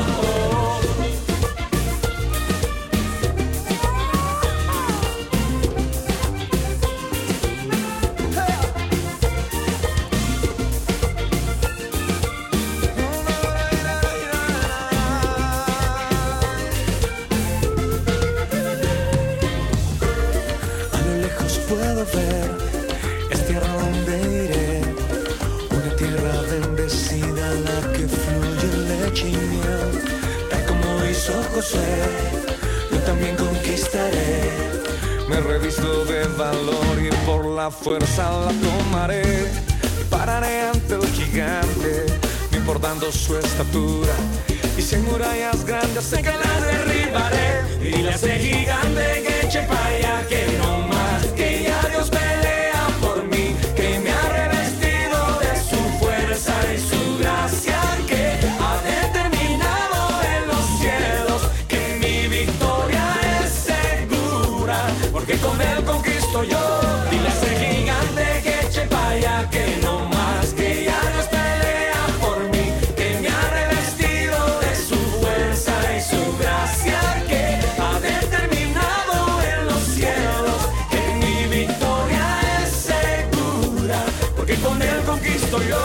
Es tierra donde iré, una tierra bendecida, la que fluye leche y miel. Tal como hizo José, yo también conquistaré. Me revisto de valor y por la fuerza la tomaré. Pararé ante el gigante, no importando su estatura. Y si hay murallas grandes, sé que las derribaré. Dile a ese gigante que eche pa' allá, que no más, que ya Dios pelea por mí, que me ha revestido de su fuerza y su gracia, que ha determinado en los cielos que mi victoria es segura, porque con él conquisto yo. Dile a ese gigante que eche pa' allá, que no más, que ya Dios pelea por mí, que me ha revestido de su fuerza y su gracia, que ha determinado en los cielos que mi victoria es segura, porque con él conquisto yo.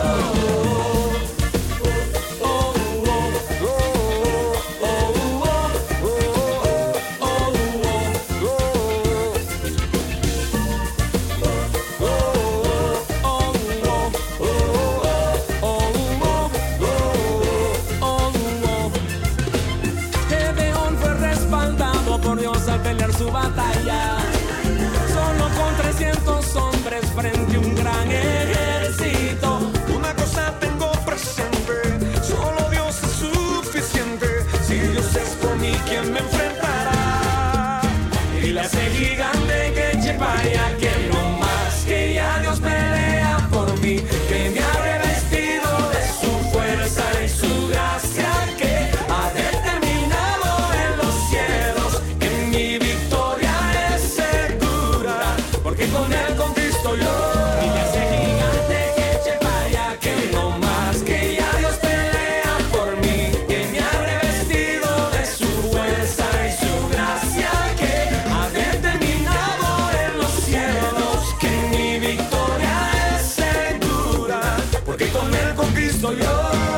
Gedeón fue respaldado por Dios al pelear su batalla, solo con trescientos hombres frente a un gran ejército. Una cosa tengo presente, solo Dios es suficiente. Si Dios es por mí, ¿quién me enfrentará? Dile a ese gigante que eche pa' allá, que no más, que ya Dios pelea por mí, que me ha revestido de su fuerza y su gracia, que ha determinado en los cielos que mi victoria es segura, porque con él conquisto yo. Dile a ese gigante que eche pa' allá, que no más, que ya Dios pelea por mí, que me ha revestido de su fuerza y su gracia, que ha determinado en los cielos que mi victoria es segura, porque con él conquisto yo.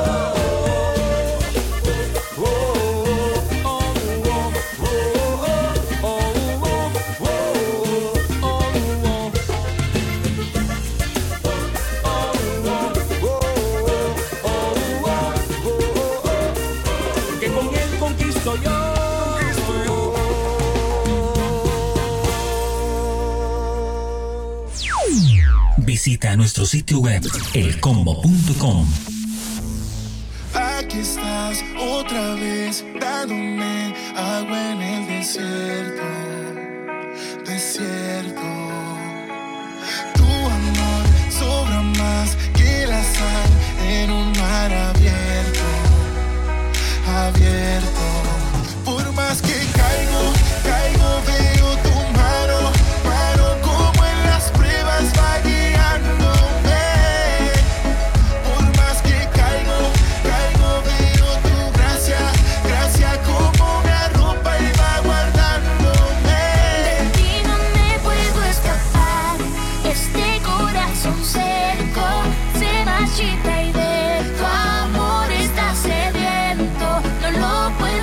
Que con él conquisto yo. Visita nuestro sitio web el combo punto com. Aquí estás otra vez dándome agua en el desierto, desierto. Tu amor sobra más que la sal en un mar abierto, abierto. Por más que caigo, caigo, veo tu mano, mano como en las pruebas va guiándome. Por más que caigo, caigo, veo tu gracia, gracia como me arropa y va guardándome. De ti no me puedo escapar, este corazón seco se marchita y de tu amor está sediento, no lo puedo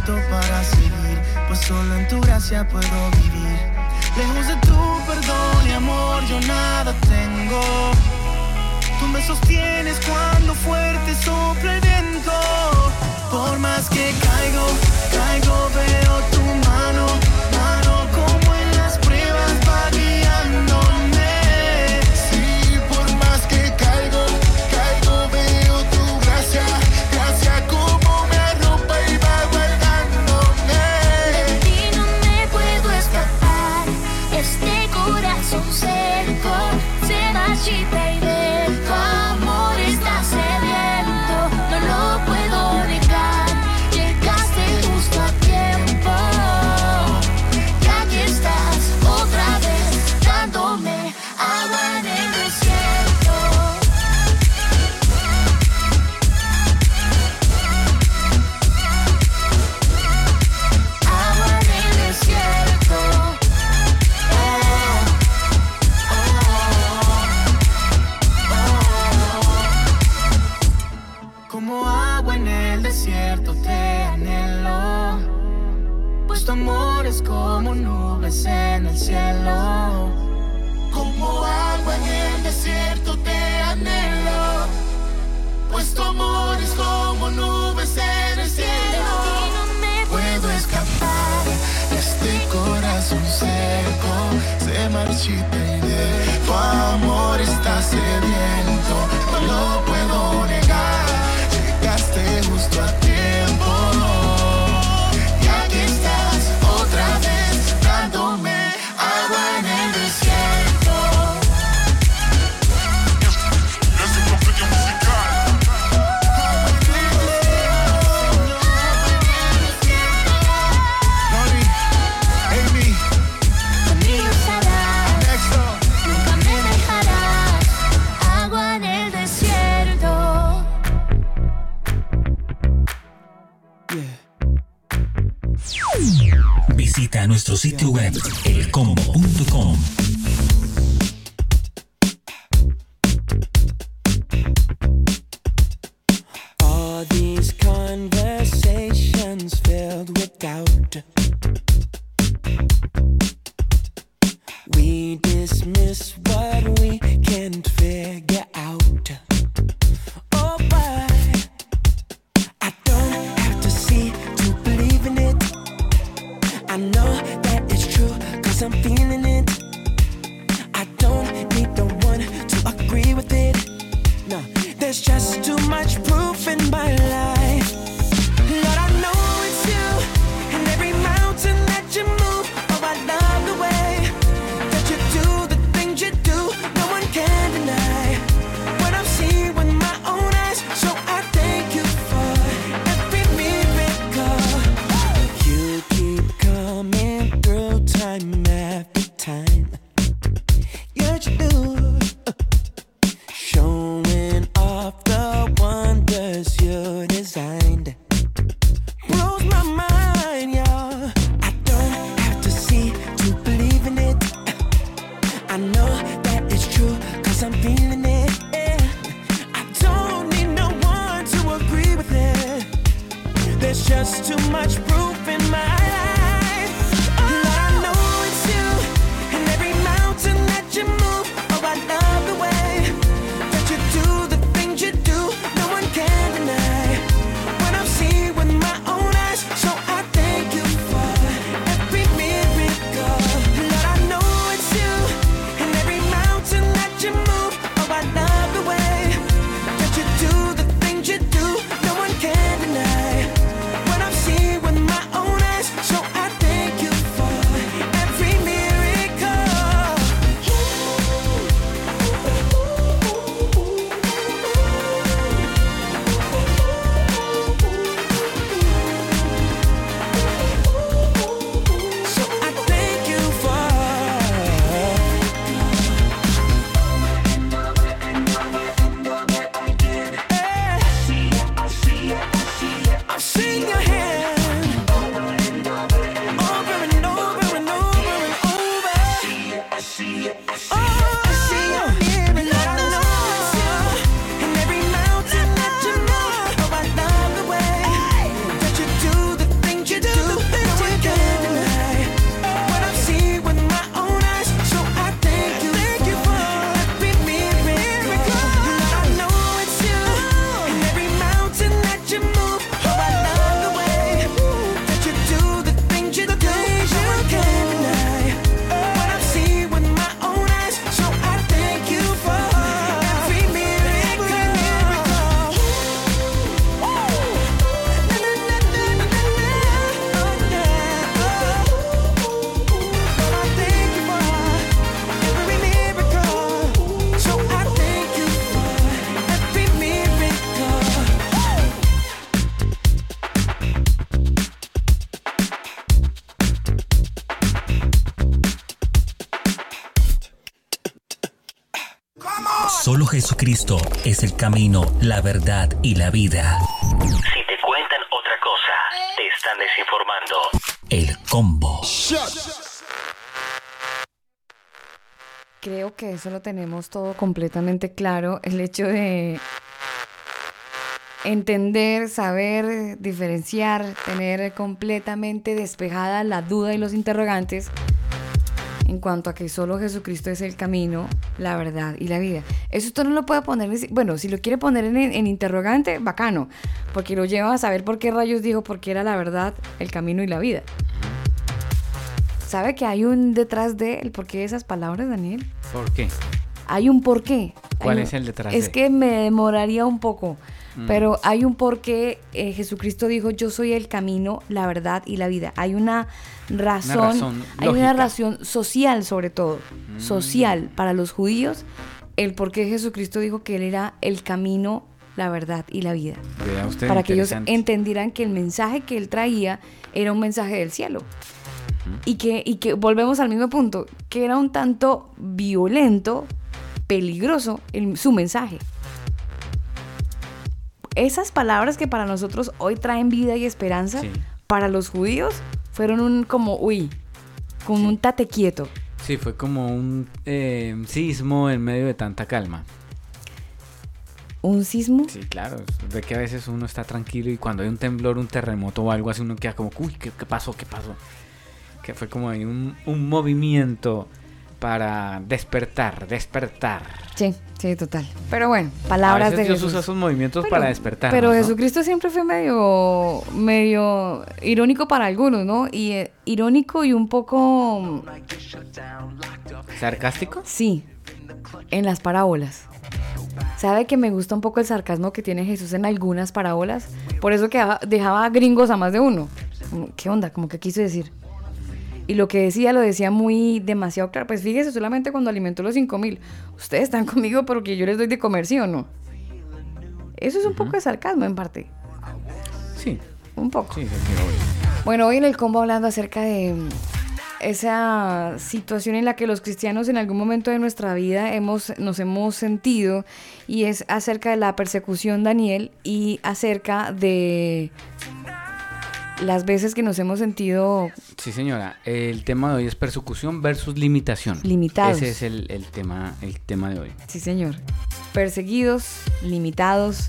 aliento para seguir, pues solo en tu gracia puedo vivir. Lejos de tu perdón y amor yo nada tengo. Tú me sostienes cuando fuerte sopla el viento. Por más que caigo, caigo, veo tu mano, mano como en las pruebas va guiándome. Sí, por más que caigo, caigo, veo tu gracia, gracia como me arropa y va guardándome. De ti no me puedo escapar, este corazón seco se marchita y de tu amor está sediento, no lo puedo negar, llegaste justo a tiempo, y aquí estás otra vez dándome agua en el desierto. Agua en el desierto. Como agua en el desierto te anhelo, pues tu amor es como nubes en el cielo. Como agua en el desierto te anhelo, pues tu amor es como nubes en el cielo. No me puedo escapar, este corazón seco se marchita y de tu amor está sediento, no lo puedo negar, llegaste justo a tiempo, y aquí estás otra vez dándome agua en el desierto. Ese conflicto musical. Lori, Amy, conmigo estarás, Next up. nunca me dejarás. Agua en el desierto. Visita nuestro sitio web el combo punto com. All these conversations filled with doubt. We dismiss what we can't figure out. Oh, but I don't have to see to believe in it. I know that it's true, cause I'm feeling it. I don't need no one to agree with it. No, there's just too much proof in my life. Lord, I know it's you, and every mountain that you move. Oh, I love the way that you do the things you do. No one can deny what I've seen with my own eyes. So I thank you for every miracle. You keep coming through time after time. Yeah, you do. Showing off the wonders you designed. Blows my mind, y'all. I don't have to see to believe in it. I know that it's true, cause I'm feeling it. I don't need no one to agree with it. There's just too much proof in my life. Lord, I know it's you, and every mountain that you move. Oh, I love the way that you do the things you do. No one can deny what I've seen with my own eyes. So I thank you for every miracle. Lord, I know it's you, and every mountain that you move. Oh, I love the way that you do the things you do. No one can deny what I've seen with my own eyes. Jesucristo es el camino, la verdad y la vida. Si te cuentan otra cosa, te están desinformando. El combo. Creo que eso lo tenemos todo completamente claro. El hecho de entender, saber, diferenciar, tener completamente despejada la duda y los interrogantes en cuanto a que solo Jesucristo es el camino, la verdad y la vida. Eso usted no lo puede poner, bueno, si lo quiere poner en, en interrogante, bacano, porque lo lleva a saber por qué rayos dijo, porque era la verdad, el camino y la vida. ¿Sabe que hay un detrás de el porqué de esas palabras, Daniel? ¿Por qué? Hay un porqué. ¿Cuál Hay es un, el detrás Es de? que me demoraría un poco, Mm. pero hay un porqué. Eh, Jesucristo dijo, yo soy el camino, la verdad y la vida. Hay una razón, Una razón hay una lógica. razón social sobre todo, Mm. social para los judíos, el por qué Jesucristo dijo que él era el camino, la verdad y la vida. Vea usted, Para que ellos interesante. entendieran que el mensaje que él traía era un mensaje del cielo. Y que, y que volvemos al mismo punto, que era un tanto violento, peligroso el- su mensaje. Esas palabras que para nosotros hoy traen vida y esperanza, Sí. para los judíos fueron un como, uy, como un tate quieto. Sí, fue como un eh, sismo en medio de tanta calma. ¿Un sismo? Sí, claro. Ve que a veces uno está tranquilo y cuando hay un temblor, un terremoto o algo así, uno queda como, uy, ¿qué, qué pasó? ¿Qué pasó? Que fue como ahí un, un movimiento para despertar, despertar. Sí, sí, total. Pero bueno, palabras a veces de Dios Jesús. usa esos movimientos Pero- para despertar. Pero ¿no? Jesucristo siempre fue medio, medio irónico para algunos, ¿no? Y eh, irónico y un poco, ¿Sarcástico? sí, en las parábolas. ¿Sabe que me gusta un poco el sarcasmo que tiene Jesús en algunas parábolas? Por eso que dejaba- dejaba gringos a más de uno. Como, ¿qué onda? Como que quiso decir. Y lo que decía, lo decía muy demasiado claro. Pues fíjese, solamente cuando alimentó los cinco mil. Ustedes están conmigo porque yo les doy de comer, ¿sí o no? Eso es un poco de sarcasmo en parte. Sí. Un poco. Sí, sí, sí, obvio. Bueno, hoy en el combo hablando acerca de mm, esa situación en la que los cristianos en algún momento de nuestra vida hemos, nos hemos sentido, y es acerca de la persecución, Daniel, y acerca de las veces que nos hemos sentido Sí, señora. El tema de hoy es persecución versus limitación. Limitados. Ese es el, el tema, el tema de hoy. Sí, señor. Perseguidos, limitados.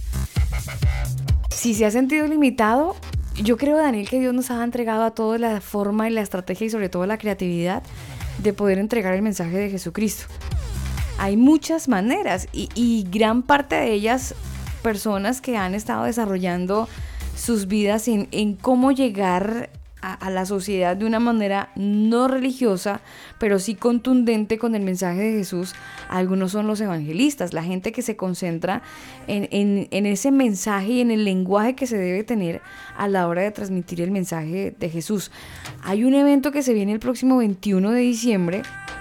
Si se ha sentido limitado, yo creo, Daniel, que Dios nos ha entregado a todos la forma y la estrategia y sobre todo la creatividad de poder entregar el mensaje de Jesucristo. Hay muchas maneras y, y gran parte de ellas personas que han estado desarrollando sus vidas en, en cómo llegar a, a la sociedad de una manera no religiosa, pero sí contundente con el mensaje de Jesús. Algunos son los evangelistas, la gente que se concentra en, en, en ese mensaje y en el lenguaje que se debe tener a la hora de transmitir el mensaje de Jesús. Hay un evento que se viene el próximo veintiuno de diciembre.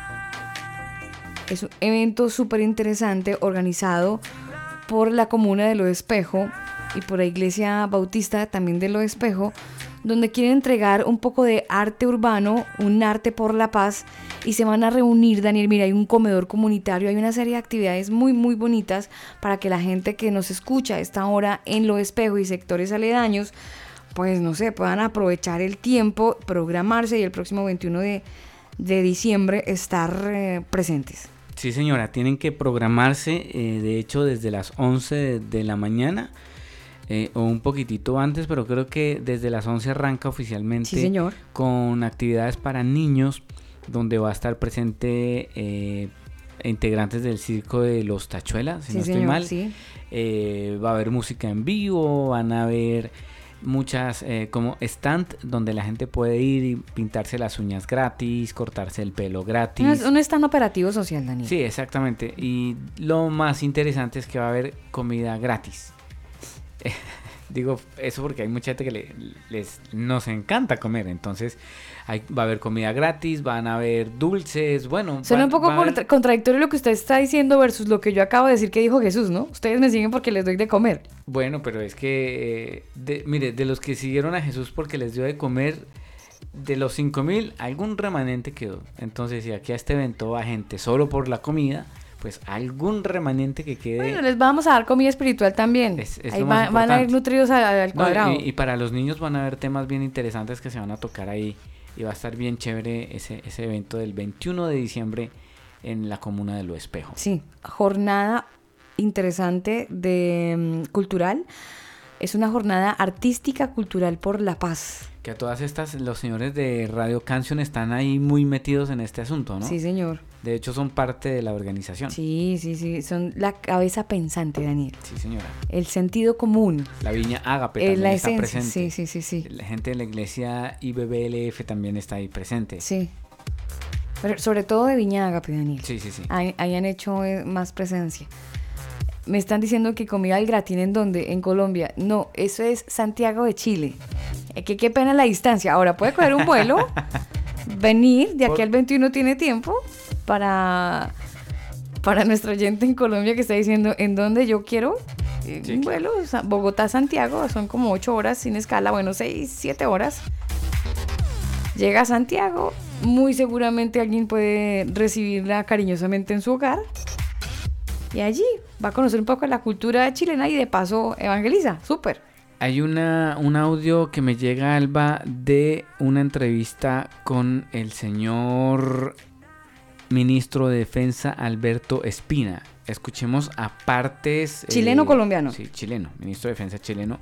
Es un evento súper interesante organizado por la comuna de Lo Espejo y por la Iglesia Bautista también de Lo Espejo, donde quieren entregar un poco de arte urbano, un arte por la paz, y se van a reunir, Daniel, mira, hay un comedor comunitario, hay una serie de actividades muy muy bonitas para que la gente que nos escucha a esta hora en Lo Espejo y sectores aledaños, pues no sé, puedan aprovechar el tiempo, programarse y el próximo veintiuno de, de diciembre estar eh, presentes. Sí, señora, tienen que programarse, eh, de hecho, desde las once de, de la mañana eh, o un poquitito antes, pero creo que desde las once arranca oficialmente. Sí, señor. Con actividades para niños, donde va a estar presente eh, integrantes del circo de Los Tachuelas, si Sí, no estoy señor, mal. sí. Eh, va a haber música en vivo, van a haber muchas eh, como stand donde la gente puede ir y pintarse las uñas gratis, cortarse el pelo gratis. No es, no es tan operativo social, Daniel. Sí, exactamente. Y lo más interesante es que va a haber comida gratis. Digo eso porque hay mucha gente que le, les nos encanta comer. Entonces hay, va a haber comida gratis, van a haber dulces. Bueno, Suena van- un poco va a haber- contra- contradictorio lo que usted está diciendo versus lo que yo acabo de decir que dijo Jesús, ¿no? Ustedes me siguen porque les doy de comer. Bueno, pero es que, eh, de, mire, de los que siguieron a Jesús porque les dio de comer, de los cinco mil, algún remanente quedó. Entonces, si aquí a este evento va gente solo por la comida, pues algún remanente que quede. Bueno, les vamos a dar comida espiritual también. Es, es Ahí lo va- más van a ir importante. nutridos al, al No, cuadrado. y, y para los niños van a haber temas bien interesantes que se van a tocar ahí. Y va a estar bien chévere ese, ese evento del veintiuno de diciembre en la comuna de Lo Espejo. Sí, jornada interesante de mm, cultural. Es una jornada artística cultural por la paz. Que a todas estas, los señores de Radio Canción están ahí muy metidos en este asunto, ¿no? Sí, señor. De hecho, son parte de la organización. Sí, sí, sí. Son la cabeza pensante, Daniel. Sí, señora. El sentido común. La Viña Ágape Eh, también la está esencia, presente. sí, sí, sí, sí. La gente de la iglesia I B B L F también está ahí presente. Sí. Pero sobre todo de Viña Ágape, Daniel. Sí, sí, sí. Ahí, ahí han hecho eh, más presencia. Me están diciendo que comida al gratín en donde, en Colombia. No, eso es Santiago de Chile. Eh, que qué pena la distancia. Ahora puede coger un vuelo, venir, de aquí al veintiuno tiene tiempo para, para nuestro oyente en Colombia que está diciendo en dónde yo quiero eh, un vuelo. Sa- Bogotá-Santiago, son como ocho horas sin escala, bueno, seis, siete horas. Llega a Santiago, muy seguramente alguien puede recibirla cariñosamente en su hogar. Y allí va a conocer un poco de la cultura chilena y de paso evangeliza. Súper. Hay una, un audio que me llega, Alba, de una entrevista con el señor ministro de Defensa, Alberto Espina. Escuchemos a partes... ¿Chileno o eh, colombiano? Sí, chileno. Ministro de Defensa chileno,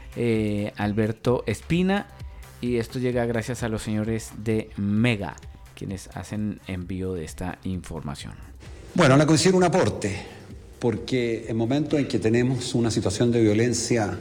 eh, Alberto Espina. Y esto llega gracias a los señores de Mega, quienes hacen envío de esta información. Bueno, la considero un aporte, porque en momentos en que tenemos una situación de violencia,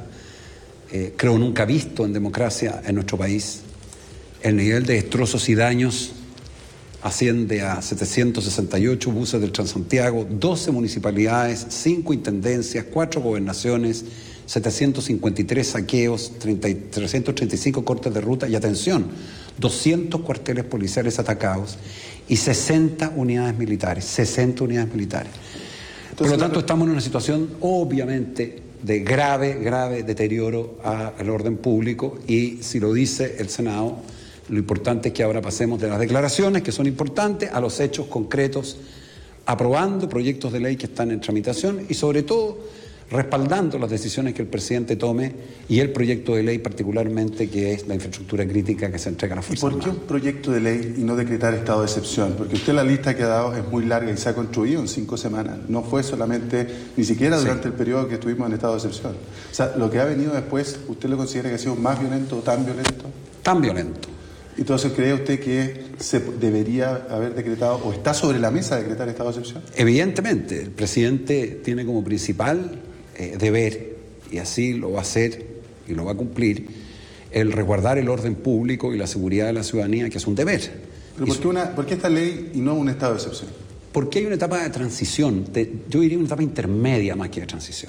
eh, creo nunca visto en democracia en nuestro país, el nivel de destrozos y daños asciende a setecientos sesenta y ocho buses del Transantiago, doce municipalidades, cinco intendencias, cuatro gobernaciones, setecientos cincuenta y tres saqueos, treinta y- trescientos treinta y cinco cortes de ruta y, atención, doscientos cuarteles policiales atacados y sesenta unidades militares, sesenta unidades militares. Por lo tanto, estamos en una situación obviamente de grave, grave deterioro a- al orden público y, si lo dice el Senado, lo importante es que ahora pasemos de las declaraciones, que son importantes, a los hechos concretos, aprobando proyectos de ley que están en tramitación y, sobre todo, respaldando las decisiones que el presidente tome y el proyecto de ley particularmente, que es la infraestructura crítica que se entrega a las ¿Y Fuerzas por qué Armadas. un proyecto de ley y no decretar estado de excepción? Porque usted la lista que ha dado es muy larga y se ha construido en cinco semanas. No fue solamente, ni siquiera Sí. durante el periodo que estuvimos en estado de excepción. O sea, lo que ha venido después, ¿usted lo considera que ha sido más violento o tan violento? Tan violento. Entonces, ¿cree usted que se debería haber decretado o está sobre la mesa decretar estado de excepción? Evidentemente, el presidente tiene como principal eh, deber, y así lo va a hacer y lo va a cumplir, el resguardar el orden público y la seguridad de la ciudadanía, que es un deber. ¿Pero por qué, una, por qué esta ley y no un estado de excepción? Porque hay una etapa de transición, de- yo diría una etapa intermedia más que de transición.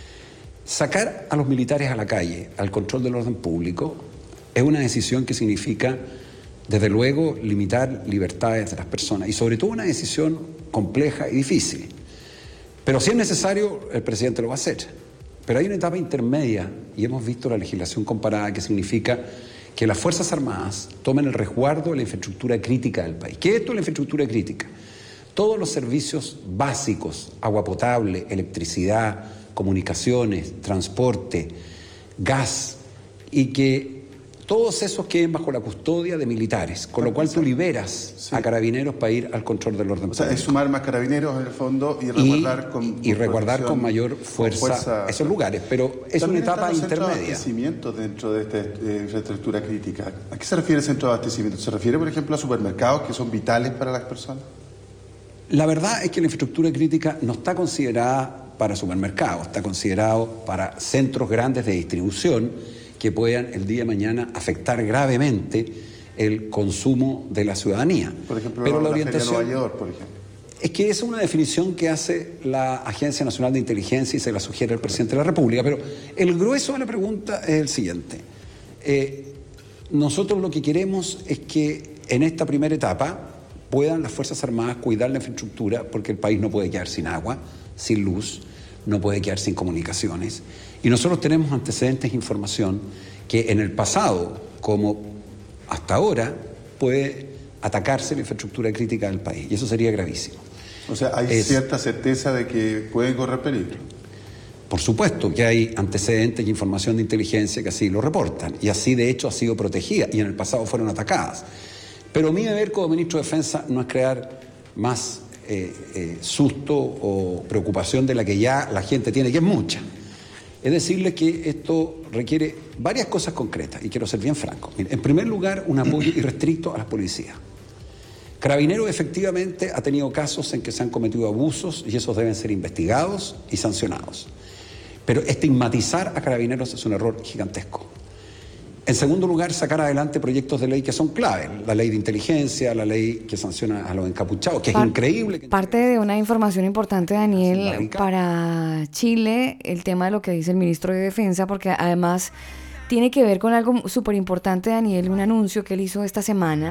Sacar a los militares a la calle, al control del orden público, es una decisión que significa, desde luego, limitar libertades de las personas y sobre todo una decisión compleja y difícil. Pero si es necesario, el presidente lo va a hacer. Pero hay una etapa intermedia y hemos visto la legislación comparada, que significa que las Fuerzas Armadas tomen el resguardo de la infraestructura crítica del país. ¿Qué es esto de la infraestructura crítica? Todos los servicios básicos, agua potable, electricidad, comunicaciones, transporte, gas, y que todos esos queden bajo la custodia de militares, con lo cual tú liberas a carabineros para ir al control del orden O sea, público. es sumar más carabineros en el fondo y resguardar con y resguardar protección, con mayor fuerza, con fuerza- esos lugares, pero es También una etapa están los centros de intermedia. abastecimiento dentro de esta eh, infraestructura crítica. ¿A qué se refiere centro de abastecimiento? ¿Se refiere, por ejemplo, a supermercados que son vitales para las personas? La verdad es que la infraestructura crítica no está considerada para supermercados, está considerado para centros grandes de distribución que puedan el día de mañana afectar gravemente el consumo de la ciudadanía. Por ejemplo, Pero la la Feria de orientación Nueva York, por ejemplo. es que esa es una definición que hace la Agencia Nacional de Inteligencia y se la sugiere el presidente de la República. Pero el grueso de la pregunta es el siguiente. Eh, nosotros lo que queremos es que en esta primera etapa puedan las Fuerzas Armadas cuidar la infraestructura, porque el país no puede quedar sin agua, sin luz, no puede quedar sin comunicaciones. Y nosotros tenemos antecedentes e información que en el pasado, como hasta ahora, puede atacarse la infraestructura crítica del país. Y eso sería gravísimo. O sea, hay Es- cierta certeza de que pueden correr peligro. Por supuesto que hay antecedentes y información de inteligencia que así lo reportan, y así de hecho ha sido protegida, y en el pasado fueron atacadas. Pero mi deber como ministro de Defensa no es crear más eh, eh, susto o preocupación de la que ya la gente tiene, que es mucha. Es decirles que esto requiere varias cosas concretas, y quiero ser bien franco. Mire, en primer lugar, un apoyo irrestricto a las policías. Carabineros efectivamente ha tenido casos en que se han cometido abusos y esos deben ser investigados y sancionados. Pero estigmatizar a Carabineros es un error gigantesco. En segundo lugar, sacar adelante proyectos de ley que son clave. La ley de inteligencia, la ley que sanciona a los encapuchados, que es Par- increíble. Que... Parte de una información importante, Daniel, para Chile, el tema de lo que dice el ministro de Defensa, porque además tiene que ver con algo súper importante, Daniel, un anuncio que él hizo esta semana,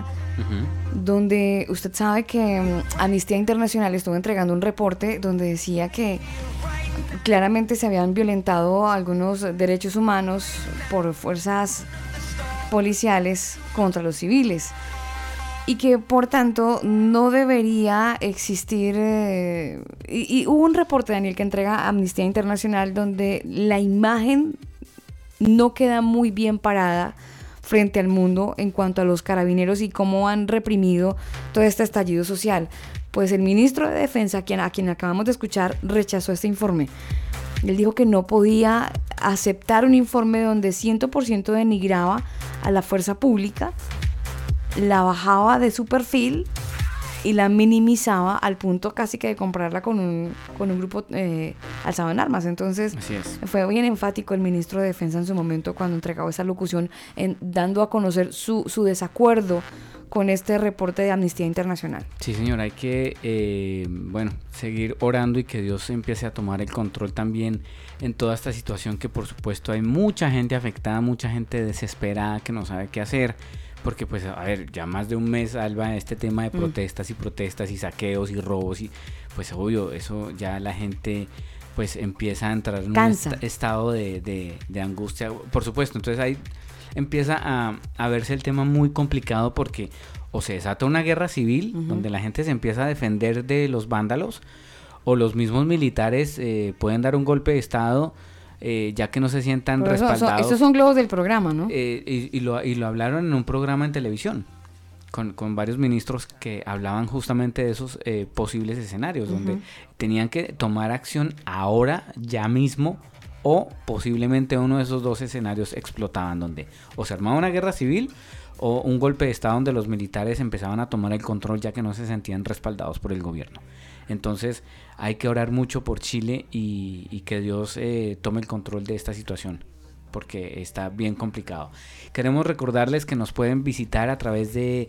donde usted sabe que mm, Amnistía Internacional estuvo entregando un reporte donde decía que claramente se habían violentado algunos derechos humanos por fuerzas policiales contra los civiles y que por tanto no debería existir eh, y, y hubo un reporte, Daniel, que entrega Amnistía Internacional donde la imagen no queda muy bien parada frente al mundo en cuanto a los carabineros y cómo han reprimido todo este estallido social. Pues el ministro de Defensa, a quien, a quien acabamos de escuchar, rechazó este informe. Él dijo que no podía aceptar un informe donde cien por ciento denigraba a la fuerza pública, la bajaba de su perfil y la minimizaba al punto casi que de compararla con un, con un grupo eh, alzado en armas. Entonces Así es. fue bien enfático el ministro de Defensa en su momento cuando entregó esa locución, en, dando a conocer su, su desacuerdo con este reporte de Amnistía Internacional. Sí, señor, hay que, eh, bueno, seguir orando y que Dios empiece a tomar el control también en toda esta situación, que por supuesto hay mucha gente afectada, mucha gente desesperada que no sabe qué hacer, porque pues, a ver, ya más de un mes, Alba, este tema de protestas y protestas y saqueos y robos, y pues obvio, eso ya la gente pues empieza a entrar en Cansa. un est- estado de, de, de angustia, por supuesto. Entonces ahí empieza a, a verse el tema muy complicado, porque o se desata una guerra civil, uh-huh, donde la gente se empieza a defender de los vándalos, o los mismos militares eh, pueden dar un golpe de estado, eh, ya que no se sientan Pero eso- respaldados. eso- estos son globos del programa, ¿no? Eh, y, y, lo, y lo hablaron en un programa en televisión, con, con varios ministros que hablaban justamente de esos eh, posibles escenarios, Ujú. donde tenían que tomar acción ahora, ya mismo, o posiblemente uno de esos dos escenarios explotaban, donde o se armaba una guerra civil o un golpe de estado donde los militares empezaban a tomar el control, ya que no se sentían respaldados por el gobierno. Entonces hay que orar mucho por Chile y, y que Dios eh, tome el control de esta situación, porque está bien complicado. Queremos recordarles que nos pueden visitar a través de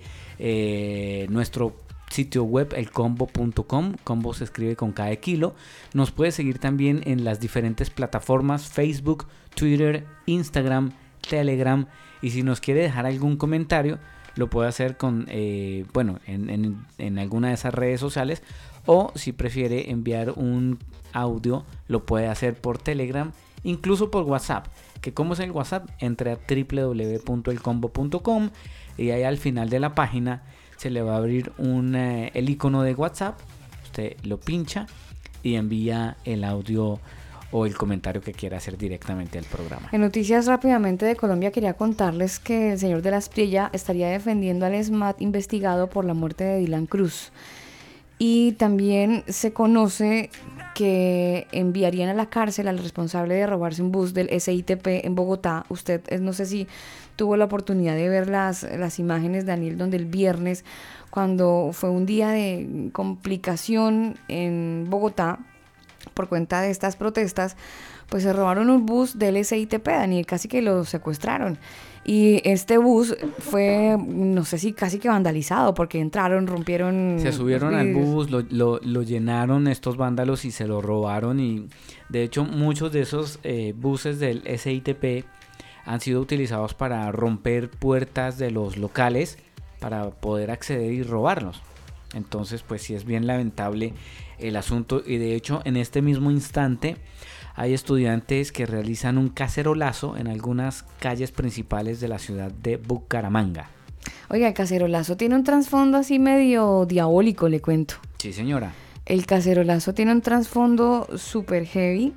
eh, nuestro sitio web, el combo punto com. Combo se escribe con cada kilo. Nos puede seguir también en las diferentes plataformas: Facebook, Twitter, Instagram, Telegram. Y si nos quiere dejar algún comentario, lo puede hacer con eh, bueno en, en, en alguna de esas redes sociales, o si prefiere enviar un audio, lo puede hacer por Telegram, incluso por WhatsApp. Que ¿cómo es el WhatsApp? Entre a doble u doble u doble u punto el combo punto com y ahí al final de la página se le va a abrir un, eh, el icono de WhatsApp. Usted lo pincha y envía el audio o el comentario que quiera hacer directamente al programa. En noticias rápidamente de Colombia, quería contarles que el señor de la Espriella estaría defendiendo al ESMAD investigado por la muerte de Dylan Cruz. Y también se conoce que enviarían a la cárcel al responsable de robarse un bus del S I T P en Bogotá. Usted, eh, no sé si tuvo la oportunidad de ver las, las imágenes, Daniel, donde el viernes, cuando fue un día de complicación en Bogotá por cuenta de estas protestas, pues se robaron un bus del S I T P, Daniel, casi que lo secuestraron. Y este bus fue, no sé si casi que vandalizado, porque entraron, rompieron... Se subieron al bus, lo, lo, lo llenaron estos vándalos y se lo robaron. Y de hecho muchos de esos eh, buses del S I T P han sido utilizados para romper puertas de los locales para poder acceder y robarlos. Entonces pues sí es bien lamentable el asunto, y de hecho en este mismo instante hay estudiantes que realizan un cacerolazo en algunas calles principales de la ciudad de Bucaramanga. Oiga, el cacerolazo tiene un trasfondo así medio diabólico, le cuento. Sí, señora. El cacerolazo tiene un trasfondo súper heavy,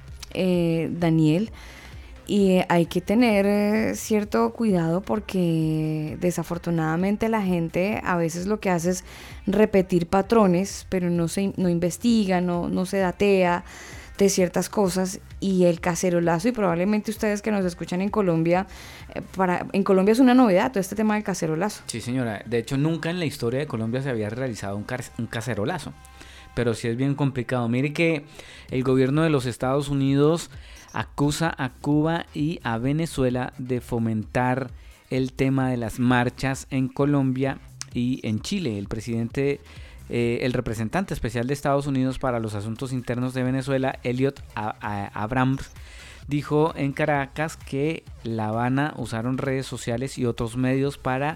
eh, Daniel, y eh, hay que tener eh, cierto cuidado porque desafortunadamente la gente a veces lo que hace es repetir patrones, pero no se no investiga, no, no se datea de ciertas cosas, y el cacerolazo, y probablemente ustedes que nos escuchan en Colombia, eh, para en Colombia es una novedad todo este tema del cacerolazo. Sí, señora. De hecho, nunca en la historia de Colombia se había realizado un, car- un cacerolazo, pero sí es bien complicado. Mire que el gobierno de los Estados Unidos acusa a Cuba y a Venezuela de fomentar el tema de las marchas en Colombia y en Chile. El presidente, eh, el representante especial de Estados Unidos para los asuntos internos de Venezuela, Elliot a- a- Abrams, dijo en Caracas que La Habana usaron redes sociales y otros medios para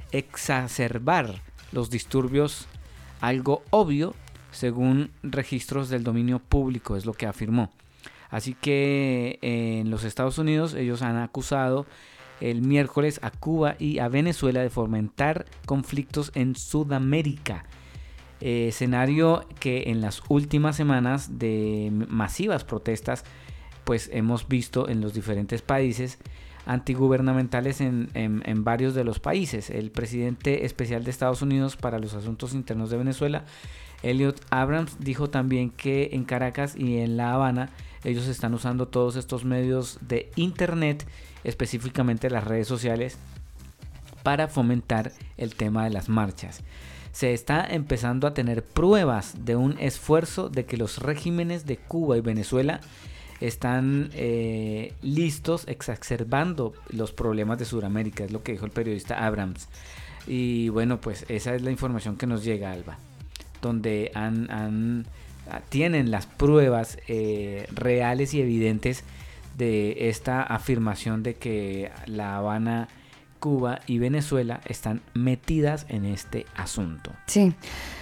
exacerbar los disturbios, algo obvio según registros del dominio público, es lo que afirmó. Así que eh, en los Estados Unidos ellos han acusado el miércoles a Cuba y a Venezuela de fomentar conflictos en Sudamérica. Eh, escenario que en las últimas semanas de masivas protestas pues hemos visto en los diferentes países antigubernamentales en, en, en varios de los países. El presidente especial de Estados Unidos para los asuntos internos de Venezuela, Elliot Abrams, dijo también que en Caracas y en La Habana ellos están usando todos estos medios de internet, específicamente las redes sociales, para fomentar el tema de las marchas. Se está empezando a tener pruebas de un esfuerzo de que los regímenes de Cuba y Venezuela están eh, listos, exacerbando los problemas de Sudamérica, es lo que dijo el periodista Abrams. Y bueno, pues esa es la información que nos llega, Alba, donde han, han, tienen las pruebas eh, reales y evidentes de esta afirmación de que La Habana, Cuba y Venezuela están metidas en este asunto. Sí.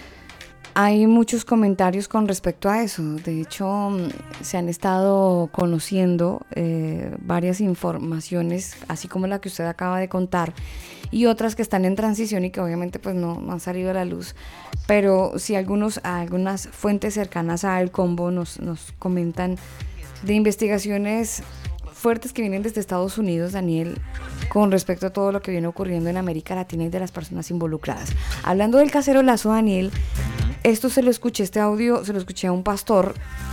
Hay muchos comentarios con respecto a eso. De hecho, se han estado conociendo eh, varias informaciones, así como la que usted acaba de contar, y otras que están en transición y que obviamente pues no, no han salido a la luz. Pero sí algunos, algunas fuentes cercanas a El Combo nos, nos comentan de investigaciones fuertes que vienen desde Estados Unidos, Daniel, con respecto a todo lo que viene ocurriendo en América Latina y de las personas involucradas. Hablando del cacerolazo, Daniel, esto se lo escuché, este audio se lo escuché a un pastor,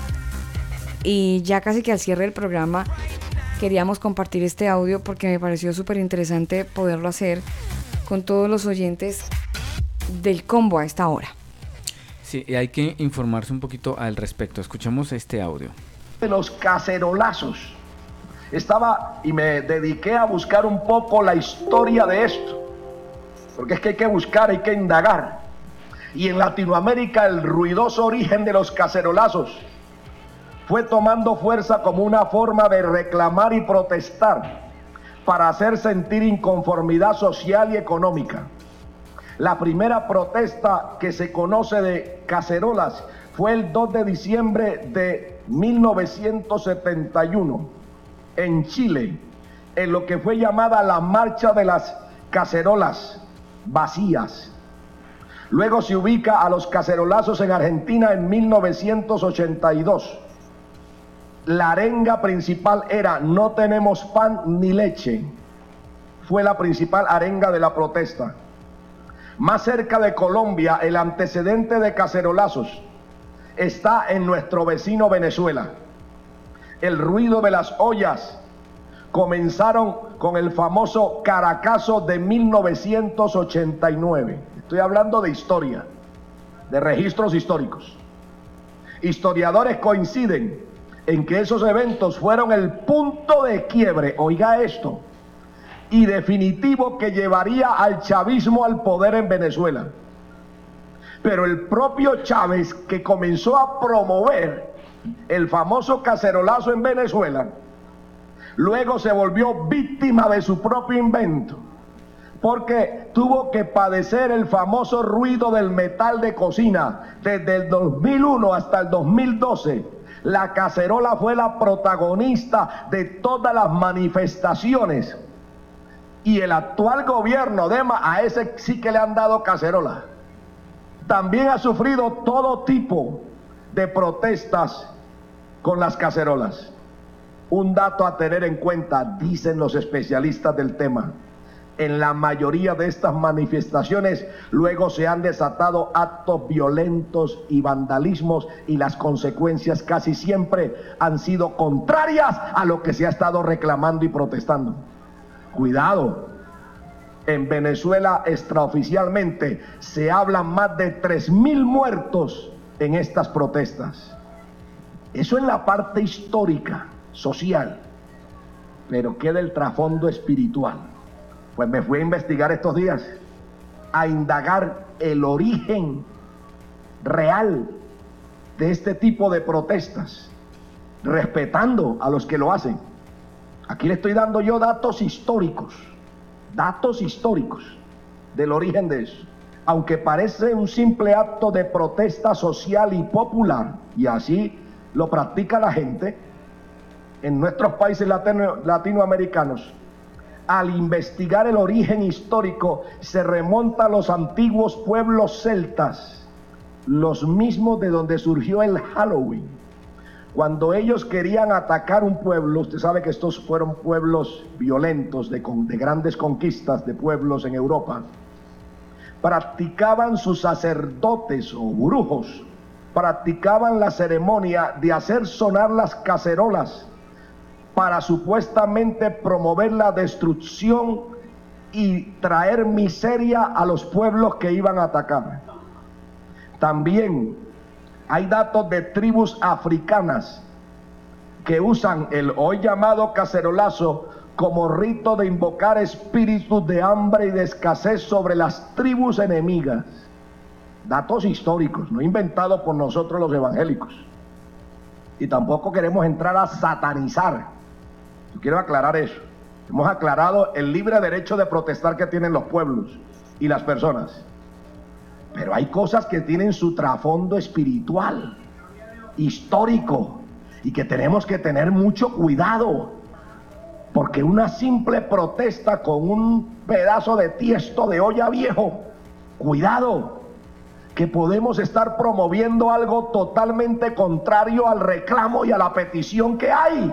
y ya casi que al cierre del programa queríamos compartir este audio porque me pareció súper interesante poderlo hacer con todos los oyentes del Combo a esta hora. Sí, y hay que informarse un poquito al respecto. Escuchemos este audio. De los cacerolazos. Estaba y me dediqué a buscar un poco la historia de esto, porque es que hay que buscar, hay que indagar. Y en Latinoamérica el ruidoso origen de los cacerolazos fue tomando fuerza como una forma de reclamar y protestar para hacer sentir inconformidad social y económica. La primera protesta que se conoce de cacerolas fue el dos de diciembre de mil novecientos setenta y uno en Chile, en lo que fue llamada la Marcha de las Cacerolas Vacías. Luego se ubica a los cacerolazos en Argentina en mil novecientos ochenta y dos. La arenga principal era "no tenemos pan ni leche". Fue la principal arenga de la protesta. Más cerca de Colombia, el antecedente de cacerolazos está en nuestro vecino Venezuela. El ruido de las ollas comenzaron con el famoso Caracazo de mil novecientos ochenta y nueve. Estoy hablando de historia, de registros históricos. Historiadores coinciden en que esos eventos fueron el punto de quiebre, oiga esto, y definitivo que llevaría al chavismo al poder en Venezuela. Pero el propio Chávez, que comenzó a promover el famoso cacerolazo en Venezuela, luego se volvió víctima de su propio invento, porque tuvo que padecer el famoso ruido del metal de cocina. Desde el dos mil uno hasta el dos mil doce, la cacerola fue la protagonista de todas las manifestaciones, y el actual gobierno de Ma, a ese sí que le han dado cacerola. también ha sufrido todo tipo de protestas con las cacerolas. Un dato a tener en cuenta, dicen los especialistas del tema: en la mayoría de estas manifestaciones luego se han desatado actos violentos y vandalismos, y las consecuencias casi siempre han sido contrarias a lo que se ha estado reclamando y protestando. Cuidado, en Venezuela extraoficialmente se hablan más de tres mil muertos en estas protestas. Eso en la parte histórica, social, pero queda el trasfondo espiritual. Pues me fui a investigar estos días, a indagar el origen real de este tipo de protestas, respetando a los que lo hacen. Aquí le estoy dando yo datos históricos, datos históricos del origen de eso. Aunque parece un simple acto de protesta social y popular, y así lo practica la gente en nuestros países latino, latinoamericanos, al investigar el origen histórico se remonta a los antiguos pueblos celtas, los mismos de donde surgió el Halloween. Cuando ellos querían atacar un pueblo, usted sabe que estos fueron pueblos violentos, de, de grandes conquistas de pueblos en Europa, practicaban sus sacerdotes o brujos, practicaban la ceremonia de hacer sonar las cacerolas para supuestamente promover la destrucción y traer miseria a los pueblos que iban a atacar. También hay datos de tribus africanas que usan el hoy llamado cacerolazo como rito de invocar espíritus de hambre y de escasez sobre las tribus enemigas. Datos históricos, no inventados por nosotros los evangélicos. Y tampoco queremos entrar a satanizar. Yo quiero aclarar eso. Hemos aclarado el libre derecho de protestar que tienen los pueblos y las personas. Pero hay cosas que tienen su trasfondo espiritual, histórico, y que tenemos que tener mucho cuidado. Porque una simple protesta con un pedazo de tiesto de olla viejo, cuidado, que podemos estar promoviendo algo totalmente contrario al reclamo y a la petición que hay.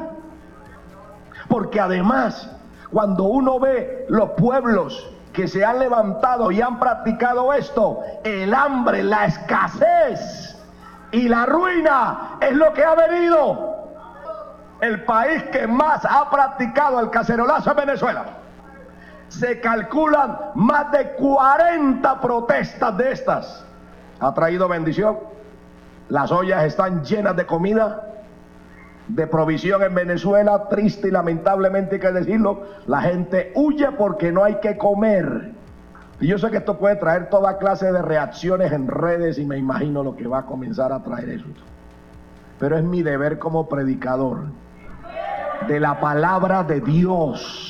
Porque además, cuando uno ve los pueblos que se han levantado y han practicado esto, el hambre, la escasez y la ruina es lo que ha venido. El país que más ha practicado el cacerolazo es Venezuela. Se calculan más de cuarenta protestas de estas. Ha traído bendición. Las ollas están llenas de comida, de provisión en Venezuela. Triste y lamentablemente hay que decirlo, la gente huye porque no hay que comer. Y yo sé que esto puede traer toda clase de reacciones en redes, y me imagino lo que va a comenzar a traer eso. Pero es mi deber como predicador de la palabra de Dios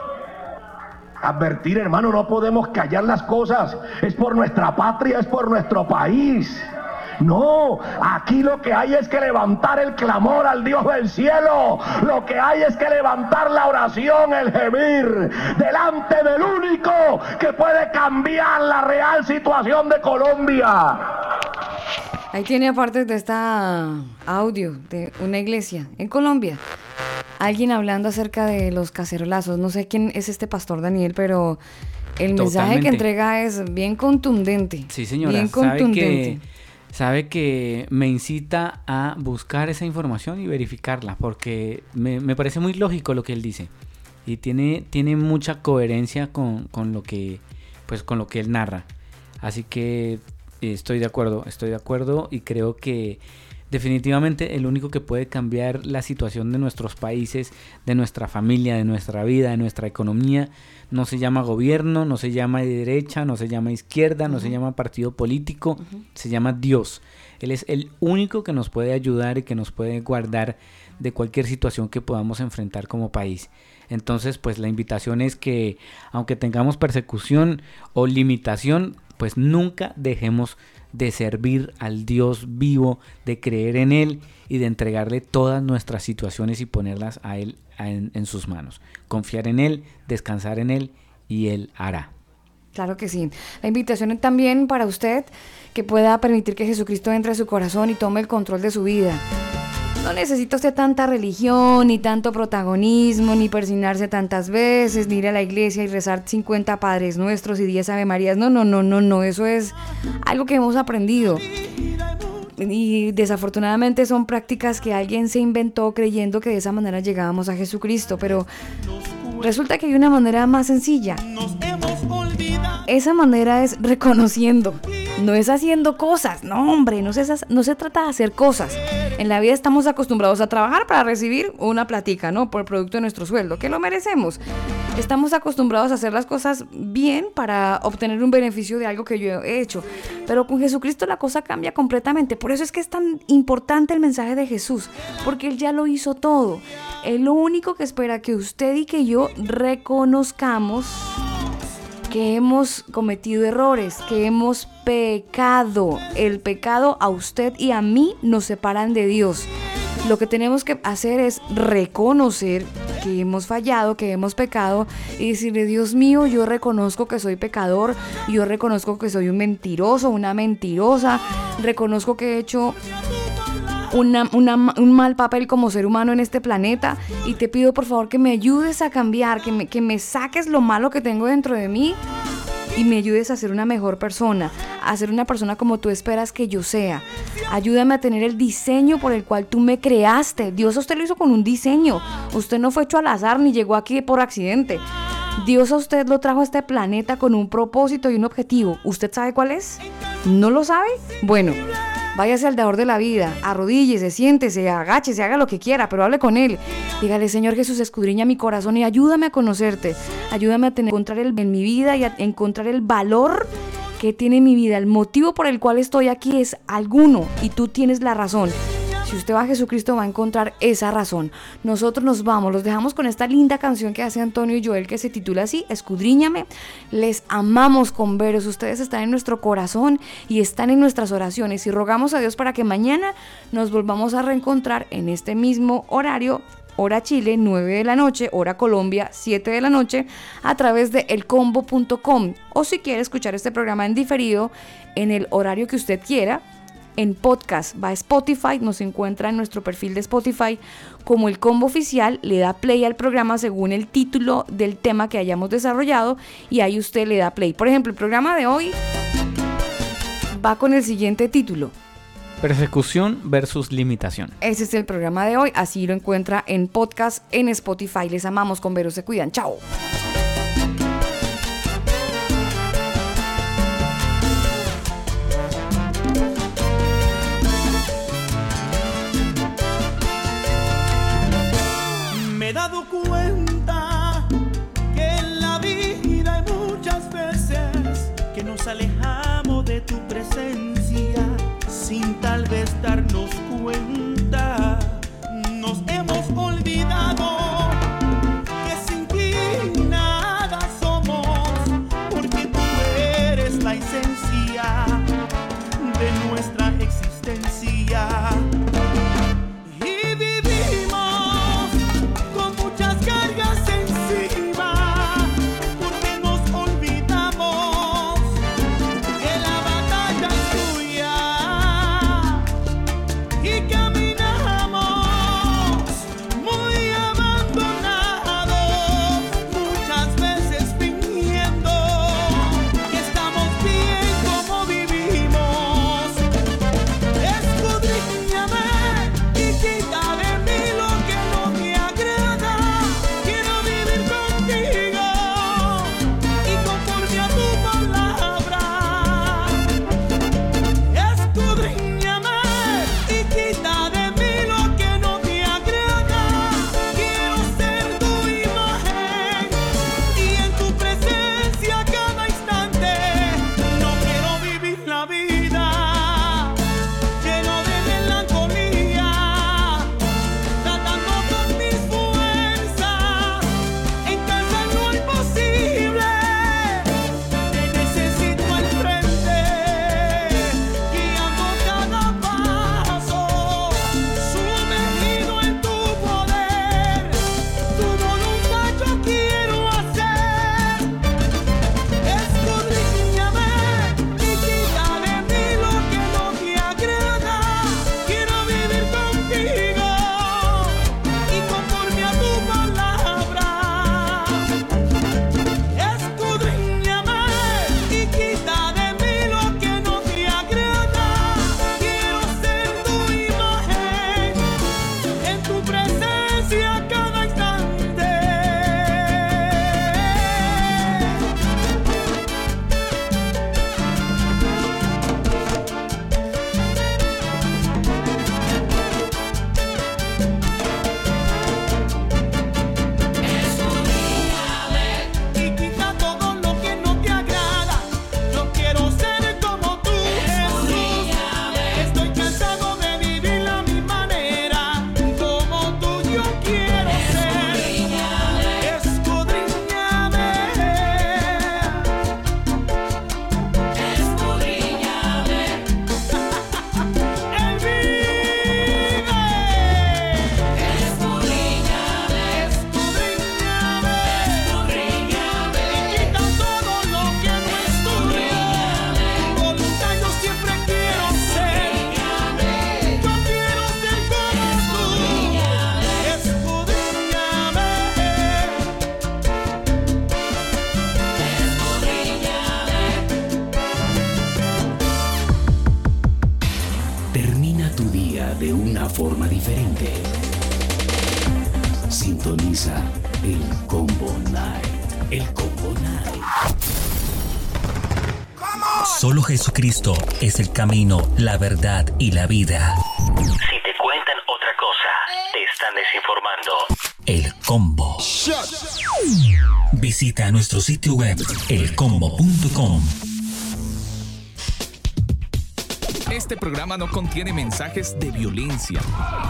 advertir, hermano, no podemos callar las cosas. Es por nuestra patria, es por nuestro país. No, aquí lo que hay es que levantar el clamor al Dios del cielo. Lo que hay es que levantar la oración, el gemir, delante del único que puede cambiar la real situación de Colombia. Ahí tiene aparte de esta audio de una iglesia en Colombia, alguien hablando acerca de los cacerolazos. No sé quién es este pastor Daniel, pero el mensaje Totalmente. que entrega es bien contundente. Sí, señora, bien sabe contundente. que, sabe que me incita a buscar esa información y verificarla, porque me, me parece muy lógico lo que él dice. Y tiene, tiene mucha coherencia con, con lo que, pues, con lo que él narra. Así que estoy de acuerdo, estoy de acuerdo y creo que definitivamente el único que puede cambiar la situación de nuestros países, de nuestra familia, de nuestra vida, de nuestra economía, no se llama gobierno, no se llama derecha, no se llama izquierda, uh-huh. no se llama partido político, uh-huh. se llama Dios. Él es el único que nos puede ayudar y que nos puede guardar de cualquier situación que podamos enfrentar como país. Entonces, pues la invitación es que, aunque tengamos persecución o limitación, pues nunca dejemos de servir al Dios vivo, de creer en Él y de entregarle todas nuestras situaciones y ponerlas a Él a en, en sus manos. Confiar en Él, descansar en Él y Él hará. Claro que sí. La invitación es también para usted que pueda permitir que Jesucristo entre a su corazón y tome el control de su vida. No necesita usted tanta religión, ni tanto protagonismo, ni persignarse tantas veces, ni ir a la iglesia y rezar cincuenta Padres Nuestros y diez Ave Marías. No, no, no, no, no. Eso es algo que hemos aprendido. Y desafortunadamente son prácticas que alguien se inventó creyendo que de esa manera llegábamos a Jesucristo. Pero resulta que hay una manera más sencilla. Esa manera es reconociendo. No es haciendo cosas, no hombre, no se, no se trata de hacer cosas. En la vida estamos acostumbrados a trabajar para recibir una platica, ¿no? Por el producto de nuestro sueldo, que lo merecemos. Estamos acostumbrados a hacer las cosas bien para obtener un beneficio de algo que yo he hecho. Pero con Jesucristo la cosa cambia completamente. Por eso es que es tan importante el mensaje de Jesús, porque Él ya lo hizo todo. Él lo único que espera que usted y que yo reconozcamos que hemos cometido errores, que hemos pecado. El pecado a usted y a mí nos separan de Dios. Lo que tenemos que hacer es reconocer que hemos fallado, que hemos pecado y decirle: Dios mío, yo reconozco que soy pecador, yo reconozco que soy un mentiroso, una mentirosa, reconozco que he hecho Una, una, un mal papel como ser humano en este planeta y te pido por favor que me ayudes a cambiar, que me, que me saques lo malo que tengo dentro de mí y me ayudes a ser una mejor persona, a ser una persona como tú esperas que yo sea. Ayúdame a tener el diseño por el cual tú me creaste. Dios a usted lo hizo con un diseño. Usted no fue hecho al azar ni llegó aquí por accidente. Dios a usted lo trajo a este planeta con un propósito y un objetivo. ¿Usted sabe cuál es? ¿No lo sabe? Bueno, váyase al dador de la vida, arrodíllese, siéntese, agáchese, haga lo que quiera, pero hable con Él. Dígale: Señor Jesús, escudriña mi corazón y ayúdame a conocerte. Ayúdame a tener, encontrar el en mi vida y a encontrar el valor que tiene mi vida. El motivo por el cual estoy aquí es alguno y tú tienes la razón. Si usted va a Jesucristo va a encontrar esa razón. Nosotros nos vamos, los dejamos con esta linda canción que hace Antonio y Joel que se titula así, Escudriñame. Les amamos con veros, ustedes están en nuestro corazón y están en nuestras oraciones y rogamos a Dios para que mañana nos volvamos a reencontrar en este mismo horario, hora Chile, nueve de la noche, hora Colombia, siete de la noche, a través de el combo punto com, o si quiere escuchar este programa en diferido en el horario que usted quiera, en podcast, va a Spotify, nos encuentra en nuestro perfil de Spotify como El Combo Oficial, le da play al programa según el título del tema que hayamos desarrollado y ahí usted le da play. Por ejemplo, el programa de hoy va con el siguiente título: Persecución versus limitación. Ese es el programa de hoy, así lo encuentra en podcast en Spotify. Les amamos, con veros, se cuidan, chao. Me he dado cuenta que en la vida hay muchas veces que nos alejamos de tu presencia sin tal vez darnos cuenta. Nos hemos olvidado que sin ti nada somos, porque tú eres la esencia de nuestra existencia. Camino una forma diferente. Sintoniza el Combo Night. El Combo Night. Solo Jesucristo es el camino, la verdad y la vida. Si te cuentan otra cosa, te están desinformando. El Combo. Visita nuestro sitio web el combo punto com. Este programa no contiene mensajes de violencia.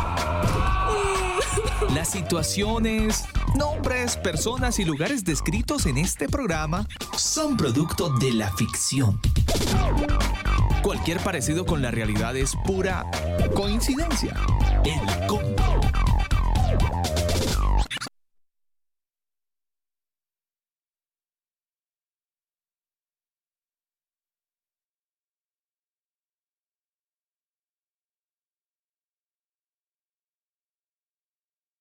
Las situaciones, nombres, personas y lugares descritos en este programa son producto de la ficción. Cualquier parecido con la realidad es pura coincidencia. El Combo.